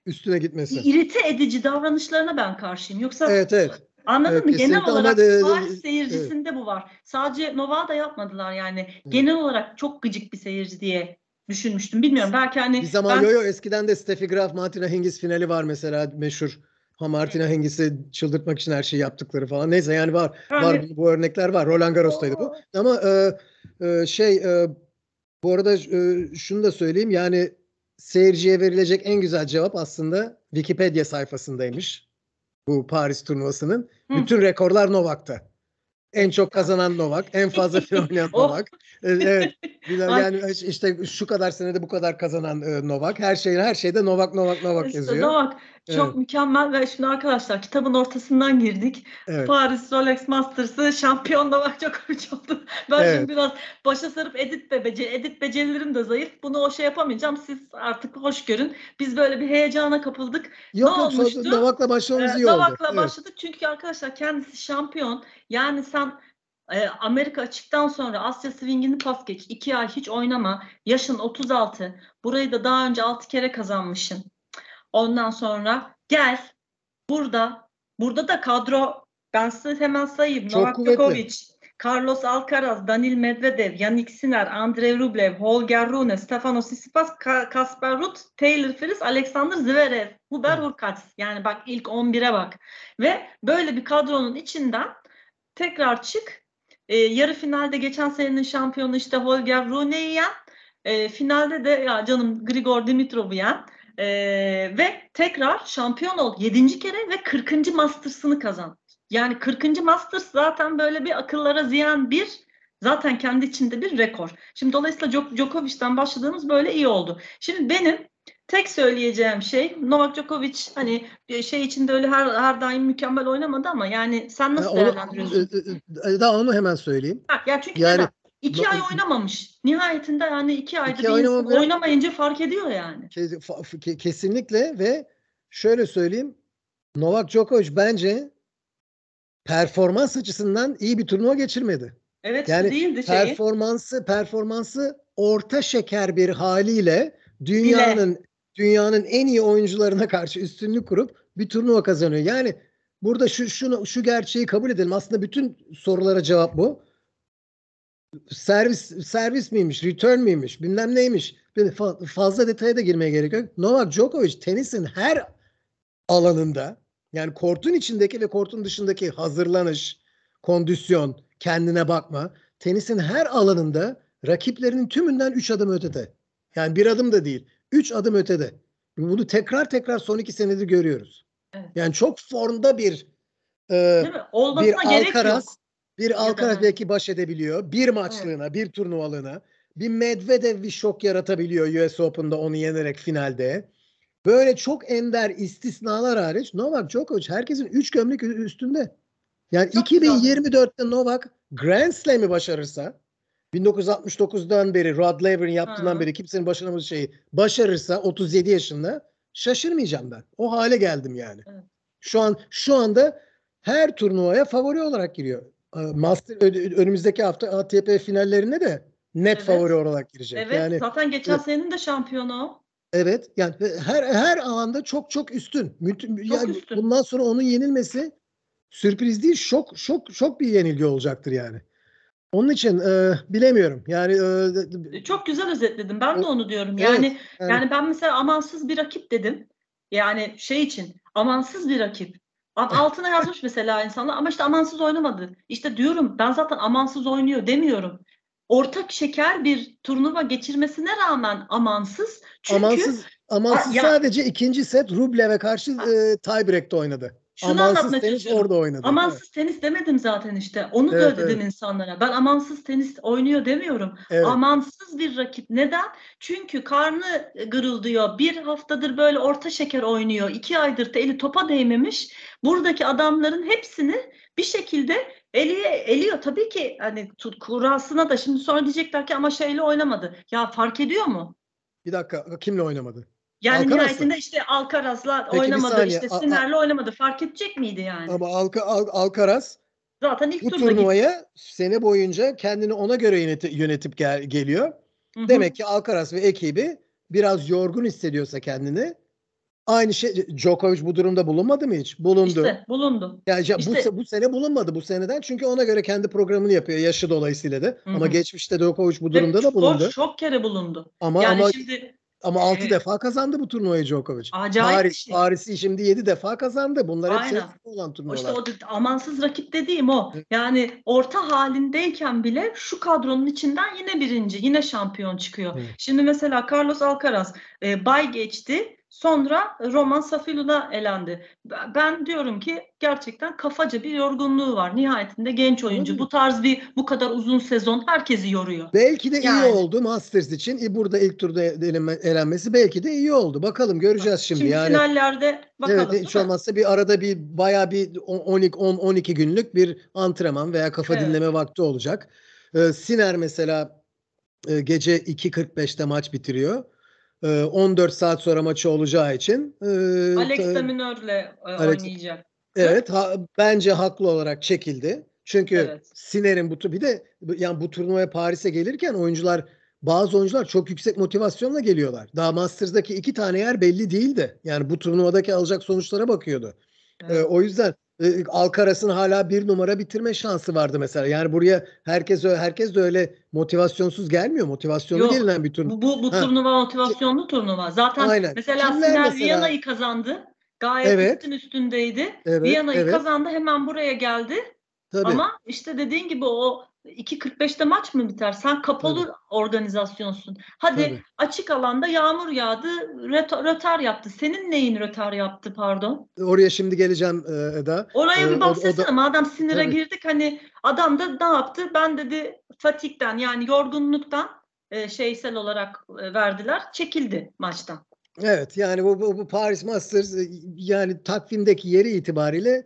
Speaker 2: Üstüne gitmesi.
Speaker 1: irite edici davranışlarına ben karşıyım. Yoksa
Speaker 2: Evet, evet.
Speaker 1: anladın
Speaker 2: Evet,
Speaker 1: mı? Genel
Speaker 2: kesinlikle ama
Speaker 1: olarak
Speaker 2: de-
Speaker 1: Paris
Speaker 2: evet.
Speaker 1: seyircisinde bu var. Sadece Novak'a da yapmadılar yani.
Speaker 2: Evet.
Speaker 1: Genel olarak çok gıcık bir seyirci diye düşünmüştüm. Bilmiyorum, belki hani
Speaker 2: Bir zaman
Speaker 1: ben
Speaker 2: yo yo eskiden de Steffi Graf Martina Hingis finali var mesela, meşhur. Ha, Martina Hingis'i çıldırtmak için her şeyi yaptıkları falan. Neyse yani var. Var
Speaker 1: yani
Speaker 2: bu, bu örnekler var. Roland Garros'taydı bu. Ama e, e, şey e, bu arada e, şunu da söyleyeyim. Yani seyirciye verilecek en güzel cevap aslında Wikipedia sayfasındaymış. Bu Paris turnuvasının.
Speaker 1: Hı.
Speaker 2: Bütün rekorlar Novak'ta. En çok
Speaker 1: Güzel.
Speaker 2: kazanan Novak, en fazla final oynayan
Speaker 1: Oh.
Speaker 2: Novak. E, Evet.
Speaker 1: Ay.
Speaker 2: Yani işte şu kadar senede bu kadar kazanan e, Novak. Her şey her şeyde Novak Novak Novak
Speaker 1: İşte
Speaker 2: yazıyor.
Speaker 1: Novak çok
Speaker 2: Evet.
Speaker 1: mükemmel ve şimdi arkadaşlar kitabın ortasından girdik.
Speaker 2: Evet.
Speaker 1: Paris Rolex Masters'ı şampiyon Novak Djokovic oldu. Ben
Speaker 2: Evet.
Speaker 1: şimdi biraz başa sarıp edit be bece edit becerilerim de zayıf. Bunu o şey yapamayacağım. Siz artık hoş görün. Biz böyle bir heyecana kapıldık.
Speaker 2: Yok
Speaker 1: Ne
Speaker 2: yok
Speaker 1: olmuştu?
Speaker 2: Novak'la başlamamız
Speaker 1: Ee,
Speaker 2: iyi oldu.
Speaker 1: Novak'la
Speaker 2: Evet.
Speaker 1: başladık çünkü arkadaşlar kendisi şampiyon. Yani sen e, Amerika açıktan sonra Asya Swing'ini pas geç. iki ay hiç oynama. Yaşın otuz altı. Burayı da daha önce altı kere kazanmışsın. Ondan sonra gel burada. Burada da kadro, ben size hemen sayayım.
Speaker 2: Çok
Speaker 1: Novak
Speaker 2: kuvvetli.
Speaker 1: Djokovic, Carlos Alcaraz, Danil Medvedev, Yannick Sinner, Andrei Rublev, Holger Rune, Stefanos Tsitsipas, Ka- Kasper Ruud, Taylor Fritz, Alexander Zverev, Hubert
Speaker 2: Evet.
Speaker 1: Hurkacz. Yani bak ilk on bire bak. Ve böyle bir kadronun içinden tekrar çık. E, yarı finalde geçen senenin şampiyonu işte Holger Rune'yi yen. E, finalde de ya canım Grigor Dimitrov'u yen. E, ve tekrar şampiyon ol. Yedinci kere ve kırkıncı Masters'ını kazan. Yani kırkıncı Masters zaten böyle bir akıllara ziyan bir, zaten kendi içinde bir rekor. Şimdi dolayısıyla Djokovic'ten başladığımız böyle iyi oldu. Şimdi benim tek söyleyeceğim şey, Novak Djokovic hani şey içinde öyle her, her daim mükemmel oynamadı ama yani sen nasıl
Speaker 2: Ha, onu
Speaker 1: değerlendiriyorsun?
Speaker 2: e, e, daha onu hemen söyleyeyim.
Speaker 1: Ha, ya çünkü
Speaker 2: Yani
Speaker 1: neden? İki
Speaker 2: no,
Speaker 1: ay oynamamış. Nihayetinde yani iki ayda
Speaker 2: iki
Speaker 1: bir insan
Speaker 2: oynamadı.
Speaker 1: oynamayınca fark ediyor yani.
Speaker 2: Kesinlikle ve şöyle söyleyeyim. Novak Djokovic bence performans açısından iyi bir turnuva geçirmedi.
Speaker 1: Evet işte
Speaker 2: Yani
Speaker 1: değildi şeyi.
Speaker 2: performansı performansı orta şeker bir haliyle dünyanın
Speaker 1: Bile.
Speaker 2: dünyanın en iyi oyuncularına karşı üstünlük kurup bir turnuva kazanıyor. Yani burada şu şunu şu gerçeği kabul edelim. Aslında bütün sorulara cevap bu. Servis servis miymiş, return miymiş, bilmem neymiş. Fazla detaya da girmeye gerek yok. Novak Djokovic tenisin her alanında, yani kortun içindeki ve kortun dışındaki hazırlanış, kondisyon, kendine bakma, tenisin her alanında rakiplerinin tümünden üç adım ötede. Yani bir adım da değil, üç adım ötede. Bunu tekrar tekrar son iki senedir görüyoruz.
Speaker 1: Evet.
Speaker 2: Yani çok formda bir e,
Speaker 1: Değil mi? Olmasına
Speaker 2: bir
Speaker 1: gerek
Speaker 2: Alcaraz,
Speaker 1: yok.
Speaker 2: bir Alcaraz belki baş edebiliyor. Bir maçlığına,
Speaker 1: Evet.
Speaker 2: bir turnuvalığına. Bir Medvedev bir şok yaratabiliyor U S Open'da onu yenerek finalde. Böyle çok ender istisnalar hariç Novak Djokovic herkesin üç gömlek üstünde. Yani
Speaker 1: Çok güzel.
Speaker 2: iki bin yirmi dörtte Novak Grand Slam'i başarırsa, bin dokuz yüz altmış dokuzdan beri, Rod Laver'ın yaptığından
Speaker 1: Ha.
Speaker 2: beri kimsenin başaramadığı şeyi başarırsa otuz yedi yaşında, şaşırmayacağım ben. O hale geldim yani.
Speaker 1: Evet.
Speaker 2: Şu an şu anda her turnuvaya favori olarak giriyor. Master önümüzdeki hafta A T P finallerine de net
Speaker 1: Evet.
Speaker 2: favori olarak girecek.
Speaker 1: Evet.
Speaker 2: Yani
Speaker 1: Zaten geçen senenin de şampiyonu o.
Speaker 2: evet, yani her her alanda çok çok üstün.
Speaker 1: Çok
Speaker 2: Yani
Speaker 1: üstün.
Speaker 2: bundan sonra onun yenilmesi sürpriz değil, şok şok şok bir yenilgi olacaktır yani. Onun için e, bilemiyorum. Yani e,
Speaker 1: Çok güzel özetledim. Ben de
Speaker 2: o,
Speaker 1: onu diyorum.
Speaker 2: evet
Speaker 1: Yani
Speaker 2: yani,
Speaker 1: yani ben mesela amansız bir rakip dedim. Yani şey için amansız bir rakip. Altına yazmış mesela insanlar ama işte amansız oynamadı. İşte diyorum ben zaten amansız oynuyor demiyorum. Ortak şeker bir turnuva geçirmesine rağmen amansız. Çünkü
Speaker 2: amansız amansız
Speaker 1: ya
Speaker 2: sadece ikinci set Rublev'e karşı e, tiebreak'te oynadı.
Speaker 1: şunu
Speaker 2: Amansız
Speaker 1: anlatmaya
Speaker 2: tenis
Speaker 1: çalışıyorum.
Speaker 2: orada oynadı. Evet,
Speaker 1: Amansız tenis demedim zaten işte. Onu da
Speaker 2: evet,
Speaker 1: dedim
Speaker 2: evet.
Speaker 1: insanlara. Ben amansız tenis oynuyor demiyorum.
Speaker 2: Evet.
Speaker 1: Amansız bir rakip. Neden? Çünkü karnı gırıldıyor. Bir haftadır böyle orta şeker oynuyor. İki aydır da eli topa değmemiş. Buradaki adamların hepsini bir şekilde eliye, eliyor. Tabii ki hani kurasına da şimdi sonra diyecekler ki ama şeyle oynamadı. Ya fark ediyor mu?
Speaker 2: Bir dakika, kimle oynamadı?
Speaker 1: Yani
Speaker 2: Alcaraz'la.
Speaker 1: nihayetinde işte Alcaraz'la
Speaker 2: Peki bir
Speaker 1: oynamadı,
Speaker 2: saniye.
Speaker 1: işte
Speaker 2: A, a,
Speaker 1: Sinner'le oynamadı. Fark edecek miydi yani?
Speaker 2: ama Alca, Al, Alcaraz
Speaker 1: Zaten ilk
Speaker 2: bu
Speaker 1: turda gitti.
Speaker 2: turnuvaya sene boyunca kendini ona göre yöneti, yönetip gel, geliyor.
Speaker 1: Hı hı.
Speaker 2: Demek ki Alcaraz ve ekibi biraz yorgun hissediyorsa kendini Aynı şey Djokovic bu durumda bulunmadı mı hiç? Bulundu.
Speaker 1: İşte bulundu.
Speaker 2: Yani bu,
Speaker 1: İşte
Speaker 2: bu sene bulunmadı bu seneden çünkü ona göre kendi programını yapıyor yaşı dolayısıyla da.
Speaker 1: Hı
Speaker 2: Ama
Speaker 1: hı.
Speaker 2: geçmişte Djokovic bu
Speaker 1: Ve
Speaker 2: durumda da
Speaker 1: çok,
Speaker 2: bulundu.
Speaker 1: çok kere bulundu.
Speaker 2: Ama
Speaker 1: Yani
Speaker 2: ama
Speaker 1: şimdi
Speaker 2: ama
Speaker 1: e,
Speaker 2: altı defa kazandı bu turnuvayı Djokovic.
Speaker 1: acayip bir
Speaker 2: Paris
Speaker 1: şey.
Speaker 2: Paris'i şimdi yedi defa kazandı. Bunlar hep
Speaker 1: Aynen.
Speaker 2: sezonlu olan
Speaker 1: O İşte
Speaker 2: turnuvalar.
Speaker 1: o d- amansız rakip dediğim o.
Speaker 2: Evet.
Speaker 1: Yani orta halindeyken bile şu kadronun içinden yine birinci, yine şampiyon çıkıyor.
Speaker 2: Evet.
Speaker 1: Şimdi mesela Carlos Alcaraz e, bay geçti. Sonra Roman Safilio'da elendi. Ben ben diyorum ki gerçekten kafaca bir yorgunluğu var. Nihayetinde genç oyuncu.
Speaker 2: Olabilir.
Speaker 1: Bu tarz bir bu kadar uzun sezon herkesi yoruyor.
Speaker 2: Belki de iyi
Speaker 1: Yani
Speaker 2: oldu Masters için. E, Burada ilk turda elenme- elenmesi belki de iyi oldu. Bakalım göreceğiz şimdi.
Speaker 1: şimdi
Speaker 2: Yani
Speaker 1: finallerde
Speaker 2: evet
Speaker 1: bakalım
Speaker 2: hiç
Speaker 1: değil mi?
Speaker 2: olmazsa bir arada bir bayağı bir on on iki günlük bir antrenman veya kafa
Speaker 1: Evet.
Speaker 2: dinleme vakti olacak. Ee, Sinner mesela e, gece iki kırk beşte maç bitiriyor. Ee, on dört saat sonra maçı olacağı için e,
Speaker 1: Alex de
Speaker 2: ta-
Speaker 1: Minaur'le e,
Speaker 2: Alex
Speaker 1: oynayacaktı.
Speaker 2: evet ha- bence haklı olarak çekildi. Çünkü
Speaker 1: Evet.
Speaker 2: Sinner'in bu tu- bir de bu- yani bu turnuvaya Paris'e gelirken oyuncular bazı oyuncular çok yüksek motivasyonla geliyorlar. Daha Masters'daki iki tane yer belli değildi. Yani bu turnuvadaki alacak sonuçlara bakıyordu. Ee,
Speaker 1: Evet.
Speaker 2: o yüzden e, Alcaraz'ın hala bir numara bitirme şansı vardı mesela. Yani buraya herkes ö- herkes de öyle motivasyonsuz gelmiyor. Motivasyonlu
Speaker 1: Yok.
Speaker 2: gelinen bir turnuva.
Speaker 1: Bu, bu, bu
Speaker 2: Ha,
Speaker 1: turnuva
Speaker 2: ki-
Speaker 1: motivasyonlu turnuva. Zaten
Speaker 2: aynen.
Speaker 1: mesela
Speaker 2: Kimler
Speaker 1: Sinner
Speaker 2: mesela?
Speaker 1: Viyana'yı kazandı. Gayet üstün
Speaker 2: Evet,
Speaker 1: üstündeydi.
Speaker 2: evet,
Speaker 1: Viyana'yı
Speaker 2: evet.
Speaker 1: kazandı. Hemen buraya geldi.
Speaker 2: Tabii,
Speaker 1: Ama işte dediğin gibi o iki kırk beşte maç mı biter? Sen
Speaker 2: tabii,
Speaker 1: kapalı organizasyonsun. Hadi
Speaker 2: tabii.
Speaker 1: açık alanda yağmur yağdı, röta- rötar yaptı. Senin neyin rötar yaptı pardon?
Speaker 2: Oraya şimdi geleceğim e, Eda. E,
Speaker 1: Oraya bir
Speaker 2: o, o
Speaker 1: bahsetsene.
Speaker 2: da
Speaker 1: Madem sinire
Speaker 2: tabii.
Speaker 1: girdik hani adam da ne yaptı? Ben dedi fatikten yani yorgunluktan e, şeysel olarak e, verdiler. Çekildi maçtan.
Speaker 2: Evet yani bu, bu, bu Paris Masters e, yani takvimdeki yeri itibariyle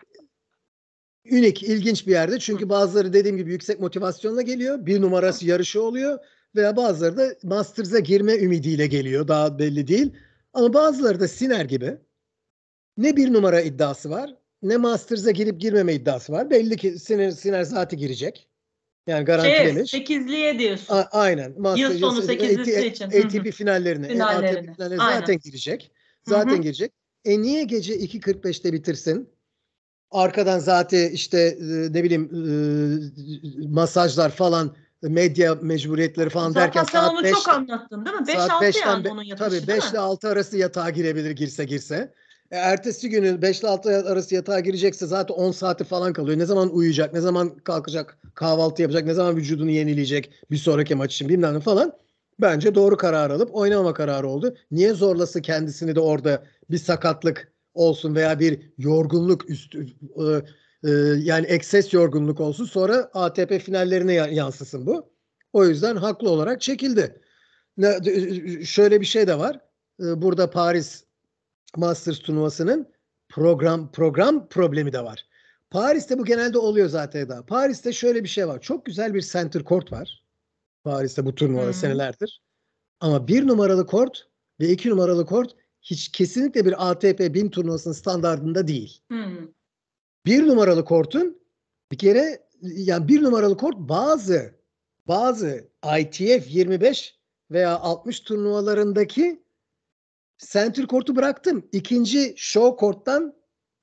Speaker 2: ünik, ilginç bir yerde.
Speaker 1: Hı.
Speaker 2: Çünkü bazıları dediğim gibi yüksek motivasyonla geliyor. Bir numarası yarışı oluyor. Veya bazıları da Masters'a girme ümidiyle geliyor. Daha belli değil. Ama bazıları da Sinner gibi ne bir numara iddiası var ne Masters'a girip girmeme iddiası var. Belli ki Sinner, Sinner zaten girecek. Yani
Speaker 1: Şeye
Speaker 2: garantilemiş.
Speaker 1: sekizliye
Speaker 2: A-
Speaker 1: diyorsun.
Speaker 2: aynen.
Speaker 1: Yıl
Speaker 2: Master
Speaker 1: sonu sekizlisi için. Hı
Speaker 2: A T
Speaker 1: hı.
Speaker 2: P finallerine, e, A T P
Speaker 1: Finallerini.
Speaker 2: finallerine
Speaker 1: Aynen.
Speaker 2: zaten girecek.
Speaker 1: Hı hı.
Speaker 2: Zaten girecek. E niye gece iki kırk beşte bitirsin? Arkadan zaten işte e, ne bileyim e, masajlar falan, medya mecburiyetleri falan derken
Speaker 1: Zaten sen
Speaker 2: saat
Speaker 1: onu çok
Speaker 2: beş
Speaker 1: anlattın değil mi? Beş
Speaker 2: saat
Speaker 1: altı
Speaker 2: beşten
Speaker 1: yani
Speaker 2: be,
Speaker 1: onun
Speaker 2: tabii
Speaker 1: yatışı değil
Speaker 2: beş
Speaker 1: mi?
Speaker 2: ile altı arası yatağa girebilir girse girse. E, ertesi günü beş ile altı arası yatağa girecekse zaten on saati falan kalıyor. Ne zaman uyuyacak, ne zaman kalkacak, kahvaltı yapacak, ne zaman vücudunu yenileyecek bir sonraki maç için bilmem ne falan. Bence doğru karar alıp oynamama kararı oldu. Niye zorlası kendisini de orada bir sakatlık olsun veya bir yorgunluk üstü e, e, yani ekses yorgunluk olsun sonra A T P finallerine yansısın bu. O yüzden haklı olarak çekildi. Şöyle bir şey de var. Ee, Burada Paris Masters turnuvasının program program problemi de var. Paris'te bu genelde oluyor zaten da. Paris'te şöyle bir şey var. Çok güzel bir center court var. Paris'te bu turnuvada
Speaker 1: Hı.
Speaker 2: senelerdir. Ama bir numaralı kort ve iki numaralı kort hiç kesinlikle bir A T P bin turnuvasının standardında değil.
Speaker 1: Hı.
Speaker 2: Bir numaralı kortun bir kere yani bir numaralı kort bazı bazı I T F yirmi beş veya altmış turnuvalarındaki center kortu bıraktım. İkinci show korttan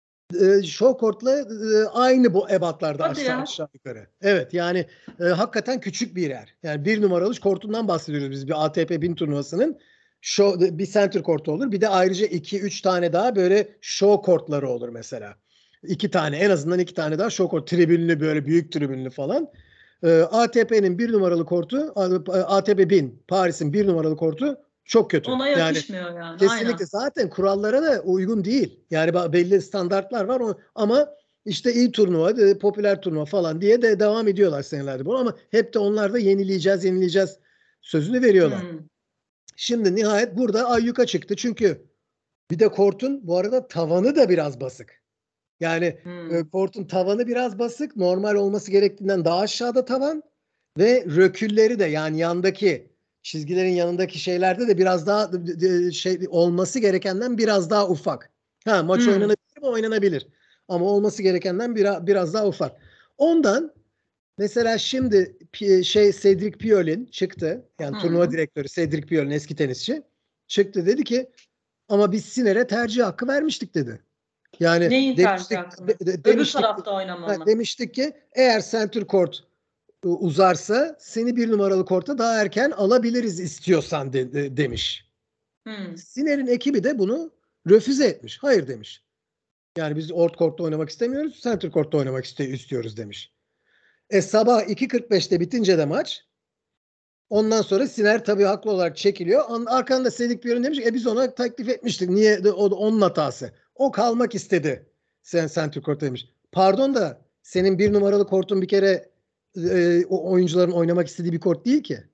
Speaker 2: e, show kortla e, aynı bu ebatlarda
Speaker 1: Hadi
Speaker 2: aşağı
Speaker 1: ya.
Speaker 2: aşağı yukarı. Evet yani e, hakikaten küçük bir yer. Yani bir numaralı kortundan bahsediyoruz biz bir A T P bin turnuvasının. Show, bir center kortu olur. Bir de ayrıca iki üç tane daha böyle show kortları olur mesela. İki tane en azından iki tane daha show kort. Tribünlü böyle büyük tribünlü falan. E, A T P'nin bir numaralı kortu A T P bin Paris'in bir numaralı kortu çok kötü.
Speaker 1: Ona
Speaker 2: Yani
Speaker 1: yakışmıyor yani.
Speaker 2: kesinlikle
Speaker 1: Aynen.
Speaker 2: zaten kurallara da uygun değil. Yani belli standartlar var ama işte iyi turnuva, e, popüler turnuva falan diye de devam ediyorlar senelerde bu ama hep de onlar da yenileyeceğiz, yenileyeceğiz sözünü veriyorlar.
Speaker 1: Hı.
Speaker 2: Şimdi nihayet burada ayyuka çıktı. Çünkü bir de kortun bu arada tavanı da biraz basık. Yani e,
Speaker 1: Hı.
Speaker 2: kortun tavanı biraz basık. Normal olması gerektiğinden daha aşağıda tavan ve rökülleri de yani yandaki çizgilerin yanındaki şeylerde de biraz daha e, şey olması gerekenden biraz daha ufak. Ha maç
Speaker 1: Hı.
Speaker 2: oynanabilir mi? Oynanabilir. Ama olması gerekenden biraz, biraz daha ufak. Ondan mesela şimdi şey Cedric Pioline çıktı. Yani turnuva
Speaker 1: Hı.
Speaker 2: direktörü Cedric Pioline eski tenisçi. Çıktı dedi ki Ama biz Sinner'e tercih hakkı vermiştik dedi. Yani
Speaker 1: Neyin tercih
Speaker 2: demiştik,
Speaker 1: hakkını?
Speaker 2: de- de-
Speaker 1: Öbür
Speaker 2: demiştik,
Speaker 1: tarafta
Speaker 2: ha,
Speaker 1: oynamamı.
Speaker 2: demiştik ki eğer center court e, uzarsa seni bir numaralı korta daha erken alabiliriz istiyorsan de- de- demiş.
Speaker 1: Hmm.
Speaker 2: Sinner'in ekibi de bunu refüze etmiş. Hayır demiş. Yani biz Old Court'ta oynamak istemiyoruz, Center Court'ta oynamak iste- istiyoruz demiş. E sabah iki kırk beşte bitince de maç, ondan sonra Sinner tabii haklı olarak çekiliyor. An- Arkanda Sedik Björn demiş e biz ona teklif etmiştik. Niye? De, o da onun hatası. O kalmak istedi. Sen Center Court demiş. Pardon da senin bir numaralı kortun bir kere e, o oyuncuların oynamak istediği bir kort değil ki.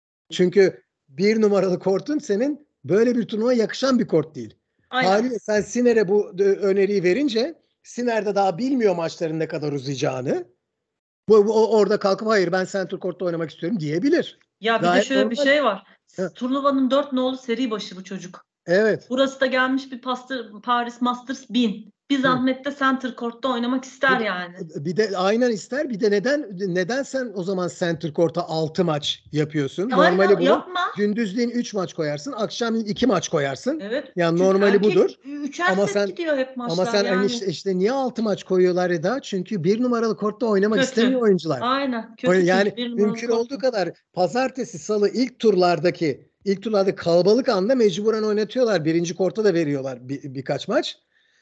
Speaker 2: Çünkü bir numaralı kortun senin böyle bir turnuva yakışan bir kort değil.
Speaker 1: Aynen.
Speaker 2: Haliyle sen Sinner'e bu e, öneriyi verince Sinner de daha bilmiyor maçların ne kadar uzayacağını. Bu, bu orada kalkıp hayır ben Center Court'ta oynamak istiyorum diyebilir.
Speaker 1: Ya bir de
Speaker 2: Gayet
Speaker 1: şöyle bir
Speaker 2: normal.
Speaker 1: şey var.
Speaker 2: Ha,
Speaker 1: Turnuvanın dört nolu seri başı bu çocuk.
Speaker 2: evet.
Speaker 1: Burası da gelmiş bir Pastır, Paris Masters bin. Bir zahmet de Center Court'ta oynamak ister
Speaker 2: Bir,
Speaker 1: yani.
Speaker 2: bir de aynen ister. Bir de neden neden sen o zaman Center Court'a altı maç yapıyorsun?
Speaker 1: Aynen,
Speaker 2: Normali bu.
Speaker 1: yapma.
Speaker 2: Gündüzleyin üç maç koyarsın, akşamleyin iki maç koyarsın.
Speaker 1: Evet.
Speaker 2: Yani
Speaker 1: Çünkü
Speaker 2: normali
Speaker 1: erkek
Speaker 2: budur.
Speaker 1: üçer
Speaker 2: Ama
Speaker 1: set
Speaker 2: sen
Speaker 1: gidiyor hep
Speaker 2: ama
Speaker 1: maçlar
Speaker 2: sen hani
Speaker 1: yani.
Speaker 2: işte, işte niye altı maç koyuyorlar Eda? Çünkü bir numaralı kortta oynamak
Speaker 1: Kötü.
Speaker 2: istemiyor oyuncular.
Speaker 1: Aynen. Kötü
Speaker 2: Yani
Speaker 1: çünkü bir numaralı
Speaker 2: mümkün
Speaker 1: kort.
Speaker 2: olduğu kadar pazartesi, salı ilk turlardaki ilk turlarda kalabalık anda mecburen oynatıyorlar. Birinci korta da veriyorlar bir, birkaç maç.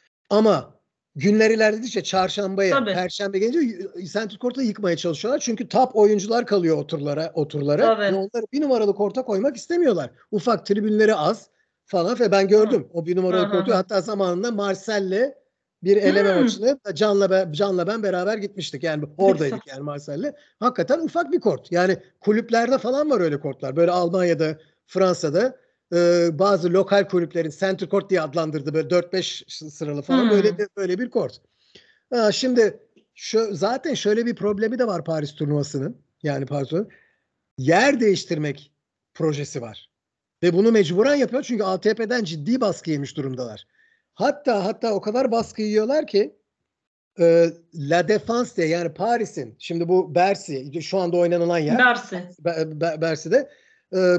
Speaker 2: Ama günler ilerledikçe çarşambaya,
Speaker 1: Tabii.
Speaker 2: perşembe gelince Center Court'u yıkmaya çalışıyorlar. Çünkü top oyuncular kalıyor o turlara, o turlara.
Speaker 1: Tabii.
Speaker 2: Ve onları bir numaralı korta koymak istemiyorlar. Ufak tribünleri az falan ve ben gördüm.
Speaker 1: Hı.
Speaker 2: O bir numaralı
Speaker 1: Hı,
Speaker 2: kortu.
Speaker 1: hı, hı.
Speaker 2: Hatta zamanında Marcel'le bir eleme
Speaker 1: Hmm.
Speaker 2: maçını Can'la ben, Can'la ben beraber gitmiştik. Yani oradaydık yani Marcel'le. Hakikaten ufak bir kort. Yani kulüplerde falan var öyle kortlar. Böyle Almanya'da, Fransa'da e, bazı lokal kulüplerin Center Court diye adlandırdı böyle dört beş sıralı falan
Speaker 1: Hmm.
Speaker 2: böyle bir, böyle bir kort. Ha, şimdi şu, zaten şöyle bir problemi de var Paris turnuvasının. Yani pardon. Yer değiştirmek projesi var. Ve bunu mecburen yapıyor çünkü A T P'den ciddi baskı yemiş durumdalar. Hatta hatta o kadar baskı yiyorlar ki e, La Défense diye yani Paris'in şimdi bu Bercy şu anda oynanılan yer
Speaker 1: Bercy.
Speaker 2: Bercy'de e,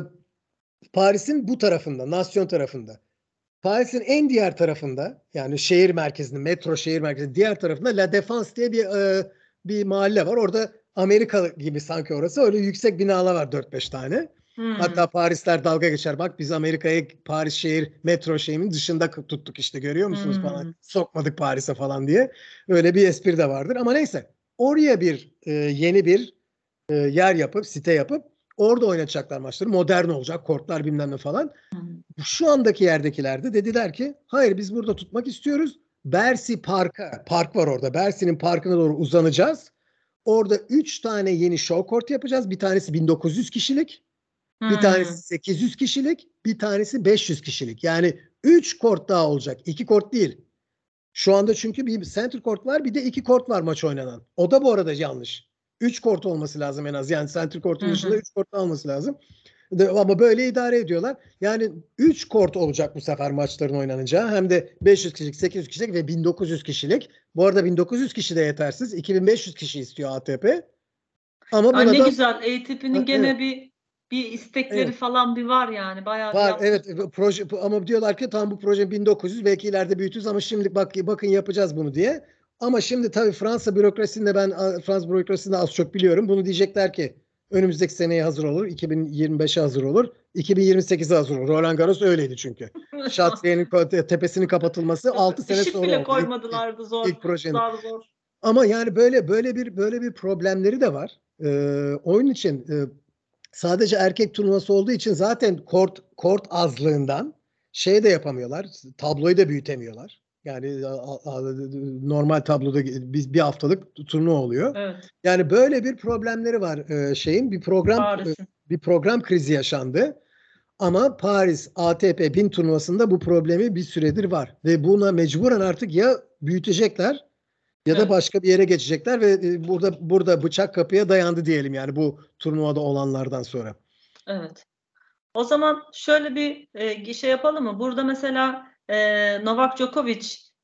Speaker 2: Paris'in bu tarafında, Nasyon tarafında. Paris'in en diğer tarafında yani şehir merkezinde, metro şehir merkezinde diğer tarafında La Défense diye bir e, bir mahalle var. Orada Amerika gibi sanki orası. Öyle yüksek binalar var dört beş tane.
Speaker 1: Hmm.
Speaker 2: Hatta Parisler dalga geçer. Bak biz Amerika'yı Paris şehir metro şehrinin dışında tuttuk işte görüyor musunuz
Speaker 1: Hmm.
Speaker 2: falan. Sokmadık Paris'e falan diye. Öyle bir espri de vardır. Ama neyse. Oraya bir e, yeni bir e, yer yapıp site yapıp orada oynatacaklar maçları. Modern olacak. Kortlar bilmem ne falan.
Speaker 1: Hmm.
Speaker 2: Şu andaki yerdekiler de dediler ki hayır biz burada tutmak istiyoruz. Bercy Park'a, park var orada. Bercy'nin parkına doğru uzanacağız. Orada üç tane yeni show court yapacağız. Bir tanesi bin dokuz yüz kişilik, bir
Speaker 1: Hmm.
Speaker 2: tanesi sekiz yüz kişilik, bir tanesi beş yüz kişilik. Yani üç kort daha olacak. iki kort değil. Şu anda çünkü bir center court var, bir de iki kort var maç oynanan. O da bu arada yanlış. üç kort olması lazım en az. Yani center court'un dışında üç kort olması lazım. Ama böyle idare ediyorlar. Yani üç kort olacak bu sefer maçların oynanacağı. Hem de beş yüz kişilik, sekiz yüz kişilik ve bin dokuz yüz kişilik. Bu arada bin dokuz yüz kişi de yetersiz. iki bin beş yüz kişi istiyor A T P. Ama
Speaker 1: Ay
Speaker 2: buna
Speaker 1: ne
Speaker 2: da
Speaker 1: güzel. A T P'nin gene
Speaker 2: evet,
Speaker 1: bir bir istekleri
Speaker 2: evet.
Speaker 1: falan bir var yani. Bayağı bir
Speaker 2: Var
Speaker 1: yapmış.
Speaker 2: evet proje ama diyorlar ki tam bu proje bin dokuz yüz belki ileride büyütürüz ama şimdilik bak bakın yapacağız bunu diye. Ama şimdi tabii Fransa bürokrasisinde ben Fransız bürokrasisinde az çok biliyorum. Bunu diyecekler ki önümüzdeki seneye hazır olur. iki bin yirmi beşe hazır olur. iki bin yirmi sekize hazır olur. Roland Garros öyleydi çünkü. Şatriye'nin tepesinin kapatılması altı sene
Speaker 1: Işık
Speaker 2: sonra
Speaker 1: bile
Speaker 2: oldu. İlk,
Speaker 1: koymadılardı zor.
Speaker 2: ilk projenin.
Speaker 1: Zar zor.
Speaker 2: Ama yani böyle böyle bir böyle bir problemleri de var. Ee, oyun için e, sadece erkek turnuvası olduğu için zaten kort kort azlığından şey de yapamıyorlar. Tabloyu da büyütemiyorlar. Yani a, a, normal tabloda biz bir haftalık turnuva oluyor.
Speaker 1: Evet.
Speaker 2: Yani böyle bir problemleri var e, şeyin bir program
Speaker 1: Paris'in.
Speaker 2: bir program krizi yaşandı. Ama Paris A T P bin turnuvasında bu problemi bir süredir var ve buna mecburen artık ya büyütecekler ya da
Speaker 1: Evet.
Speaker 2: başka bir yere geçecekler ve e, burada burada bıçak kapıya dayandı diyelim yani bu turnuvada olanlardan sonra.
Speaker 1: Evet. O zaman şöyle bir e, şey yapalım mı? Burada mesela e, Novak Djokovic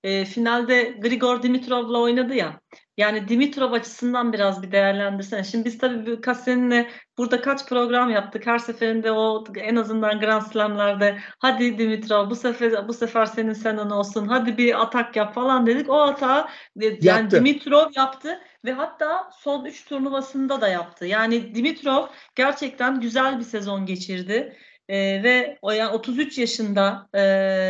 Speaker 1: e, finalde Grigor Dimitrov'la oynadı ya. Yani Dimitrov açısından biraz bir değerlendirsene. Şimdi biz tabii kaç seninle burada kaç program yaptık. Her seferinde o en azından Grand Slam'lerde hadi Dimitrov bu sefer bu sefer senin senin olsun. Hadi bir atak yap falan dedik. O atağı yani
Speaker 2: Yaptı.
Speaker 1: Dimitrov yaptı ve hatta son üç turnuvasında da yaptı. Yani Dimitrov gerçekten güzel bir sezon geçirdi. Ee, ve o yani otuz üç yaşında e,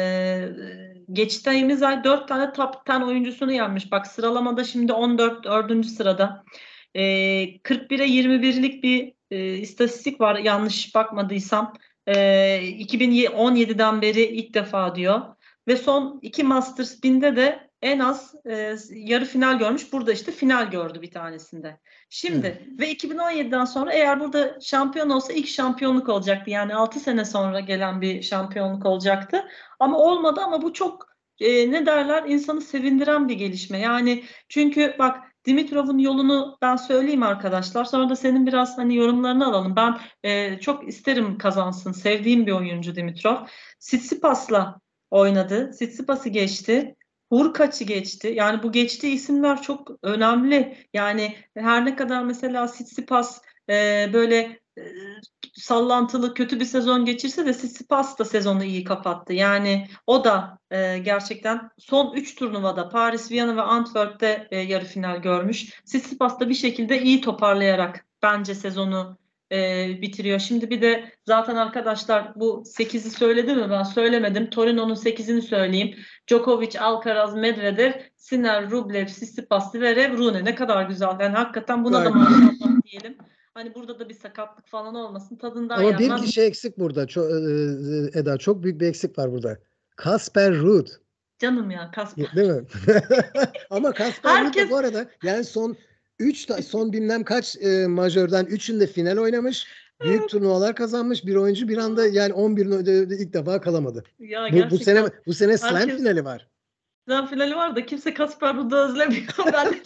Speaker 1: geçtiğimiz ay dört tane top on oyuncusunu yenmiş. Bak sıralamada şimdi on dört dördüncü sırada. Ee, kırk bire yirmi birlik bir e, istatistik var yanlış bakmadıysam. Ee, iki bin on yediden beri ilk defa diyor. Ve son iki Masters binde de en az e, yarı final görmüş. Burada işte final gördü bir tanesinde. Şimdi
Speaker 2: Evet.
Speaker 1: ve iki bin on yediden sonra eğer burada şampiyon olsa ilk şampiyonluk olacaktı. Yani altı sene sonra gelen bir şampiyonluk olacaktı. Ama olmadı ama bu çok e, ne derler insanı sevindiren bir gelişme. Yani çünkü bak Dimitrov'un yolunu ben söyleyeyim arkadaşlar. Sonra da senin biraz hani yorumlarını alalım. Ben e, çok isterim kazansın. Sevdiğim bir oyuncu Dimitrov. Tsitsipas'la oynadı. Tsitsipas'ı geçti. Hurkaç'ı geçti. Yani bu geçtiği isimler çok önemli. Yani her ne kadar mesela Tsitsipas e, böyle e, sallantılı kötü bir sezon geçirse de Tsitsipas da sezonu iyi kapattı. Yani o da e, gerçekten son üç turnuvada Paris, Viyana ve Antwerp'te e, yarı final görmüş. Tsitsipas da bir şekilde iyi toparlayarak bence sezonu e, bitiriyor. Şimdi bir de zaten arkadaşlar bu sekizi söyledi mi? Ben söylemedim. Torino'nun sekizini söyleyeyim. Djokovic, Alcaraz, Medvedev, Sinner, Rublev, Tsitsipas, Zverev, Rune. Ne kadar güzel. Yani hakikaten buna da maşallah diyelim. Hani burada da bir sakatlık falan olmasın. Tadından
Speaker 2: Ama bir
Speaker 1: yenmez.
Speaker 2: kişi eksik burada. Çok, Eda çok büyük bir eksik var burada. Kasper Ruud.
Speaker 1: Canım ya Kasper.
Speaker 2: Değil mi? Ama Kasper Ruud da
Speaker 1: Herkes
Speaker 2: bu arada yani son üç son bilmem kaç e, majörden üçünde final oynamış. Büyük
Speaker 1: evet.
Speaker 2: turnuvalar kazanmış bir oyuncu bir anda yani on birin ödevde ilk defa kalamadı.
Speaker 1: Ya
Speaker 2: Bu, bu sene
Speaker 1: gerçekten
Speaker 2: bu sene slam
Speaker 1: herkes
Speaker 2: finali var.
Speaker 1: slam finali var da kimse Kasper Ruud'u özlemiyor. Ben de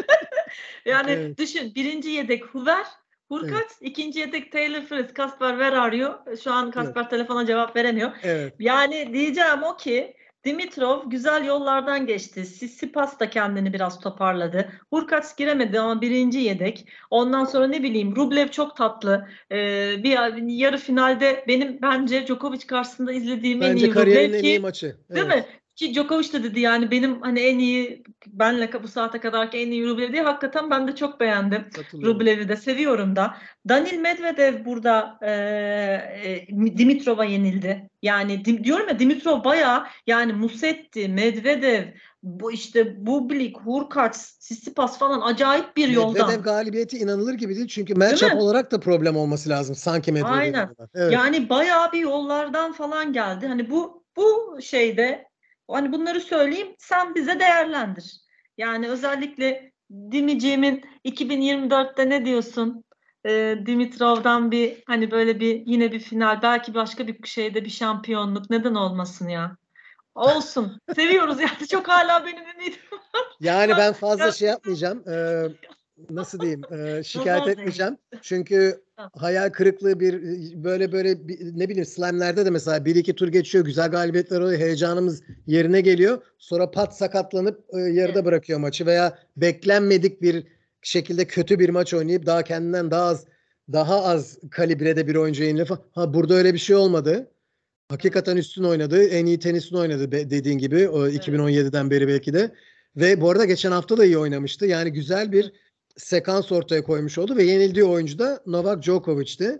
Speaker 1: yani
Speaker 2: Evet,
Speaker 1: düşün birinci yedek Huber,
Speaker 2: evet,
Speaker 1: Hurkacz, ikinci yedek Taylor Fritz, Kasper where are you? Şu an
Speaker 2: evet,
Speaker 1: Kasper telefona cevap veremiyor.
Speaker 2: evet.
Speaker 1: Yani diyeceğim o ki Dimitrov güzel yollardan geçti. Tsitsipas da kendini biraz toparladı. Hurkacz giremedi ama birinci yedek. Ondan sonra ne bileyim Rublev çok tatlı. Ee, bir yarı finalde benim bence Djokovic karşısında izlediğim en
Speaker 2: Bence
Speaker 1: iyi Rublev
Speaker 2: kariyerinin en iyi
Speaker 1: ki
Speaker 2: maçı.
Speaker 1: değil mi?
Speaker 2: Evet,
Speaker 1: Ki Djokovic de dedi yani benim hani en iyi benle bu saate kadarki en iyi Rublev diye hakikaten ben de çok beğendim.
Speaker 2: katılıyorum.
Speaker 1: Rublev'i de seviyorum da. Danil Medvedev burada e, e, Dimitrov'a yenildi. Yani dim, diyorum ya Dimitrov bayağı yani Musetti, Medvedev, bu işte Bublik, Hurkacz, Tsitsipas falan acayip bir
Speaker 2: Medvedev
Speaker 1: yoldan.
Speaker 2: galibiyeti inanılır gibi değil. Çünkü
Speaker 1: Değil
Speaker 2: matchup
Speaker 1: mi?
Speaker 2: olarak da problem olması lazım sanki Medvedev'in
Speaker 1: Aynen.
Speaker 2: olan. Evet.
Speaker 1: Yani bayağı bir yollardan falan geldi. Hani bu bu şeyde hani bunları söyleyeyim sen bize değerlendir. Yani özellikle Dimiciğimin iki bin yirmi dörtte ne diyorsun? Ee, Dimitrov'dan bir hani böyle bir yine bir final belki başka bir şeyde bir şampiyonluk neden olmasın ya? Olsun. Seviyoruz yani çok hala benim ümidim
Speaker 2: Yani
Speaker 1: var.
Speaker 2: ben fazla şey
Speaker 1: Gerçekten
Speaker 2: yapmayacağım. Ee, nasıl diyeyim? Ee, şikayet
Speaker 1: nazar değdi.
Speaker 2: etmeyeceğim. Çünkü hayal kırıklığı bir böyle böyle bir, ne bileyim slamlerde de mesela bir iki tur geçiyor. Güzel galibiyetler oluyor. Heyecanımız yerine geliyor. Sonra pat sakatlanıp e, yarıda
Speaker 1: Evet.
Speaker 2: bırakıyor maçı veya beklenmedik bir şekilde kötü bir maç oynayıp daha kendinden daha az daha az kalibrede bir oyuncu yenilip ha burada öyle bir şey olmadı. Hakikaten üstün oynadı. En iyi tenisini oynadı dediğin gibi. O
Speaker 1: Evet.
Speaker 2: iki bin on yediden beri belki de. Ve bu arada geçen hafta da iyi oynamıştı. Yani güzel bir sekans ortaya koymuş oldu ve yenildiği oyuncu da Novak Djokovic'ti.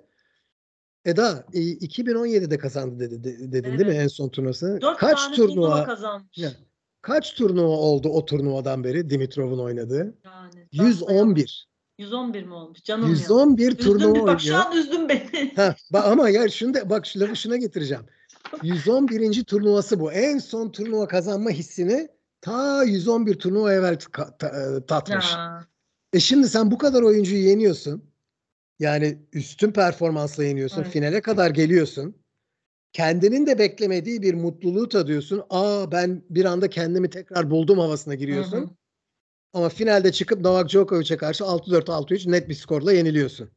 Speaker 2: Eda iki bin on yedide kazandı dedi, dedin değil mi
Speaker 1: Evet.
Speaker 2: en son turnuvasını?
Speaker 1: Dört
Speaker 2: Kaç
Speaker 1: tane turnuva
Speaker 2: turnuva ya,
Speaker 1: kazanmış.
Speaker 2: kaç turnuva oldu o turnuvadan beri Dimitrov'un oynadığı?
Speaker 1: Yani basbayağı.
Speaker 2: yüz on bir.
Speaker 1: yüz on bir mi olmuş? Canım ya.
Speaker 2: yüz on bir
Speaker 1: Üzdün
Speaker 2: turnuva
Speaker 1: bir bak şu
Speaker 2: oynuyor.
Speaker 1: an üzdün beni.
Speaker 2: Ha, ama ya şunu da bak şu lafı şuna getireceğim. yüz on birinci turnuvası bu. En son turnuva kazanma hissini ta yüz on bir turnuva evvel tatmış.
Speaker 1: Ya.
Speaker 2: E şimdi sen bu kadar oyuncuyu yeniyorsun. Yani üstün performansla yeniyorsun.
Speaker 1: Evet.
Speaker 2: Finale kadar geliyorsun. Kendinin de beklemediği bir mutluluğu tadıyorsun. Aa ben bir anda kendimi tekrar buldum havasına
Speaker 1: Hı
Speaker 2: giriyorsun.
Speaker 1: hı.
Speaker 2: Ama finalde çıkıp Novak Djokovic'e karşı altı dört altı üç net bir skorla yeniliyorsun.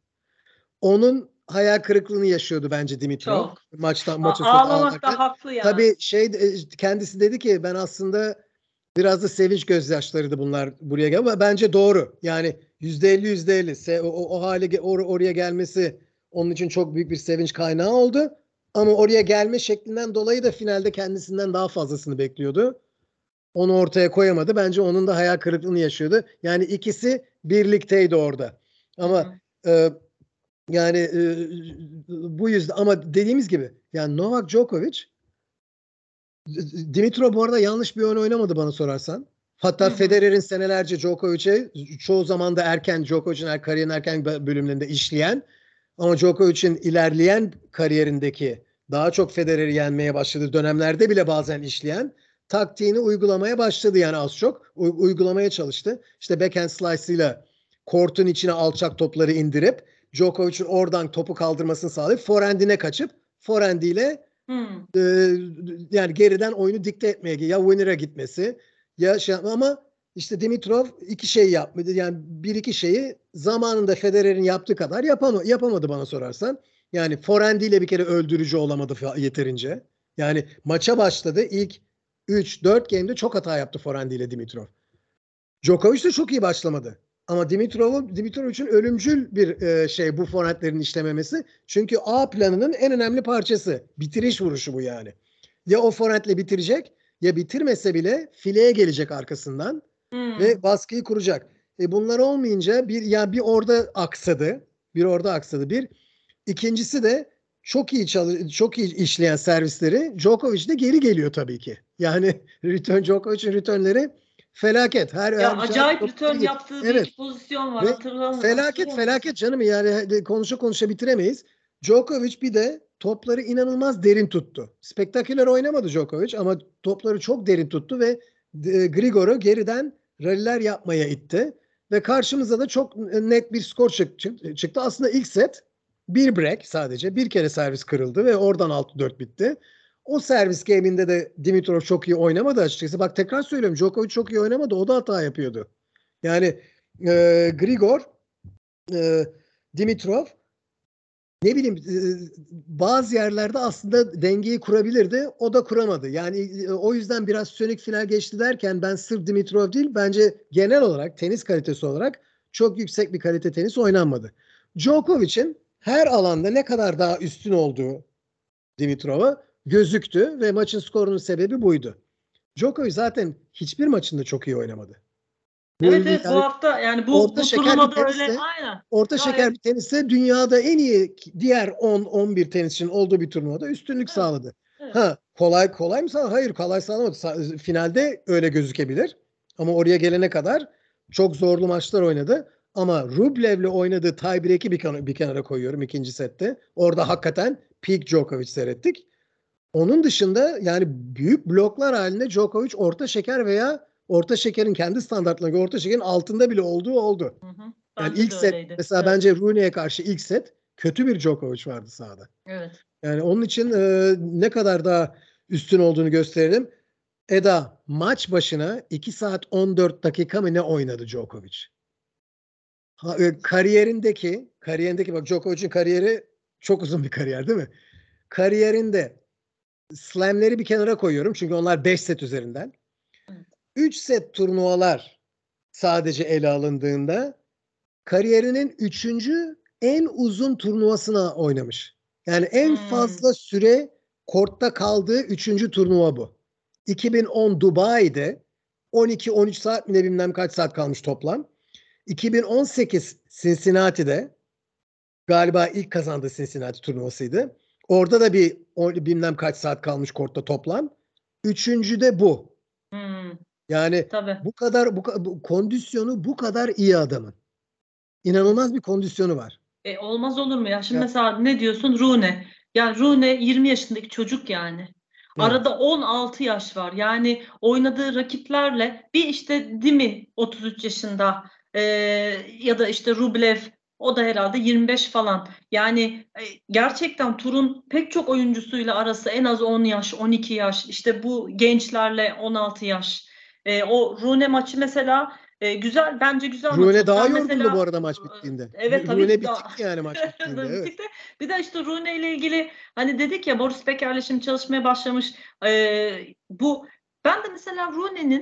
Speaker 2: Onun hayal kırıklığını yaşıyordu bence Dimitrov.
Speaker 1: Çok.
Speaker 2: Maçtan
Speaker 1: A-
Speaker 2: maça sonra
Speaker 1: ağlamakta
Speaker 2: ağlarken.
Speaker 1: haklı yani.
Speaker 2: Tabii şey kendisi dedi ki ben aslında Biraz da sevinç gözyaşlarıydı bunlar buraya gel ama bence doğru. Yani yüzde elli yüzde elli o, o, o hale or, oraya gelmesi onun için çok büyük bir sevinç kaynağı oldu. Ama oraya gelme şeklinden dolayı da finalde kendisinden daha fazlasını bekliyordu. Onu ortaya koyamadı. Bence onun da hayal kırıklığını yaşıyordu. Yani ikisi birlikteydi orada. Ama e, yani e, bu yüzden ama dediğimiz gibi yani Novak Djokovic Dimitrov bu arada yanlış bir oyun oynamadı bana sorarsan. Hatta
Speaker 1: Hı hı.
Speaker 2: Federer'in senelerce Djokovic'e çoğu zaman da erken Djokovic'in kariyerin erken bölümlerinde işleyen ama Djokovic'in ilerleyen kariyerindeki daha çok Federer'i yenmeye başladığı dönemlerde bile bazen işleyen taktiğini uygulamaya başladı yani az çok. U- uygulamaya çalıştı. İşte backhand slice'ıyla kortun içine alçak topları indirip Djokovic'in oradan topu kaldırmasını sağlayıp forehand'ine kaçıp forehand'iyle
Speaker 1: Hmm.
Speaker 2: e, yani geriden oyunu dikte etmeye ya winner'a gitmesi ya şey ama işte Dimitrov iki şey yapmadı. Yani bir iki şeyi zamanında Federer'in yaptığı kadar yapama, yapamadı bana sorarsan. Yani forehand ile bir kere öldürücü olamadı yeterince. Yani maça başladı. İlk üç dört game'de çok hata yaptı forehand ile Dimitrov. Djokovic de çok iyi başlamadı. Ama Dimitrov'un Dimitrov için ölümcül bir e, şey bu formatlerin işlememesi. Çünkü A planının en önemli parçası. Bitiriş vuruşu bu yani. Ya o formatle bitirecek ya bitirmese bile fileye gelecek arkasından
Speaker 1: Hmm.
Speaker 2: ve baskıyı kuracak. E bunlar olmayınca bir ya bir orada aksadı. Bir orada aksadı. Bir ikincisi de çok iyi çalı çok iyi işleyen servisleri Djokovic de geri geliyor tabii ki. Yani return Djokovic'in returnleri felaket. Her
Speaker 1: Ya
Speaker 2: her
Speaker 1: acayip
Speaker 2: her
Speaker 1: return
Speaker 2: git.
Speaker 1: yaptığı bir
Speaker 2: Evet.
Speaker 1: iki pozisyon var.
Speaker 2: Ve
Speaker 1: Hatırlamıyor,
Speaker 2: felaket
Speaker 1: hatırlıyor
Speaker 2: felaket
Speaker 1: musun?
Speaker 2: canım yani konuşa konuşa bitiremeyiz. Djokovic bir de topları inanılmaz derin tuttu. Spektaküler oynamadı Djokovic ama topları çok derin tuttu ve e, Grigor'u geriden ralliler yapmaya itti. Ve karşımıza da çok net bir skor çıktı. Aslında ilk set bir break sadece. Bir kere servis kırıldı ve oradan altı dört bitti. O servis game'inde de Dimitrov çok iyi oynamadı açıkçası. Bak tekrar söylüyorum Djokovic çok iyi oynamadı. O da hata yapıyordu. Yani e, Grigor, e, Dimitrov ne bileyim e, bazı yerlerde aslında dengeyi kurabilirdi. O da kuramadı. Yani e, o yüzden biraz sönük final geçti derken ben sırf Dimitrov değil bence genel olarak tenis kalitesi olarak çok yüksek bir kalite tenis oynanmadı. Djokovic'in her alanda ne kadar daha üstün olduğu Dimitrov'a gözüktü ve maçın skorunun sebebi buydu. Djokovic zaten hiçbir maçında çok iyi oynamadı. Bu
Speaker 1: Evet evet, bu
Speaker 2: yani
Speaker 1: hafta yani bu
Speaker 2: orta
Speaker 1: bu
Speaker 2: şeker bir
Speaker 1: turnuvada öyle,
Speaker 2: teniste
Speaker 1: aynen.
Speaker 2: orta şeker
Speaker 1: Gayet
Speaker 2: bir teniste dünyada en iyi diğer on on bir tenisçinin olduğu bir turnuvada üstünlük
Speaker 1: evet,
Speaker 2: sağladı.
Speaker 1: evet.
Speaker 2: Ha kolay kolay mı sağladı? Hayır kolay sağlamadı. Sa- Finalde öyle gözükebilir. Ama oraya gelene kadar çok zorlu maçlar oynadı. Ama Rublev'le oynadığı tiebreak'i bir, kenara, bir kenara koyuyorum ikinci sette. Orada hakikaten peak Djokovic seyrettik. Onun dışında yani büyük bloklar halinde Djokovic orta şeker veya orta şekerin kendi standartlarına göre orta şekerin altında bile olduğu oldu.
Speaker 1: Hı hı.
Speaker 2: Yani
Speaker 1: Bende
Speaker 2: ilk
Speaker 1: de
Speaker 2: set
Speaker 1: öyleydi.
Speaker 2: mesela
Speaker 1: Evet.
Speaker 2: bence Rooney'e karşı ilk set kötü bir Djokovic vardı sahada.
Speaker 1: Evet.
Speaker 2: Yani onun için e, ne kadar daha üstün olduğunu gösterelim. Eda maç başına iki saat on dört dakika mı ne oynadı Djokovic? Ha, e, kariyerindeki kariyerindeki bak Djokovic'in kariyeri çok uzun bir kariyer değil mi? Kariyerinde slamleri bir kenara koyuyorum çünkü onlar beş set üzerinden.
Speaker 1: Evet.
Speaker 2: üç set turnuvalar sadece ele alındığında kariyerinin üçüncü en uzun turnuvasına oynamış. Yani en
Speaker 1: Hmm.
Speaker 2: fazla süre kortta kaldığı üçüncü turnuva bu. iki bin on Dubai'de on iki on üç saat mi ne bilmem kaç saat kalmış toplam. iki bin on sekiz Cincinnati'de galiba ilk kazandığı Cincinnati turnuvasıydı. Orada da bir on, bilmem kaç saat kalmış kortta toplam. Üçüncü de bu.
Speaker 1: Hmm.
Speaker 2: Yani
Speaker 1: Tabii.
Speaker 2: bu kadar bu, bu kondisyonu bu kadar iyi adamın. İnanılmaz bir kondisyonu var.
Speaker 1: E, olmaz olur mu ya? Şimdi
Speaker 2: Ya,
Speaker 1: mesela ne diyorsun? Rune. Ya Rune yirmi yaşındaki çocuk yani.
Speaker 2: evet.
Speaker 1: Arada on altı yaş var. Yani oynadığı rakiplerle bir işte Dimi otuz üç yaşında, e, ya da işte Rublev, o da herhalde yirmi beş falan. Yani e, gerçekten turun pek çok oyuncusuyla arası en az on yaş, on iki yaş. İşte bu gençlerle on altı yaş. E, o Rune maçı mesela e, güzel, bence güzel maç
Speaker 2: Rune
Speaker 1: oldu.
Speaker 2: daha
Speaker 1: Sen
Speaker 2: yorgundu bu
Speaker 1: mesela
Speaker 2: arada maç bittiğinde.
Speaker 1: evet
Speaker 2: Rune
Speaker 1: tabii da
Speaker 2: bitikti yani maç bittiğinde. Evet.
Speaker 1: bitti. Bir de işte Rune ile ilgili hani dedik ya, Boris Beker'le şimdi çalışmaya başlamış. Ee, bu ben de mesela Rune'nin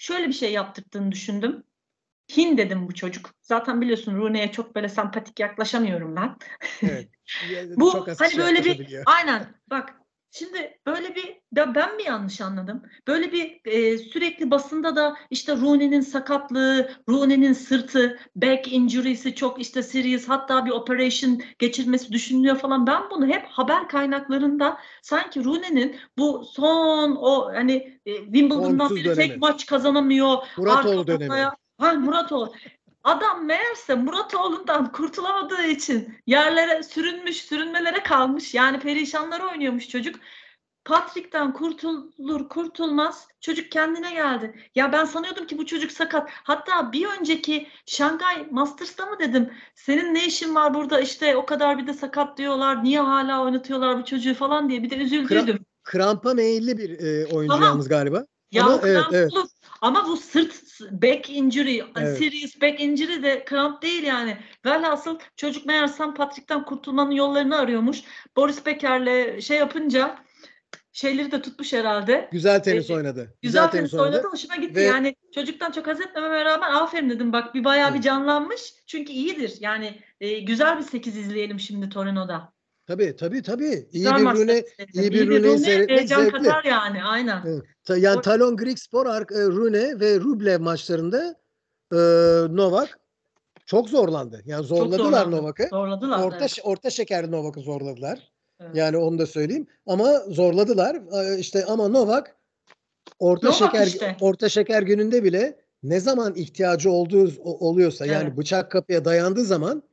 Speaker 1: şöyle bir şey yaptırdığını düşündüm. Hin dedim bu çocuk. Zaten biliyorsun Rooney'e çok böyle sempatik yaklaşamıyorum ben.
Speaker 2: Evet.
Speaker 1: Bu
Speaker 2: Çok az
Speaker 1: hani
Speaker 2: kişi
Speaker 1: böyle bir
Speaker 2: yaklaşabiliyor.
Speaker 1: aynen bak şimdi böyle bir ya ben mi yanlış anladım? Böyle bir e, sürekli basında da işte Rooney'nin sakatlığı, Rooney'nin sırtı, back injury'si çok işte serious, hatta bir operation geçirmesi düşünülüyor falan. Ben bunu hep haber kaynaklarında sanki Rooney'nin bu son o hani e, Wimbledon'dan
Speaker 2: Formsuz
Speaker 1: beri tek
Speaker 2: dönemi.
Speaker 1: maç kazanamıyor.
Speaker 2: Muratoğlu
Speaker 1: Arka
Speaker 2: dönemi.
Speaker 1: potaya ha Muratoğlu. Adam meğerse Muratoğlu'ndan kurtulamadığı için yerlere sürünmüş, sürünmelere kalmış. Yani perişanları oynuyormuş çocuk. Patrick'ten kurtulur kurtulmaz çocuk kendine geldi. Ya ben sanıyordum ki bu çocuk sakat. Hatta bir önceki Şangay Masters'ta mı dedim? Senin ne işin var burada, işte o kadar bir de sakat diyorlar. Niye hala oynatıyorlar bu çocuğu falan diye bir de üzüldüydüm.
Speaker 2: Kra- krampa meyilli bir e, oyuncu
Speaker 1: Tamam.
Speaker 2: yalnız galiba. Ama
Speaker 1: Yahu
Speaker 2: evet
Speaker 1: kramp
Speaker 2: evet.
Speaker 1: olur. Ama bu sırt back injury,
Speaker 2: Evet.
Speaker 1: serious back injury de kramp değil yani. Velhasıl çocuk meğersem Patrick'ten kurtulmanın yollarını arıyormuş. Boris Beker'le şey yapınca şeyleri de tutmuş herhalde.
Speaker 2: Güzel
Speaker 1: E,
Speaker 2: tenis oynadı. Güzel
Speaker 1: güzel
Speaker 2: tenis
Speaker 1: tenis oynadı.
Speaker 2: oynadı.
Speaker 1: Hoşuma gitti.
Speaker 2: Ve
Speaker 1: Yani çocuktan çok haz etmememe rağmen aferin dedim. Bak bir bayağı bir
Speaker 2: evet.
Speaker 1: canlanmış. Çünkü iyidir. Yani e, güzel bir sekiz izleyelim şimdi Torino'da.
Speaker 2: Tabii tabii tabii. İyi
Speaker 1: Güzel
Speaker 2: bir
Speaker 1: maçlar
Speaker 2: Rune,
Speaker 1: izleyelim.
Speaker 2: iyi bir
Speaker 1: İyi bir
Speaker 2: Rune'yi
Speaker 1: Rune
Speaker 2: seyretmek
Speaker 1: heyecan
Speaker 2: zevkli.
Speaker 1: katar yani. Aynen.
Speaker 2: Evet. Ta- Yani
Speaker 1: O,
Speaker 2: Talon Grigspor, Ar- e, Rune ve Rublev maçlarında e, Novak çok zorlandı. Yani
Speaker 1: çok
Speaker 2: zorladılar
Speaker 1: zorlandı.
Speaker 2: Novak'ı.
Speaker 1: Zorladılar.
Speaker 2: Orta
Speaker 1: Evet.
Speaker 2: ş- orta şekerli Novak'ı zorladılar.
Speaker 1: Evet.
Speaker 2: Yani onu da söyleyeyim. Ama zorladılar. E, işte ama Novak orta
Speaker 1: Novak
Speaker 2: şeker
Speaker 1: işte.
Speaker 2: orta şeker gününde bile ne zaman ihtiyacı olduğu o- oluyorsa yani
Speaker 1: Evet.
Speaker 2: bıçak kapıya dayandığı zaman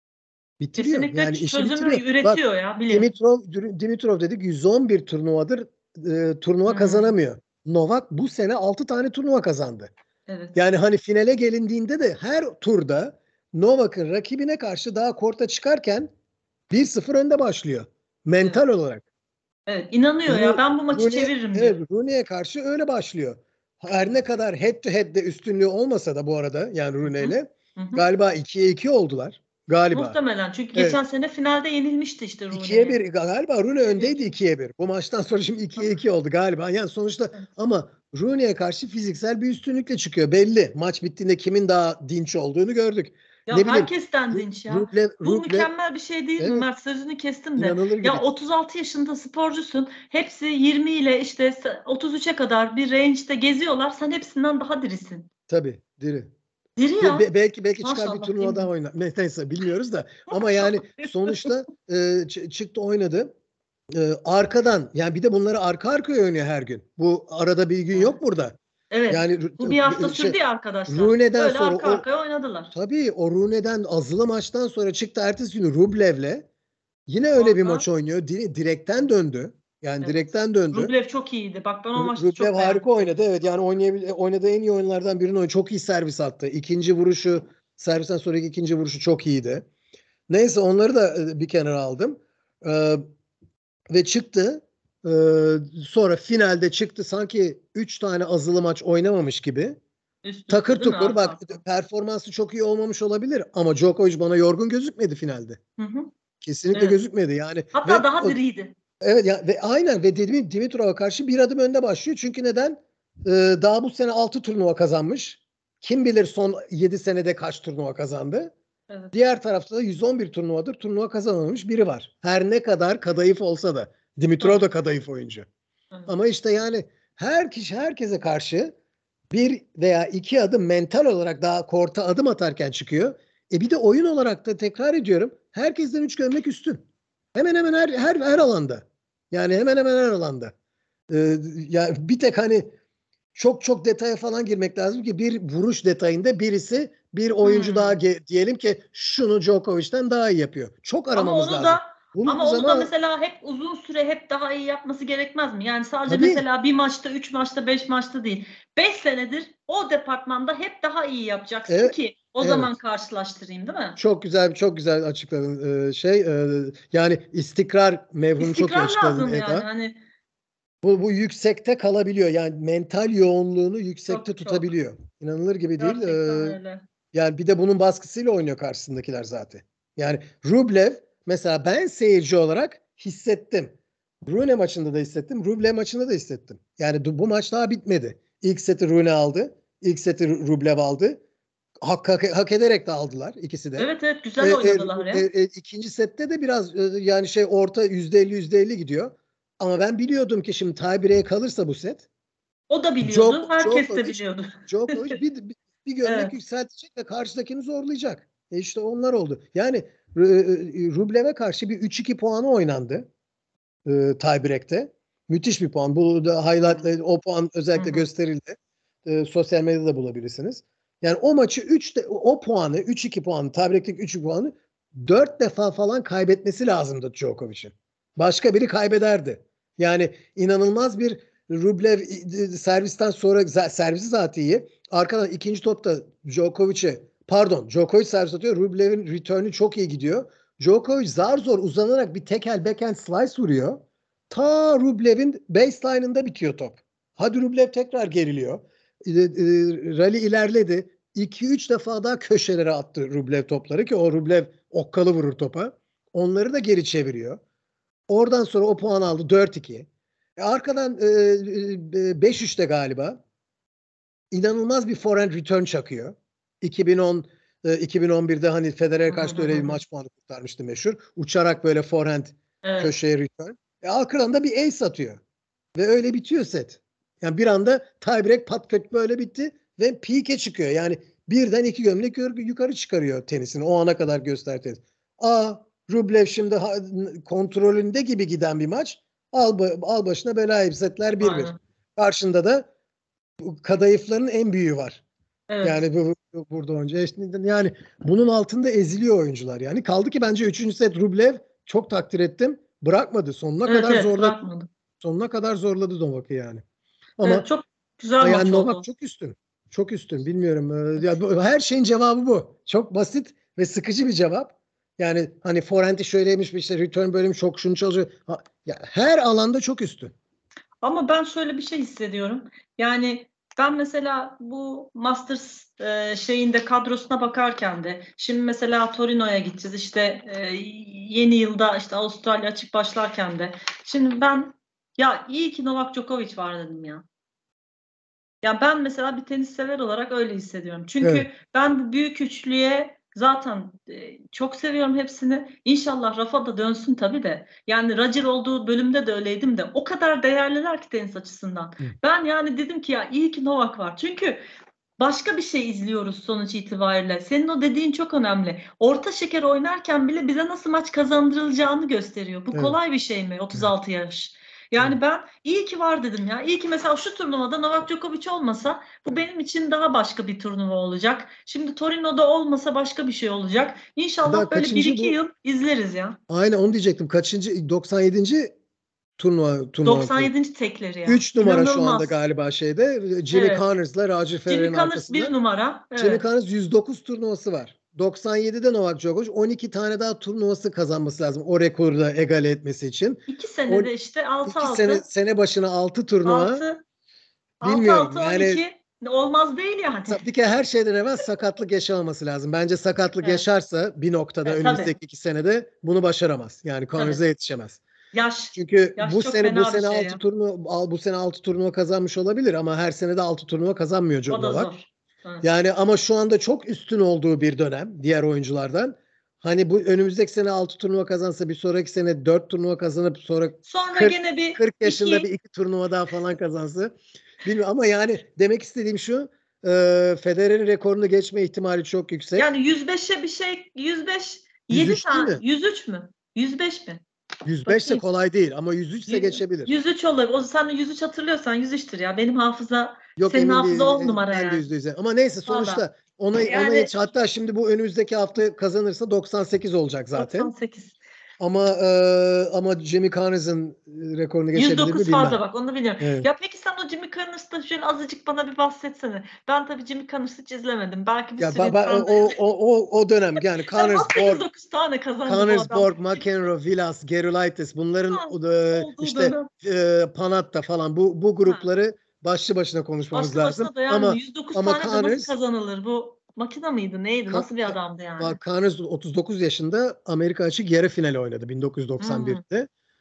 Speaker 2: bitiriyor.
Speaker 1: Kesinlikle
Speaker 2: Yani
Speaker 1: ç-
Speaker 2: işi
Speaker 1: çözümü
Speaker 2: bitiriyor. Bak
Speaker 1: üretiyor ya bilim.
Speaker 2: Dimitrov Dimitrov dedik yüz on bir turnuvadır e, turnuva
Speaker 1: Hmm,
Speaker 2: kazanamıyor. Novak bu sene altı tane turnuva kazandı.
Speaker 1: evet.
Speaker 2: Yani hani finale gelindiğinde de her turda Novak'ın rakibine karşı daha korta çıkarken bir sıfır önde başlıyor.
Speaker 1: Evet.
Speaker 2: Mental olarak.
Speaker 1: Evet. İnanıyor ya.
Speaker 2: Ru-
Speaker 1: Ben bu maçı
Speaker 2: Rooney,
Speaker 1: çeviririm diyor.
Speaker 2: evet, Rooney'e karşı öyle başlıyor. Her ne kadar head to head'de üstünlüğü olmasa da bu arada yani
Speaker 1: Hı hı.
Speaker 2: Rooney'le
Speaker 1: Hı hı.
Speaker 2: galiba ikiye iki oldular. Galiba.
Speaker 1: Muhtemelen. Çünkü
Speaker 2: Evet.
Speaker 1: geçen sene finalde yenilmişti işte
Speaker 2: ikiye
Speaker 1: Rooney'e.
Speaker 2: bir galiba Rooney
Speaker 1: ikiye bir.
Speaker 2: öndeydi ikiye bir. Bu maçtan sonra şimdi ikiye iki oldu galiba. Yani sonuçta
Speaker 1: Evet.
Speaker 2: ama Rooney'e karşı fiziksel bir üstünlükle çıkıyor. Belli. Maç bittiğinde kimin daha dinç olduğunu gördük.
Speaker 1: Ya
Speaker 2: Ne bileyim
Speaker 1: herkesten
Speaker 2: Ru-
Speaker 1: dinç ya.
Speaker 2: Rublev,
Speaker 1: Bu
Speaker 2: Rublev
Speaker 1: mükemmel bir şey değil mi
Speaker 2: evet
Speaker 1: Mert? Sözünü kestim de.
Speaker 2: inanılır
Speaker 1: Ya
Speaker 2: gibi.
Speaker 1: otuz altı yaşında sporcusun. Hepsi yirmi ile işte otuz üçe kadar bir range'de geziyorlar. Sen hepsinden daha dirisin.
Speaker 2: Tabii diri.
Speaker 1: Diri
Speaker 2: Be-
Speaker 1: ya.
Speaker 2: be- belki belki çıkar bir
Speaker 1: Maşallah değil
Speaker 2: turnuva daha
Speaker 1: mi?
Speaker 2: oynar. Ne- Neyse bilmiyoruz da. Ama yani
Speaker 1: Maşallah değil mi?
Speaker 2: sonuçta e, ç- çıktı oynadı. E, arkadan yani bir de bunları arka arkaya oynuyor her gün. Bu arada bir gün yok
Speaker 1: Evet.
Speaker 2: burada.
Speaker 1: Evet.
Speaker 2: Yani
Speaker 1: Bu bir hafta
Speaker 2: Ru-
Speaker 1: sürdü
Speaker 2: şey
Speaker 1: ya arkadaşlar.
Speaker 2: Rune'den
Speaker 1: Öyle
Speaker 2: sonra
Speaker 1: arka
Speaker 2: o
Speaker 1: arkaya oynadılar.
Speaker 2: tabii o Rune'den azılı maçtan sonra çıktı ertesi günü Rublev'le yine öyle bir
Speaker 1: Orada
Speaker 2: maç oynuyor. Dire- direkten döndü. Yani
Speaker 1: evet.
Speaker 2: direkten döndü.
Speaker 1: Rublev çok iyiydi. Bak ben o
Speaker 2: Ru-
Speaker 1: maçta
Speaker 2: Rublev
Speaker 1: çok
Speaker 2: harika
Speaker 1: beğendim
Speaker 2: oynadı.
Speaker 1: Rublev'i.
Speaker 2: Evet yani oynayabil oynadığı en iyi oyunlardan birini oynadı. Çok iyi servis attı. İkinci vuruşu servisten sonraki ikinci vuruşu çok iyiydi. Neyse onları da e, bir kenara aldım. Ee, ve çıktı. Ee, sonra finalde çıktı. Sanki üç tane azılı maç oynamamış gibi.
Speaker 1: Üst
Speaker 2: Takır
Speaker 1: üste değil mi?
Speaker 2: tukur
Speaker 1: Arka
Speaker 2: bak
Speaker 1: arka.
Speaker 2: performansı çok iyi olmamış olabilir ama Djokovic bana yorgun gözükmedi finalde.
Speaker 1: Hı hı.
Speaker 2: Kesinlikle
Speaker 1: Evet.
Speaker 2: gözükmedi yani
Speaker 1: Hatta
Speaker 2: ve
Speaker 1: daha
Speaker 2: o,
Speaker 1: diriydi.
Speaker 2: evet ya ve aynen ve dediğim Dimitrov'a karşı bir adım önde başlıyor. Çünkü neden? Ee, daha bu sene altı turnuva kazanmış. Kim bilir son yedi senede kaç turnuva kazandı.
Speaker 1: Evet.
Speaker 2: Diğer tarafta da yüz on bir turnuvadır turnuva kazanamamış biri var. Her ne kadar kadayıf olsa da. Dimitrov
Speaker 1: Tabii.
Speaker 2: da kadayıf oyuncu.
Speaker 1: Evet.
Speaker 2: Ama işte yani her kişi herkese karşı bir veya iki adım mental olarak daha korta adım atarken çıkıyor. E bir de oyun olarak da tekrar ediyorum. Herkesten üç gömlek üstün. Hemen hemen her her her alanda. Yani hemen hemen her alanda. Ee, ya bir tek hani çok çok detaya falan girmek lazım ki bir vuruş detayında birisi bir oyuncu daha
Speaker 1: Hmm.
Speaker 2: ge- diyelim ki şunu Djokovic'ten daha iyi yapıyor. Çok
Speaker 1: Ama
Speaker 2: aramamız
Speaker 1: onu
Speaker 2: lazım.
Speaker 1: da ama
Speaker 2: Buluruz
Speaker 1: onu da
Speaker 2: ama
Speaker 1: mesela hep uzun süre hep daha iyi yapması gerekmez mi? Yani sadece
Speaker 2: tabii
Speaker 1: mesela bir maçta, üç maçta, beş maçta değil. Beş senedir o departmanda hep daha iyi yapacaksın
Speaker 2: evet,
Speaker 1: ki o zaman
Speaker 2: evet.
Speaker 1: karşılaştırayım, değil mi?
Speaker 2: Çok güzel, çok güzel açıkladın. Ee, şey, e, yani istikrar mevhunu çok iyi
Speaker 1: İstikrar
Speaker 2: açıkladın
Speaker 1: lazım yani.
Speaker 2: Eda.
Speaker 1: Hani
Speaker 2: Bu, bu yüksekte kalabiliyor. Yani mental yoğunluğunu yüksekte
Speaker 1: çok çok
Speaker 2: tutabiliyor. İnanılır gibi değil.
Speaker 1: gerçekten
Speaker 2: Ee,
Speaker 1: öyle.
Speaker 2: yani bir de bunun baskısıyla oynuyor karşısındakiler zaten. Yani Rublev mesela ben seyirci olarak hissettim. Rune maçında da hissettim. Rublev maçında da hissettim. Yani bu maç daha bitmedi. İlk seti Rune aldı. İlk seti Rublev aldı. Hak, hak, hak ederek de aldılar ikisi de.
Speaker 1: Evet evet güzel
Speaker 2: E,
Speaker 1: oynadılar
Speaker 2: e,
Speaker 1: ya.
Speaker 2: e, e, ikinci sette de biraz e, yani şey orta yüzde elli yüzde elli gidiyor. Ama ben biliyordum ki şimdi tiebreak'e kalırsa bu set
Speaker 1: O da biliyordu.
Speaker 2: Djok-
Speaker 1: Herkes de
Speaker 2: Djokovic
Speaker 1: biliyordu.
Speaker 2: Djokovic bir, bir, bir gömlek
Speaker 1: Evet.
Speaker 2: yükseltecek ve karşıdakini zorlayacak. E işte onlar oldu. Yani e, e, Rublev'e karşı bir üç iki puanı oynandı e, tiebreak'te. Müthiş bir puan. Bu da highlight'la o puan özellikle
Speaker 1: Hı hı.
Speaker 2: gösterildi. E, sosyal medyada da bulabilirsiniz. Yani o maçı üç de, o puanı üç iki puanı tiebreak'teki üç puanı dört defa falan kaybetmesi lazımdı Djokovic'in. Başka biri kaybederdi. Yani inanılmaz bir Rublev servisten sonra servisi zaten iyi. Arkadan ikinci topta Djokovic'e pardon Djokovic servis atıyor. Rublev'in return'ü çok iyi gidiyor. Djokovic zar zor uzanarak bir tekel backhand slice vuruyor. Ta Rublev'in baseline'ında bitiyor top. Hadi Rublev tekrar geriliyor. E, e, rally ilerledi. iki üç defa daha köşelere attı Rublev topları ki o Rublev okkalı vurur topa. Onları da geri çeviriyor. Oradan sonra o puan aldı dört iki. E, arkadan e, e, beş üçte galiba inanılmaz bir forehand return çakıyor. iki bin on e, iki bin on birde hani Federer'e karşı da öyle bir maç puanı kurtarmıştı meşhur. Uçarak böyle forehand
Speaker 1: Evet.
Speaker 2: köşeye return. E, arkadan da bir ace atıyor. Ve öyle bitiyor set. Yani bir anda tiebreak pat kök böyle bitti ve peak'e çıkıyor. Yani birden iki gömlek yukarı çıkarıyor tenisini. O ana kadar göster tenis. Aa Rublev şimdi kontrolünde gibi giden bir maç. Al, al başına belayı setler bir bir.
Speaker 1: Aynen.
Speaker 2: Karşında da kadayıfların en büyüğü var.
Speaker 1: Evet.
Speaker 2: Yani bu, bu burada önce yani bunun altında eziliyor oyuncular. Yani kaldı ki bence üçüncü set Rublev çok takdir ettim. Bırakmadı. Sonuna
Speaker 1: Evet
Speaker 2: kadar
Speaker 1: evet
Speaker 2: zorladı.
Speaker 1: bırakmadı.
Speaker 2: Sonuna kadar zorladı Novak'ı yani.
Speaker 1: Evet
Speaker 2: Ama
Speaker 1: çok güzel maç
Speaker 2: yani Novak
Speaker 1: oldu.
Speaker 2: çok üstün. Çok üstün. Bilmiyorum. Ee, Ya bu- her şeyin cevabı bu. Çok basit ve sıkıcı bir cevap. Yani hani forehand'i şöyleymiş bir işte return böyleymiş çok şunu çalışıyor. Ha, ya her alanda çok üstün.
Speaker 1: Ama ben şöyle bir şey hissediyorum. Yani ben mesela bu Masters e, şeyinde kadrosuna bakarken de şimdi mesela Torino'ya gideceğiz işte e, yeni yılda işte Avustralya açık başlarken de şimdi ben ya iyi ki Novak Djokovic var dedim ya. Ya ben mesela bir tenis sever olarak öyle hissediyorum. Çünkü
Speaker 2: Evet.
Speaker 1: ben bu büyük üçlüye zaten e, çok seviyorum hepsini. İnşallah Rafa da dönsün tabii de. Yani Roger olduğu bölümde de öyleydim de. O kadar değerliler ki tenis açısından.
Speaker 2: Hı.
Speaker 1: Ben yani dedim ki ya iyi ki Novak var. Çünkü başka bir şey izliyoruz sonuç itibariyle. Senin o dediğin çok önemli. Orta şeker oynarken bile bize nasıl maç kazandırılacağını gösteriyor. Bu
Speaker 2: Evet.
Speaker 1: kolay bir şey mi? otuz altı yaş. Yani
Speaker 2: Evet.
Speaker 1: ben iyi ki var dedim ya. İyi ki mesela şu turnuvada Novak Djokovic olmasa bu benim için daha başka bir turnuva olacak. Şimdi Torino'da olmasa başka bir şey olacak.
Speaker 2: Daha
Speaker 1: İnşallah böyle bir
Speaker 2: kaçıncı
Speaker 1: iki
Speaker 2: bu?
Speaker 1: yıl izleriz ya.
Speaker 2: Aynen onu diyecektim. Kaçıncı? doksan yedinci turnuva
Speaker 1: doksan
Speaker 2: turnuvası.
Speaker 1: yedinci tekleri ya.
Speaker 2: üç numara şu anda
Speaker 1: İnanılmaz.
Speaker 2: galiba şeyde. Jimmy
Speaker 1: Evet.
Speaker 2: Connors'la Roger
Speaker 1: Jimmy
Speaker 2: Federer'in
Speaker 1: Connors bir
Speaker 2: arkasında.
Speaker 1: numara.
Speaker 2: Jimmy
Speaker 1: Evet.
Speaker 2: Connors yüz dokuz turnuvası var. doksan yedide Novak Djokovic on iki tane daha turnuvası kazanması lazım o rekoru da egale etmesi için.
Speaker 1: İki
Speaker 2: O
Speaker 1: senede işte altı
Speaker 2: iki sene
Speaker 1: altı.
Speaker 2: sene başına altı turnuva
Speaker 1: altı altı
Speaker 2: bilmiyorum.
Speaker 1: altı on
Speaker 2: Yani
Speaker 1: iki olmaz değil yani.
Speaker 2: bir kere her şeyden evvel sakatlık yaşamaması lazım. Bence sakatlık
Speaker 1: Evet.
Speaker 2: yaşarsa bir noktada
Speaker 1: Evet,
Speaker 2: önümüzdeki
Speaker 1: tabii.
Speaker 2: iki senede bunu başaramaz. Yani Connors'a
Speaker 1: Tabii.
Speaker 2: yetişemez.
Speaker 1: Yaş.
Speaker 2: Çünkü
Speaker 1: Yaş
Speaker 2: bu
Speaker 1: çok
Speaker 2: sene bu
Speaker 1: fena bir
Speaker 2: sene
Speaker 1: şey
Speaker 2: altı
Speaker 1: ya.
Speaker 2: turnuva bu sene altı turnuva kazanmış olabilir ama her sene de altı turnuva kazanmıyor
Speaker 1: O da
Speaker 2: Novak.
Speaker 1: zor. Evet.
Speaker 2: Yani ama şu anda çok üstün olduğu bir dönem diğer oyunculardan. Hani bu önümüzdeki sene altı turnuva kazansa bir sonraki sene dört turnuva kazanıp sonra
Speaker 1: Sonra
Speaker 2: kırk
Speaker 1: gene bir
Speaker 2: kırk yaşında bir
Speaker 1: iki
Speaker 2: iki turnuva daha falan kazansa. Bilmiyorum ama yani demek istediğim şu e, Federer'in rekorunu geçme ihtimali çok yüksek.
Speaker 1: yani yüz beşe bir şey yüz beş
Speaker 2: yüz
Speaker 1: yedi
Speaker 2: üç değil
Speaker 1: tane
Speaker 2: mi?
Speaker 1: yüz üç mü? yüz beş mi?
Speaker 2: yüz beş ise
Speaker 1: Bakayım.
Speaker 2: kolay değil ama yüz üç ise geçebilir.
Speaker 1: yüz üç olabilir. O sen yüz üç hatırlıyorsan yüz üçtür ya. Benim hafıza
Speaker 2: Yok
Speaker 1: senin
Speaker 2: emin
Speaker 1: hafıza
Speaker 2: değil.
Speaker 1: on
Speaker 2: E,
Speaker 1: numara
Speaker 2: Ben de
Speaker 1: yani.
Speaker 2: yüzde yüz. Ama neyse
Speaker 1: Valla.
Speaker 2: sonuçta ona ona
Speaker 1: Yani
Speaker 2: yetiş. Hatta şimdi bu önümüzdeki hafta kazanırsa doksan sekiz olacak zaten.
Speaker 1: doksan sekiz.
Speaker 2: Ama e, ama Jimmy Connors'ın rekorunu geçebilir mi
Speaker 1: yüz dokuz
Speaker 2: bilmem.
Speaker 1: fazla bak onu biliyorum.
Speaker 2: Evet.
Speaker 1: Ya peki sen o Jimmy Connors'tan şöyle azıcık bana bir bahsetsene. Ben tabii Jimmy Connors'ı hiç izlemedim. Belki bir
Speaker 2: Ya
Speaker 1: sürü
Speaker 2: ba, ba,
Speaker 1: insan da
Speaker 2: o, o o o dönem yani
Speaker 1: ya
Speaker 2: Connors,
Speaker 1: nasıl
Speaker 2: Borg,
Speaker 1: yüz dokuz tane kazandı bu
Speaker 2: Connors,
Speaker 1: adam?
Speaker 2: Borg, McEnroe, Vilas, Gerulaitis bunların
Speaker 1: Ha,
Speaker 2: e,
Speaker 1: olduğu
Speaker 2: işte
Speaker 1: dönem.
Speaker 2: e, Panatta falan bu bu
Speaker 1: Ha.
Speaker 2: grupları başlı başına konuşmamız
Speaker 1: Başlı
Speaker 2: lazım.
Speaker 1: başına da yani
Speaker 2: Ama
Speaker 1: yüz dokuz
Speaker 2: ama
Speaker 1: tane de nasıl
Speaker 2: Connors
Speaker 1: kazanılır? Bu makine mıydı? Neydi?
Speaker 2: Ka-
Speaker 1: Nasıl bir
Speaker 2: Ka-
Speaker 1: adamdı yani?
Speaker 2: Bak Connors otuz dokuz yaşında Amerika açık yarı finali oynadı
Speaker 1: Hı hı.
Speaker 2: bin dokuz yüz doksan birde.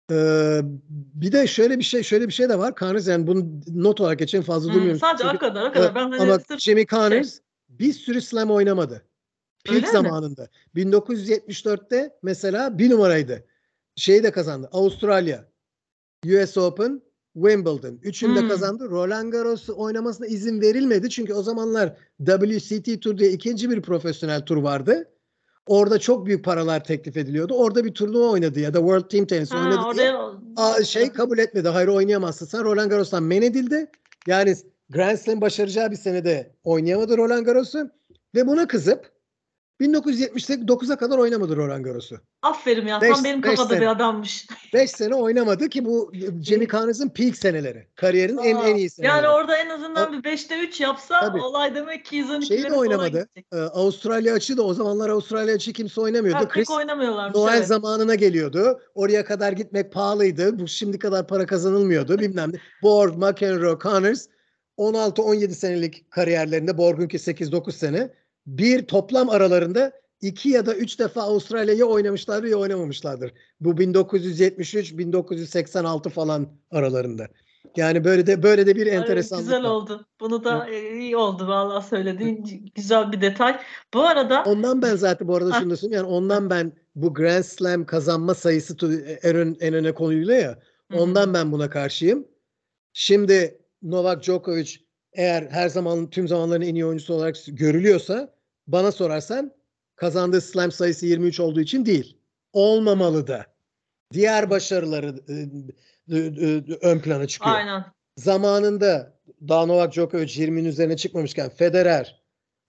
Speaker 2: Ee, bir de şöyle bir şey şöyle bir şey de var. Connors, yani bunu not olarak geçen fazla
Speaker 1: Hmm,
Speaker 2: durmuyorum.
Speaker 1: sadece
Speaker 2: Çünkü
Speaker 1: o kadar o
Speaker 2: e,
Speaker 1: kadar. Ben
Speaker 2: ama
Speaker 1: hani sırf
Speaker 2: Jimmy
Speaker 1: şey.
Speaker 2: Connors bir sürü slam oynamadı. Peak
Speaker 1: Öyle mi?
Speaker 2: zamanında. bin dokuz yüz yetmiş dörtte mesela bir numaraydı. Şeyi de kazandı. Avustralya, U S Open, Wimbledon. Üçünü de
Speaker 1: Hmm.
Speaker 2: kazandı. Roland Garros'u oynamasına izin verilmedi. Çünkü o zamanlar W C T Tour diye ikinci bir profesyonel tur vardı. Orada çok büyük paralar teklif ediliyordu. Orada bir turnuva oynadı ya da World Team Tennis oynadı
Speaker 1: Ha,
Speaker 2: diye
Speaker 1: oraya
Speaker 2: a, şey kabul etmedi. Hayır, oynayamazsın. Sen Roland Garros'tan men edildi. Yani Grand Slam başaracağı bir senede oynayamadı Roland Garros'u ve buna kızıp bin dokuz yüz yetmiş dokuza kadar oynamadı Roland Garros'u.
Speaker 1: aferin ya.
Speaker 2: beş
Speaker 1: Tam benim
Speaker 2: beş
Speaker 1: kafada bir
Speaker 2: sene.
Speaker 1: adammış.
Speaker 2: beş sene oynamadı ki bu Jamie Connors'ın peak seneleri. Kariyerin en en
Speaker 1: Aa,
Speaker 2: iyi
Speaker 1: yani
Speaker 2: seneleri.
Speaker 1: orada en
Speaker 2: A,
Speaker 1: azından bir beşte üç yapsa
Speaker 2: tabii.
Speaker 1: olay demek ki
Speaker 2: Şeyi de
Speaker 1: yüz on ikilere falan
Speaker 2: oynamadı.
Speaker 1: gidecek.
Speaker 2: Ee, Avustralya açığı da o zamanlar Avustralya açığı kimse oynamıyordu.
Speaker 1: Ha, pek
Speaker 2: Chris
Speaker 1: oynamıyorlarmış,
Speaker 2: Noel
Speaker 1: evet.
Speaker 2: zamanına geliyordu. Oraya kadar gitmek pahalıydı. Bu şimdi kadar para kazanılmıyordu bilmem ne. Borg, McEnroe, Connors on altı on yedi senelik kariyerlerinde, Borg'unki sekiz dokuz sene, bir toplam aralarında iki ya da üç defa Avustralya'yı oynamışlardır ya oynamamışlardır. Bu bin dokuz yüz yetmiş üç bin dokuz yüz seksen altı falan aralarında. Yani böyle de böyle de bir
Speaker 1: Evet, güzel
Speaker 2: enteresanlık var.
Speaker 1: oldu. Bunu
Speaker 2: Evet.
Speaker 1: da e, iyi oldu vallahi söylediğin güzel bir detay. Bu arada
Speaker 2: Ondan ben zaten bu arada
Speaker 1: Hah,
Speaker 2: şunu da söyleyeyim. Yani
Speaker 1: hah.
Speaker 2: ondan ben bu Grand Slam kazanma sayısı tu- en, ön, en öne konuyla ya.
Speaker 1: Hı hı hı.
Speaker 2: Ondan ben buna karşıyım. Şimdi Novak Djokovic eğer her zaman tüm zamanların en iyi oyuncusu olarak görülüyorsa, bana sorarsan kazandığı slam sayısı yirmi üç olduğu için değil. Olmamalı da. Diğer başarıları e, e, e, ön plana çıkıyor.
Speaker 1: Aynen.
Speaker 2: Zamanında daha Novak Djokovic yirminin üzerine çıkmamışken Federer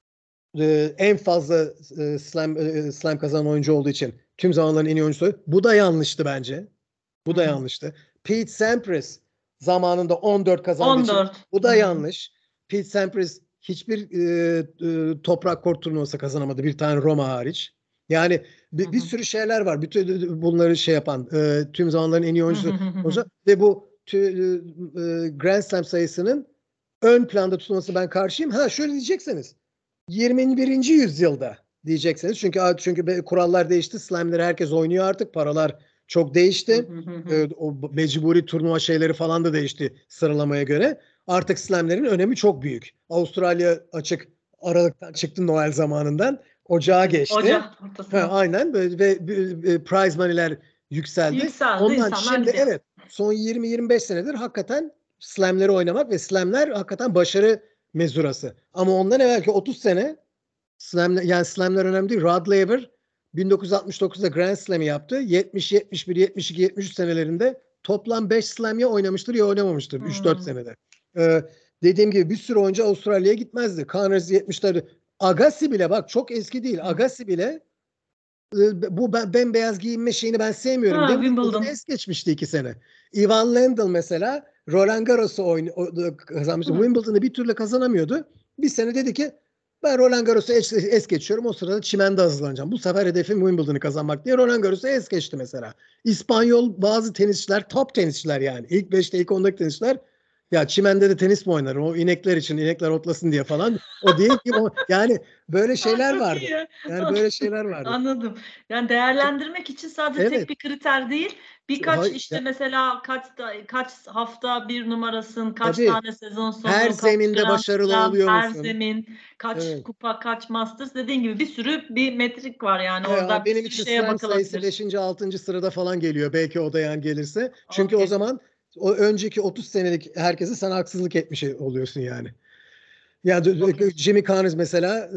Speaker 2: e, en fazla e, slam, e, slam kazanan oyuncu olduğu için tüm zamanların en iyi oyuncusu. Bu da yanlıştı bence. Bu
Speaker 1: Hı
Speaker 2: da
Speaker 1: hı.
Speaker 2: yanlıştı. Pete Sampras zamanında on dört kazandığı için
Speaker 1: on dört.
Speaker 2: bu
Speaker 1: Hı
Speaker 2: da
Speaker 1: hı.
Speaker 2: yanlış. Pete Sampras hiçbir e, e, toprak kort turnuvası kazanamadı. Bir tane Roma hariç. Yani
Speaker 1: Hı
Speaker 2: bir, bir
Speaker 1: hı.
Speaker 2: sürü şeyler var. Bütün bunları şey yapan e, tüm zamanların en iyi
Speaker 1: Hı hı
Speaker 2: oyuncusu
Speaker 1: hı hı.
Speaker 2: olacak. Ve bu tü, e, Grand Slam sayısının ön planda tutulması ben karşıyım. Ha, şöyle diyecekseniz yirmi birinci yüzyılda diyeceksiniz. Çünkü çünkü kurallar değişti. Slam'leri herkes oynuyor artık. Paralar çok
Speaker 1: Hı
Speaker 2: değişti.
Speaker 1: hı hı hı.
Speaker 2: Ee, o mecburi turnuva şeyleri falan da değişti sıralamaya göre. Artık slamlerin önemi çok büyük. Avustralya açık Aralık'tan çıktı, Noel zamanından. Ocağa
Speaker 1: Tabii.
Speaker 2: geçti.
Speaker 1: Ocak
Speaker 2: Ha,
Speaker 1: ortasına.
Speaker 2: aynen ve, ve, ve prize money'ler yükseldi.
Speaker 1: Yükseldi,
Speaker 2: Ondan
Speaker 1: insanlar
Speaker 2: şimdi
Speaker 1: gidiyor.
Speaker 2: evet, son yirmi yirmi beş senedir hakikaten slamleri oynamak ve slamler hakikaten başarı mezurası. Ama ondan evvelki otuz sene slamler, yani slamler önemli değil. Rod Laver bin dokuz yüz altmış dokuzda Grand Slam'i yaptı. yetmiş, yetmiş bir, yetmiş iki, yetmiş üç senelerinde toplam beş slam ya oynamıştır ya oynamamıştır. üç dört
Speaker 1: Hmm.
Speaker 2: senede. Ee, dediğim gibi bir sürü oyuncu Avustralya'ya gitmezdi. Connors yetmişlerde. Agassi bile, bak çok eski değil.
Speaker 1: Hı.
Speaker 2: Agassi bile e, bu ben, bembeyaz giyinme şeyini ben sevmiyorum
Speaker 1: Ha,
Speaker 2: diye Wimbledon'ı
Speaker 1: Wimbledon.
Speaker 2: es geçmişti iki sene. Ivan Lendl mesela Roland Garros'u oyun, o- kazanmıştı.
Speaker 1: Hı.
Speaker 2: Wimbledon'ı bir türlü kazanamıyordu. Bir sene dedi ki ben Roland Garros'u es, es geçiyorum. O sırada çimende hazırlanacağım. Bu sefer hedefim Wimbledon'ı kazanmak diye Roland Garros'u es geçti mesela. İspanyol bazı tenisçiler, top tenisçiler yani. İlk beşte, ilk ondaki tenisçiler ya çimende de tenis mi oynarım? O inekler için, inekler otlasın diye falan. O değil ki o, yani böyle
Speaker 1: Aa,
Speaker 2: şeyler
Speaker 1: çok iyi
Speaker 2: vardı.
Speaker 1: ya.
Speaker 2: Yani böyle şeyler vardı.
Speaker 1: Anladım. Yani değerlendirmek için sadece tek
Speaker 2: Evet.
Speaker 1: bir kriter değil, birkaç
Speaker 2: Hay,
Speaker 1: işte
Speaker 2: ya,
Speaker 1: mesela kaç da, kaç hafta bir numarasın, kaç
Speaker 2: tabii.
Speaker 1: tane sezon
Speaker 2: Her
Speaker 1: sonu, kaç
Speaker 2: zeminde
Speaker 1: Grand
Speaker 2: başarılı
Speaker 1: Slam,
Speaker 2: oluyor
Speaker 1: her
Speaker 2: musun?
Speaker 1: zemin, kaç
Speaker 2: Evet.
Speaker 1: kupa, kaç Masters dediğin gibi bir sürü bir metrik var yani
Speaker 2: Ya,
Speaker 1: orada bir
Speaker 2: benim
Speaker 1: sürü
Speaker 2: için
Speaker 1: şeye
Speaker 2: slam sayısı
Speaker 1: bakılabilir.
Speaker 2: beşinci altıncı sırada falan geliyor. Belki o da yani gelirse. Çünkü o
Speaker 1: Okey.
Speaker 2: zaman o önceki otuz senelik herkese sen haksızlık etmiş oluyorsun yani. Ya
Speaker 1: Okey.
Speaker 2: Jimmy Connors mesela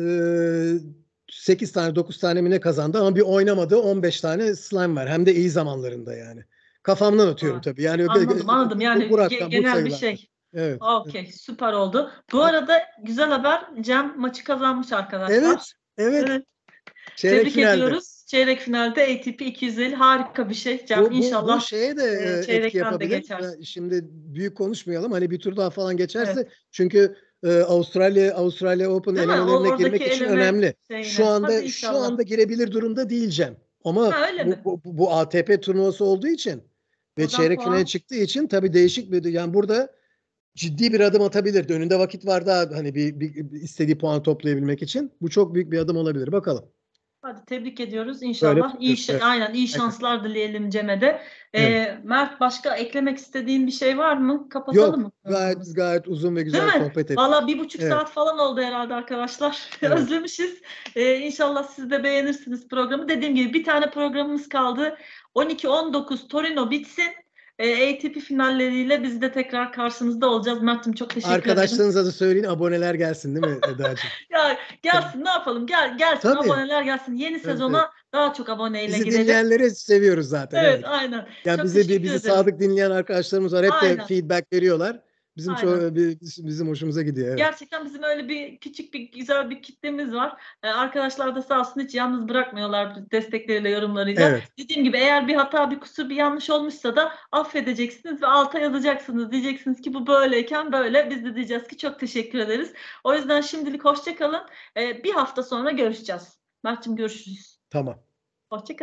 Speaker 2: sekiz tane dokuz tane mi ne kazandı ama bir oynamadı, on beş tane slam var. Hem de iyi zamanlarında yani. Kafamdan atıyorum
Speaker 1: Aa,
Speaker 2: tabii. Yani
Speaker 1: anladım, anladım.
Speaker 2: bu,
Speaker 1: Yani
Speaker 2: bu
Speaker 1: ge-
Speaker 2: rakam, bu
Speaker 1: genel bir
Speaker 2: sayılarda.
Speaker 1: şey.
Speaker 2: Evet.
Speaker 1: Okey, süper oldu. Bu arada güzel haber, Cem maçı kazanmış
Speaker 2: Evet.
Speaker 1: arkadaşlar.
Speaker 2: Evet.
Speaker 1: Evet.
Speaker 2: Çeyrek
Speaker 1: Tebrik
Speaker 2: finalde.
Speaker 1: ediyoruz. Çeyrek finalde A T P iki yüz elli harika bir şey. Cem
Speaker 2: Bu, bu, bu
Speaker 1: inşallah
Speaker 2: şeye de
Speaker 1: e,
Speaker 2: e, etki
Speaker 1: çeyrekten de
Speaker 2: yapabilir.
Speaker 1: geçersin.
Speaker 2: Ben şimdi büyük konuşmayalım. Hani bir tur daha falan
Speaker 1: Evet.
Speaker 2: geçerse, çünkü e, Avustralya Avustralya Open
Speaker 1: Değil mi? O
Speaker 2: elemelerine
Speaker 1: oradaki
Speaker 2: girmek için
Speaker 1: eleme
Speaker 2: önemli. Şu
Speaker 1: şeyine. Hadi
Speaker 2: anda şu
Speaker 1: inşallah.
Speaker 2: anda girebilir durumda diyeceğim. Ama
Speaker 1: Ha, öyle
Speaker 2: bu,
Speaker 1: mi?
Speaker 2: bu, bu A T P turnuvası olduğu için ve
Speaker 1: Oradan
Speaker 2: çeyrek finale
Speaker 1: puan.
Speaker 2: çıktığı için tabii değişik bir, yani burada ciddi bir adım atabilir. Önünde vakit var daha, hani bir, bir, bir istediği puan toplayabilmek için. Bu çok büyük bir adım olabilir. Bakalım.
Speaker 1: Hadi tebrik ediyoruz.
Speaker 2: Böyle
Speaker 1: İnşallah iyi
Speaker 2: tutuyoruz.
Speaker 1: ş-
Speaker 2: Evet.
Speaker 1: aynen iyi
Speaker 2: Aynen.
Speaker 1: şanslar dileyelim Cem'e de. Ee,
Speaker 2: Evet.
Speaker 1: Mert, başka eklemek istediğin bir şey var mı? Kapatalım
Speaker 2: Yok.
Speaker 1: mı
Speaker 2: Gayet
Speaker 1: programımızı?
Speaker 2: gayet uzun ve
Speaker 1: Değil
Speaker 2: güzel
Speaker 1: mi?
Speaker 2: sohbet ettik.
Speaker 1: Valla bir buçuk
Speaker 2: Evet.
Speaker 1: saat falan oldu herhalde arkadaşlar.
Speaker 2: Evet.
Speaker 1: Özlemişiz. Ee, İnşallah siz de beğenirsiniz programı. Dediğim gibi bir tane programımız kaldı. on iki on dokuz Torino bitsin. Ee, A T P finalleriyle biz de tekrar karşınızda olacağız. Mert'im çok teşekkür ederim.
Speaker 2: Arkadaşlarınıza da söyleyin, aboneler gelsin değil mi Eda'cığım?
Speaker 1: Ya gelsin, ne yapalım? Gel gelsin,
Speaker 2: Tabii.
Speaker 1: aboneler gelsin. Yeni
Speaker 2: Tabii,
Speaker 1: sezona
Speaker 2: tabii.
Speaker 1: daha çok aboneyle
Speaker 2: Bizi
Speaker 1: girelim.
Speaker 2: dinleyenleri seviyoruz zaten.
Speaker 1: Evet,
Speaker 2: Evet.
Speaker 1: aynen.
Speaker 2: Yani
Speaker 1: Çok
Speaker 2: bize bir
Speaker 1: teşekkür
Speaker 2: bizi
Speaker 1: ederim.
Speaker 2: sadık dinleyen arkadaşlarımız var. Hep de
Speaker 1: Aynen.
Speaker 2: feedback veriyorlar. Bizim
Speaker 1: Aynen.
Speaker 2: çok bizim hoşumuza gidiyor. Evet.
Speaker 1: Gerçekten bizim öyle bir küçük bir güzel bir kitlemiz var. Ee, arkadaşlar da sağ olsun hiç yalnız bırakmıyorlar destekleriyle, yorumlarıyla.
Speaker 2: Evet.
Speaker 1: Dediğim gibi eğer bir hata, bir kusur, bir yanlış olmuşsa da affedeceksiniz ve alta yazacaksınız. Diyeceksiniz ki bu böyleyken böyle. Biz de diyeceğiz ki çok teşekkür ederiz. O yüzden şimdilik hoşça kalın. Ee, bir hafta sonra görüşeceğiz. Mert'cim görüşürüz.
Speaker 2: Tamam.
Speaker 1: Hoşça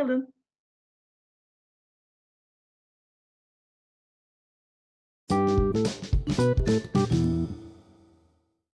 Speaker 1: kalın.